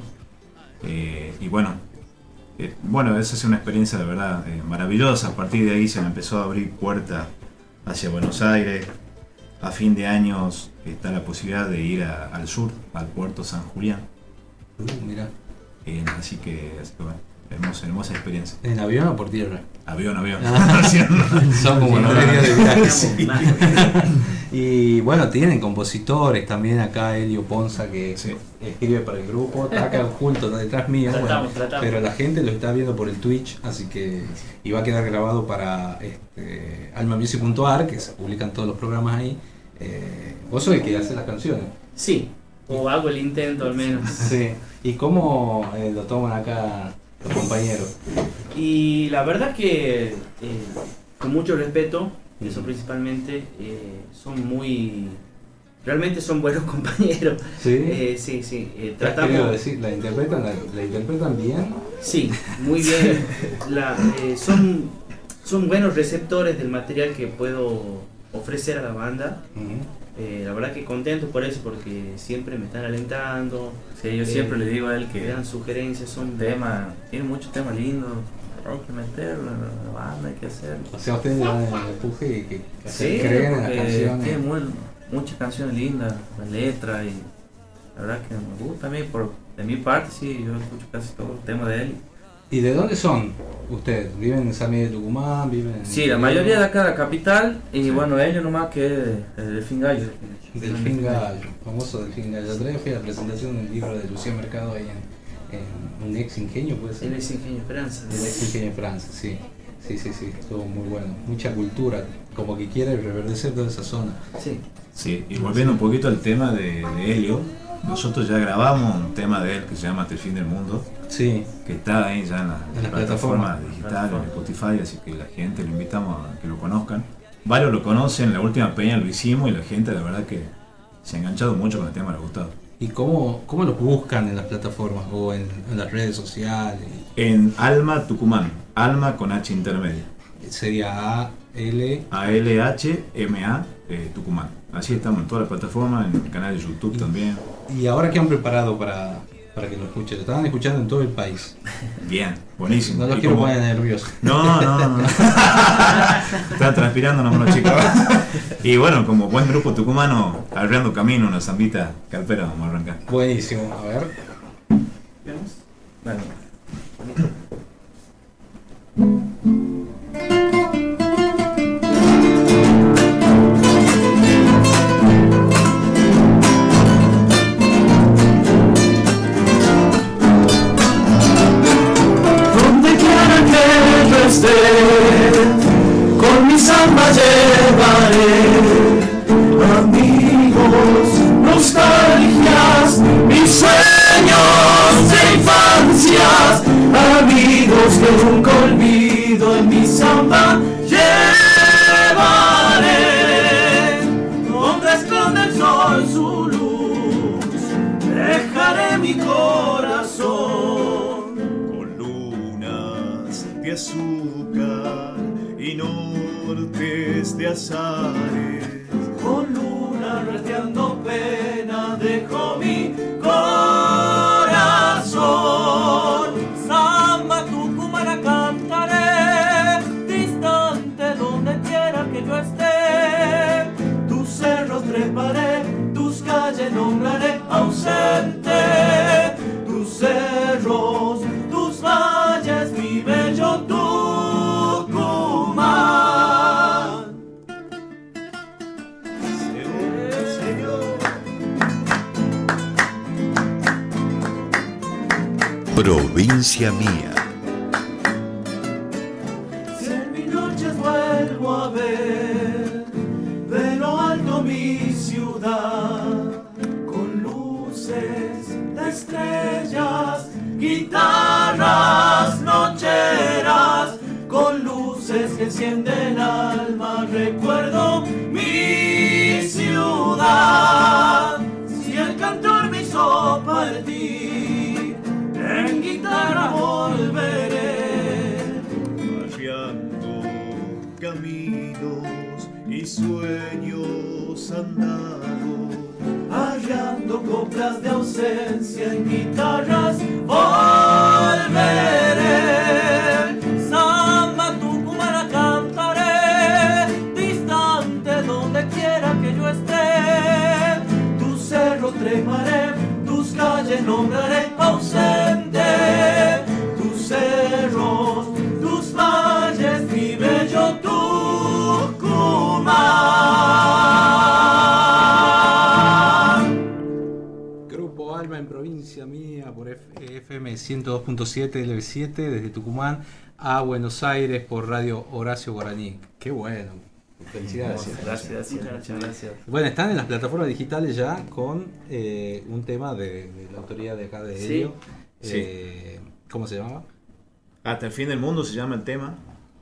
Eh, y bueno, eh, bueno, esa es una experiencia de verdad eh, maravillosa. A partir de ahí se me empezó a abrir puertas hacia Buenos Aires. A fin de años está la posibilidad de ir a, al sur, al puerto San Julián. Uh, mira. Eh, así que, así que bueno, hermosa, hermosa experiencia. ¿En avión o por tierra? Avión, avión. Ah, son como Sí, tres días de viaje. sí. Y bueno, tienen compositores también acá, Elio Ponza, que sí. escribe para el grupo, está acá junto, está detrás mío, Tratamos, bueno, tratamos. pero la gente lo está viendo por el Twitch, así que y va a quedar grabado para este, alma music punto a r, que se publican todos los programas ahí. Eh, vos sos el que hace las canciones. Sí, o hago el intento al menos. Sí. ¿Y cómo eh, lo toman acá los compañeros? Y la verdad que, eh, con mucho respeto, eso principalmente, eh, son muy... Realmente son buenos compañeros. Sí, eh, sí, sí. Eh, ¿Qué has querido decir? ¿La interpretan, la, la interpretan bien? Sí, muy bien. La, eh, son, son buenos receptores del material que puedo ofrecer a la banda. Uh-huh. eh, la verdad que contento por eso, porque siempre me están alentando. Sí, yo eh, siempre le digo a él que me dan sugerencias, son tema, tiene muchos temas lindos. Hay que meterlo en la banda, hay que hacerlo. O sea, ustedes le dan el empuje y que, que sí, creen en las canciones. Tiene muy, muchas canciones lindas, la letra, y la verdad que me gusta a mí. Por, de mi parte, sí, yo escucho casi todo el tema de él. ¿Y de dónde son ustedes? ¿Viven en San Miguel de Tucumán? ¿Viven en sí, la mayoría de acá de la capital, y sí. Bueno, ellos nomás que el Delfín Gallo. Delfín Gallo, famoso Delfín Gallo. Otra vez fui a la presentación del libro de Lucía Mercado ahí en, en un ex ingenio, ¿puede ser? El ex ingenio Esperanza. El ex ingenio Esperanza, sí. Sí, sí, sí, estuvo muy bueno. Mucha cultura, como que quiere reverdecer toda esa zona. Sí. Sí, y volviendo un poquito al tema de, de Helio, nosotros ya grabamos un tema de él que se llama Hasta el fin del mundo. Sí. Que está ahí ya en las en la plataformas digitales, en Spotify, así que la gente lo invitamos a que lo conozcan. Varios lo conocen, la última peña lo hicimos y la gente la verdad que se ha enganchado mucho con el tema, le ha gustado. ¿Y cómo, cómo lo buscan en las plataformas o en, en las redes sociales? En Alma Tucumán, Alma con H intermedia. Sería A L A L H M A eh, Tucumán. Así estamos en todas las plataformas, en el canal de YouTube y, también. ¿Y ahora qué han preparado para, para que lo escuchen? Lo estaban escuchando en todo el país. Bien, buenísimo. No los quiero poner nerviosos. No, no, no. Están transpirando nomás los chicos. Y bueno, como buen grupo tucumano, arreando camino, una zambita carpera, vamos a arrancar. Buenísimo, a ver. ¿Vemos? Bueno. Con mi samba llevaré amigos, nostalgias, mis sueños de infancias, amigos que nunca olvido, en mi samba llevaré. Donde esconde el sol su luz, dejaré mi corazón con lunas de azúcar y nortes de azares, con luna rateando pena dejo mi corazón. Samba tucumana cantaré, distante donde quiera que yo esté. Tus cerros treparé, tus calles nombraré ausente. Tus cerros, tus valles, mi bello Tucumán. Provincia mía. Si en mis noches vuelvo a ver de lo alto mi ciudad, con luces de estrellas, guitarras nocheras, con luces que encienden el alma, recuerdo mi ciudad. Si el cantor me hizo partir, en guitarra volveré, arriando caminos y sueños andados, arriando coplas de ausencia, en guitarras volveré. Samba tucumana cantaré, distante donde quiera que yo esté. Tus cerros treparé, tus calles nombraré ausente. Tus cerros, tus valles, mi bello Tucumán. Grupo Alma en Provincia Mía por F M ciento dos punto siete L B siete desde Tucumán a Buenos Aires por Radio Horacio Guaraní. Qué bueno. Felicidades. Gracias, gracias, muchas gracias. Bueno, están en las plataformas digitales ya con eh, un tema de, de la autoría de acá de Helio. Sí. Eh, ¿Cómo se llamaba? Hasta el fin del mundo se llama el tema.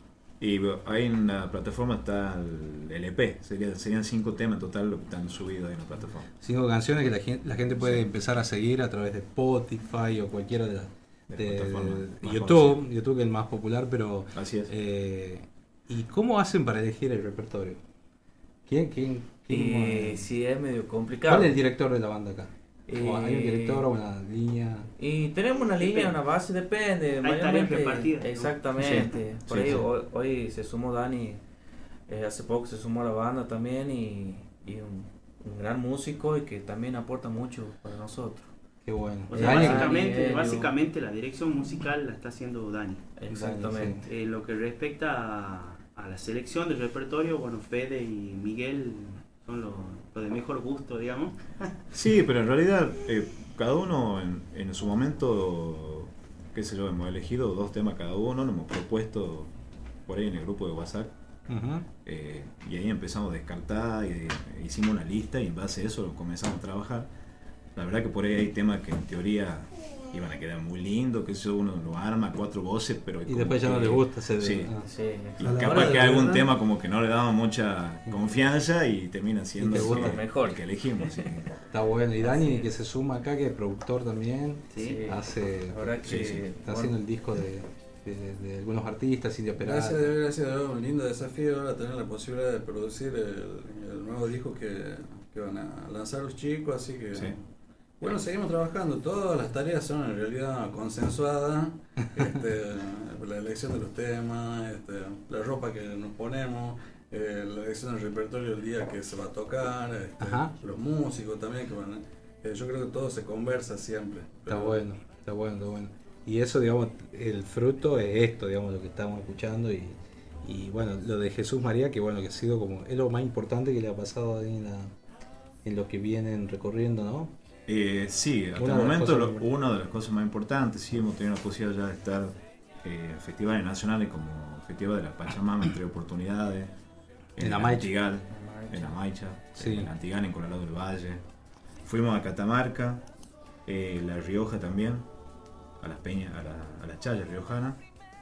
Y ahí en la plataforma está el, el E P. Sería, serían cinco temas en total lo que están subidos ahí en la plataforma. Cinco canciones que la gente, la gente puede sí. empezar a seguir a través de Spotify o cualquiera de las de, de, de YouTube. Conocido. YouTube que es el más popular, pero... Así es. Eh, ¿Y cómo hacen para elegir el repertorio? ¿Quién? quién, quién eh, sí, es medio complicado. ¿Cuál es el director de la banda acá? Eh, ¿Hay un director o una línea? Y tenemos una línea, una base, depende. Hay tareas repartidas. Exactamente. Sí. Por sí, ahí sí. Hoy, hoy se sumó Dani, eh, hace poco se sumó a la banda también y, y un, un gran músico y que también aporta mucho para nosotros. Qué bueno. O sea, básicamente, Dani, básicamente la dirección musical la está haciendo Dani. Exactamente. Eh, lo que respecta a, a la selección del repertorio, bueno, Fede y Miguel son los lo de mejor gusto, digamos. Sí, pero en realidad eh, cada uno en, en su momento, qué sé yo, hemos elegido dos temas cada uno, nos hemos propuesto por ahí en el grupo de WhatsApp. Uh-huh. eh, y ahí empezamos a descartar y eh, hicimos una lista y en base a eso comenzamos a trabajar. La verdad que por ahí hay temas que en teoría iban a quedar muy lindos, que eso uno lo arma cuatro voces, pero y después ya no le gusta ese sí. Ah, sí. Y capaz que algún verdad, tema como que no le daba mucha confianza y termina siendo el que, mejor el que elegimos. Sí. Está bueno. Y Dani que se suma acá, que es productor también, sí. hace que, sí, sí. está haciendo el disco de, de, de algunos artistas, India Peralta. Gracias, gracias a Dios, un lindo desafío ahora tener la posibilidad de producir el, el nuevo disco que, que van a lanzar los chicos, así que sí. Bueno, seguimos trabajando, todas las tareas son en realidad consensuadas, este, la elección de los temas, este, la ropa que nos ponemos, eh, la elección del repertorio el día que se va a tocar, este, los músicos también, que van, eh, yo creo que todo se conversa siempre. Pero... Está bueno, está bueno, está bueno. Y eso, digamos, el fruto es esto, digamos, lo que estamos escuchando y, y bueno, lo de Jesús María, que bueno, que ha sido como, es lo más importante que le ha pasado ahí en, la, en lo que vienen recorriendo, ¿no? Eh, sí, hasta el momento lo, una de las cosas más importantes, sí hemos tenido la posibilidad ya de estar eh, en festivales nacionales como el Festival de la Pachamama, entre oportunidades, en, en la Antigal, en la Maicha, sí. en Antigal, en Colorado del Valle. Fuimos a Catamarca, eh, La Rioja también, a las peñas, a, la, a las chayas riojanas.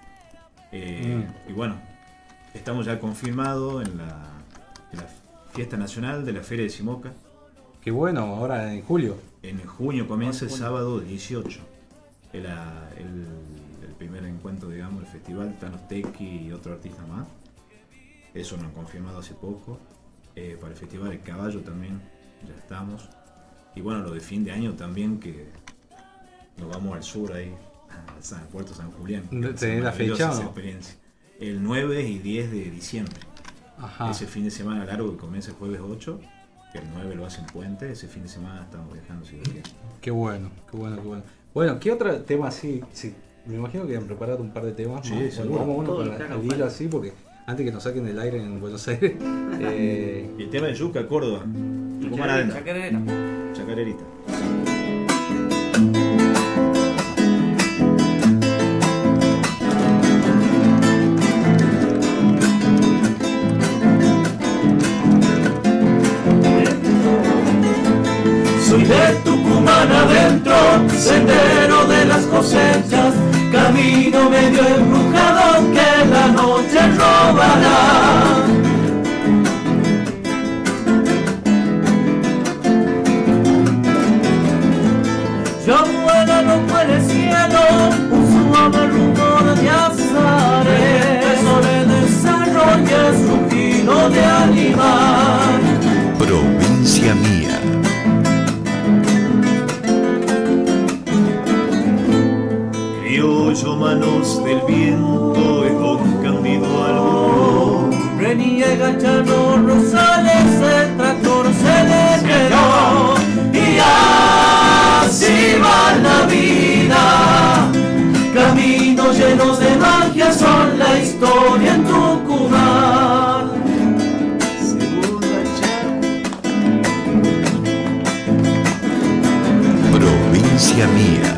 Eh, mm. Y bueno, estamos ya confirmados en la, en la fiesta nacional de la Feria de Simoca. Qué bueno, ahora en julio. En junio comienza el sábado dieciocho. El, el, el primer encuentro, digamos, el festival, Thanos Tequi y otro artista más. Eso nos han confirmado hace poco. Eh, para el Festival del Caballo también ya estamos. Y bueno, lo de fin de año también, que nos vamos al sur ahí, al Puerto San Julián. ¿Tenés la fecha o no? Experiencia. El nueve y diez de diciembre. Ajá. Ese fin de semana largo que comienza el jueves ocho. El nueve lo hacen puente, ese fin de semana estamos viajando. Si qué bueno, qué bueno, qué bueno. Bueno, ¿qué otro tema así? Sí, me imagino que han preparado un par de temas. Sí, ¿no? seguro. Vamos uno para el hilo así, porque antes que nos saquen del aire en Buenos Aires. eh... Y el tema de Yuca, Córdoba. Chacarera. Chacarera. Chacarerita. Soy de Tucumán adentro, sendero de las cosechas, camino medio embrujado que la noche robará. Ya vuela loco en el cielo, un suave rumor de azares, eso le desarrolla su giro de animal. Provincia mía. Criollo, manos del viento, es don Candido Albo. Reniega Chano Rosales, el tractor se le quedó. Y así va la vida. Caminos llenos de magia son la historia en Tucumán. Provincia mía.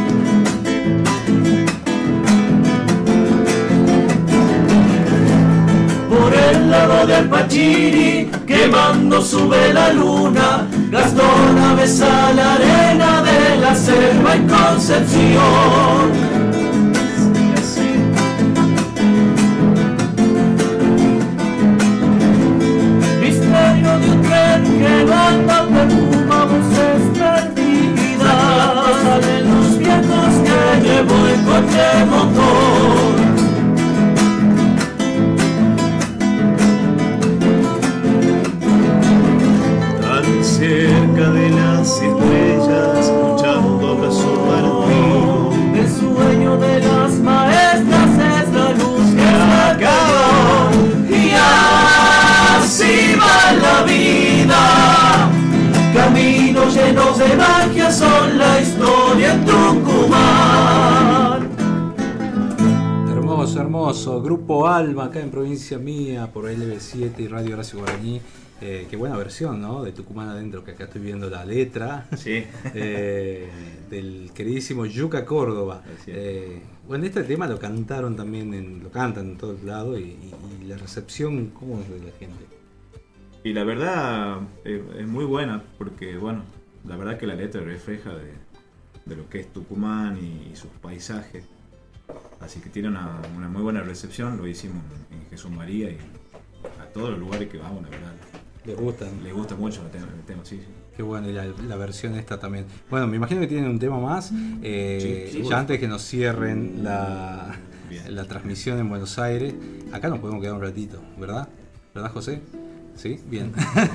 Por el lado del Pachiri, quemando sube la luna, Gastón besa la arena de la selva en Concepción. las estrellas luchando abrazo partido. El sueño de las maestras es la luz que acabó. Y así va la vida. Caminos llenos de magia son la historia en Tucumán. Hermoso, hermoso. Grupo Alma, acá en Provincia Mía, por L B siete y Radio Horacio Guaraní. Eh, qué buena versión, ¿no? De Tucumán Adentro, que acá estoy viendo la letra. Sí. Eh, del queridísimo Yuca Córdoba. Eh, bueno, este tema lo cantaron también, en, lo cantan en todos lados y, y, y la recepción, ¿cómo es de la gente? Y la verdad eh, es muy buena porque, bueno, la verdad que la letra refleja de, de lo que es Tucumán y, y sus paisajes. Así que tiene una, una muy buena recepción, lo hicimos en, en Jesús María y a todos los lugares que vamos, la verdad. ¿Les gustan? Les gusta mucho el tema, el tema sí, sí. Qué bueno, y la, la versión esta también. Bueno, me imagino que tienen un tema más. Eh, Sí, sí. ya antes que nos cierren la, la transmisión en Buenos Aires, acá nos podemos quedar un ratito, ¿verdad? ¿Verdad, José? Sí, bien.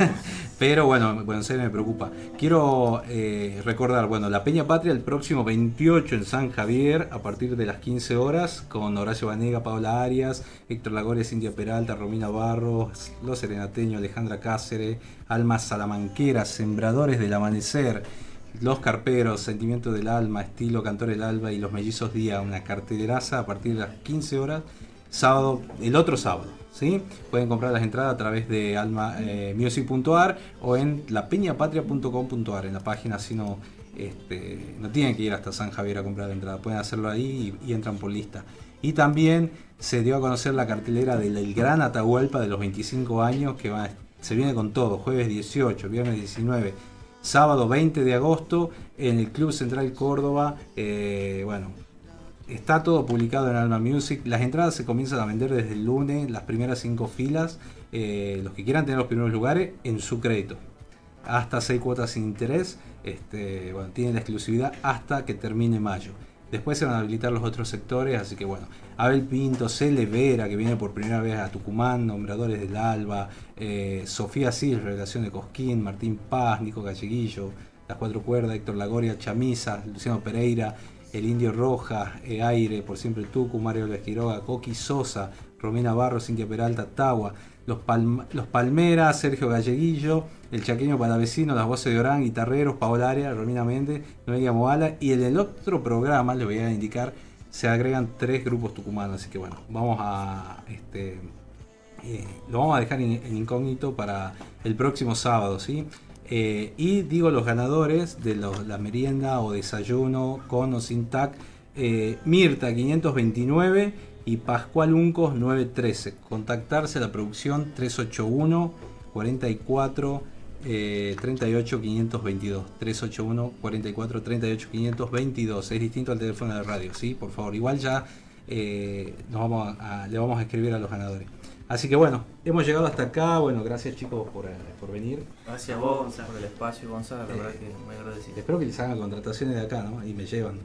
Pero bueno, Buenos Aires me preocupa. Quiero eh, recordar, bueno, la Peña Patria el próximo veintiocho en San Javier a partir de las quince horas con Horacio Banega, Paola Arias, Héctor Lagore, Cintia Peralta, Romina Barros, Los Serenateños, Alejandra Cáceres, Almas Salamanqueras, Sembradores del Amanecer, Los Carperos, Sentimiento del Alma, Estilo Cantor el Alba y Los Mellizos Día, una carteleraza a partir de las quince horas, sábado, el otro sábado. ¿Sí? Pueden comprar las entradas a través de alma music punto a r o en la peña patria punto com punto a r. En la página, así no, este, no tienen que ir hasta San Javier a comprar la entrada, pueden hacerlo ahí y, y entran por lista. Y también se dio a conocer la cartelera del el Gran Atahualpa de los veinticinco años, que va, se viene con todo, jueves dieciocho, viernes diecinueve, sábado veinte de agosto en el Club Central Córdoba. Eh, bueno, está todo publicado en Alma Music. Las entradas se comienzan a vender desde el lunes, las primeras cinco filas. Eh, los que quieran tener los primeros lugares en su crédito. Hasta seis cuotas sin interés. Este, bueno, tienen la exclusividad hasta que termine mayo. Después se van a habilitar los otros sectores, así que bueno. Abel Pinto, Cele Vera, que viene por primera vez a Tucumán, Nombradores del Alba, eh, Sofía Sil, Revelación de Cosquín, Martín Paz, Nico Galleguillo, Las Cuatro Cuerdas, Héctor Lagoria, Chamisa, Luciano Pereira, El Indio Roja, E Aire, Por Siempre el Tucu, Mario Alves Quiroga, Coqui Sosa, Romina Barros, Cintia Peralta, Tagua, Los, Palm los Palmeras, Sergio Galleguillo, El Chaqueño Palavecino, Las Voces de Orán, Guitarreros, Paola Arias, Romina Méndez, Noelia Moala, y en el otro programa, les voy a indicar, se agregan tres grupos tucumanos, así que bueno, vamos a este eh, lo vamos a dejar en, en incógnito para el próximo sábado, ¿sí? Eh, y digo los ganadores de los, la merienda o desayuno con o sin T A C, eh, Mirta quinientos veintinueve y Pascual Uncos novecientos trece. Contactarse a la producción tres ocho uno, cuarenta y cuatro, treinta y ocho, quinientos veintidós. tres ocho uno, cuarenta y cuatro, treinta y ocho, quinientos veintidós. Es distinto al teléfono de radio, ¿sí? Por favor, igual ya eh, nos vamos a, a, le vamos a escribir a los ganadores. Así que bueno, hemos llegado hasta acá. Bueno, gracias chicos por, eh, por venir. Gracias a vos, Gonzalo, por el espacio, Gonzalo, la eh, verdad que muy agradecido. Espero que les hagan contrataciones de acá, ¿no? Y me llevan.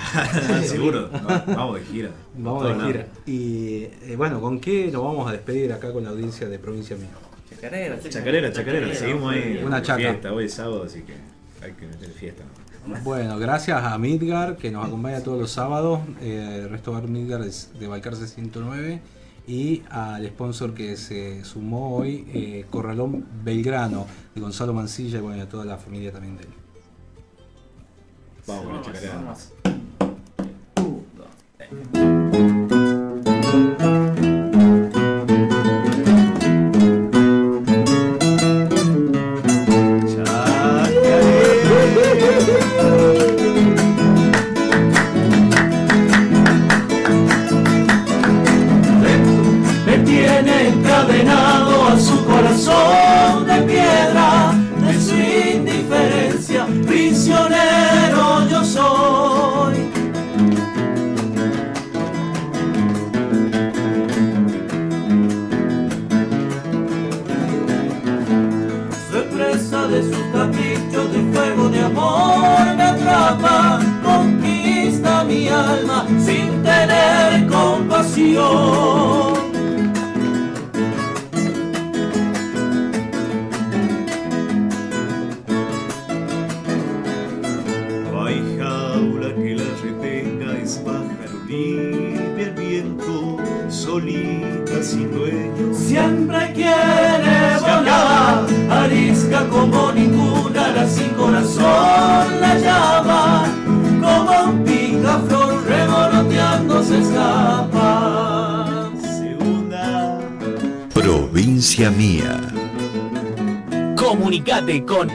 Seguro, no, vamos de gira. Vamos de gira. Nada. Y eh, bueno, ¿con qué nos vamos a despedir acá con la audiencia de Provincia Mía? Chacarera, chacarera, chacarera. Seguimos ahí. Una chaca. Fiesta, hoy es sábado, así que hay que meter fiesta, ¿no? Bueno, gracias a Midgar, que nos acompaña todos los sábados. Eh, Restaurar Midgar es de Balcarce ciento nueve. Y al sponsor que se sumó hoy, eh, Corralón Belgrano, de Gonzalo Mancilla y bueno, a toda la familia también de él. Vamos con la chacarera. Me tiene encadenado a su corazón de piedra, de su indiferencia, prisionero yo soy. Soy presa de sus caprichos, de fuego de amor me atrapa, conquista mi alma sin tener compasión. Mía. Comunicate con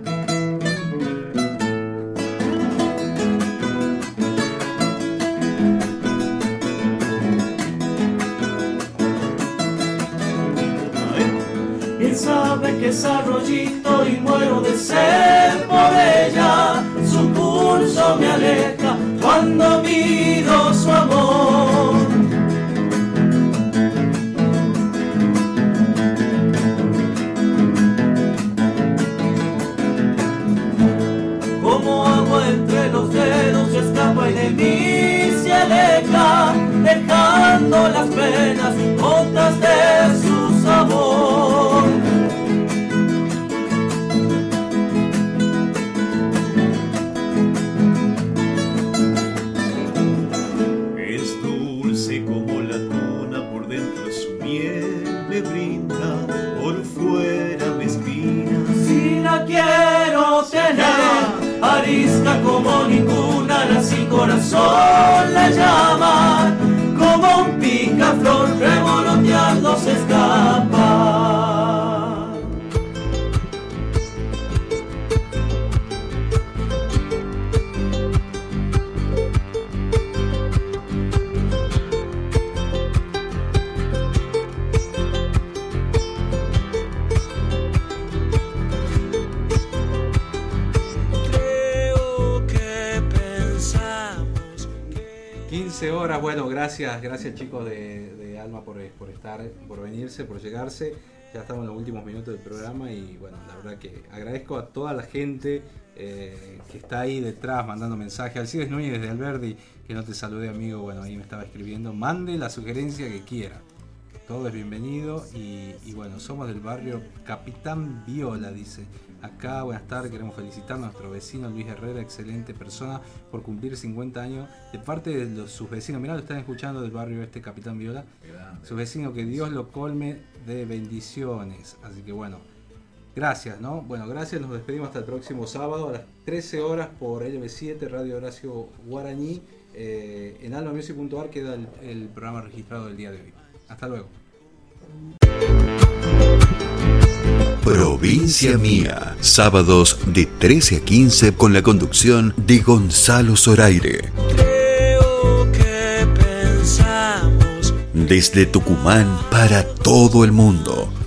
Él sabe que es arroyito y muero de sed por ella. Su pulso me aleja cuando miro su amor. Como agua entre los dedos se escapa y de mí se aleja, dejando las penas gotas de su sabor. Es dulce como la tuna, por dentro su miel me brinda, por fuera me espina. Si la quiero tener, arisca como ninguna, la sin corazón la llama, como un picaflor revoloteando se escapa. quince horas, bueno, gracias, gracias chicos de, de Alma por, por estar, por venirse, por llegarse. Ya estamos en los últimos minutos del programa y bueno, la verdad que agradezco a toda la gente eh, que está ahí detrás mandando mensajes. Alcides Núñez de Alberdi, que no te saludé amigo, bueno, ahí me estaba escribiendo. Mande la sugerencia que quiera. Todo es bienvenido y, y bueno, somos del barrio Capitán Viola, dice. Acá, buenas tardes, queremos felicitar a nuestro vecino Luis Herrera, excelente persona, por cumplir cincuenta años, de parte de los, sus vecinos. Mirá, lo están escuchando del barrio este Capitán Viola. Sus vecinos, que Dios lo colme de bendiciones. Así que bueno, gracias, ¿no? Bueno, gracias, nos despedimos hasta el próximo sábado a las trece horas por L B siete, Radio Horacio Guaraní. Eh, en alma music punto a r queda el, el programa registrado del día de hoy. Hasta luego. Provincia Mía, sábados de trece a quince con la conducción de Gonzalo Zoraire. Creo que pensamos. Desde Tucumán para todo el mundo,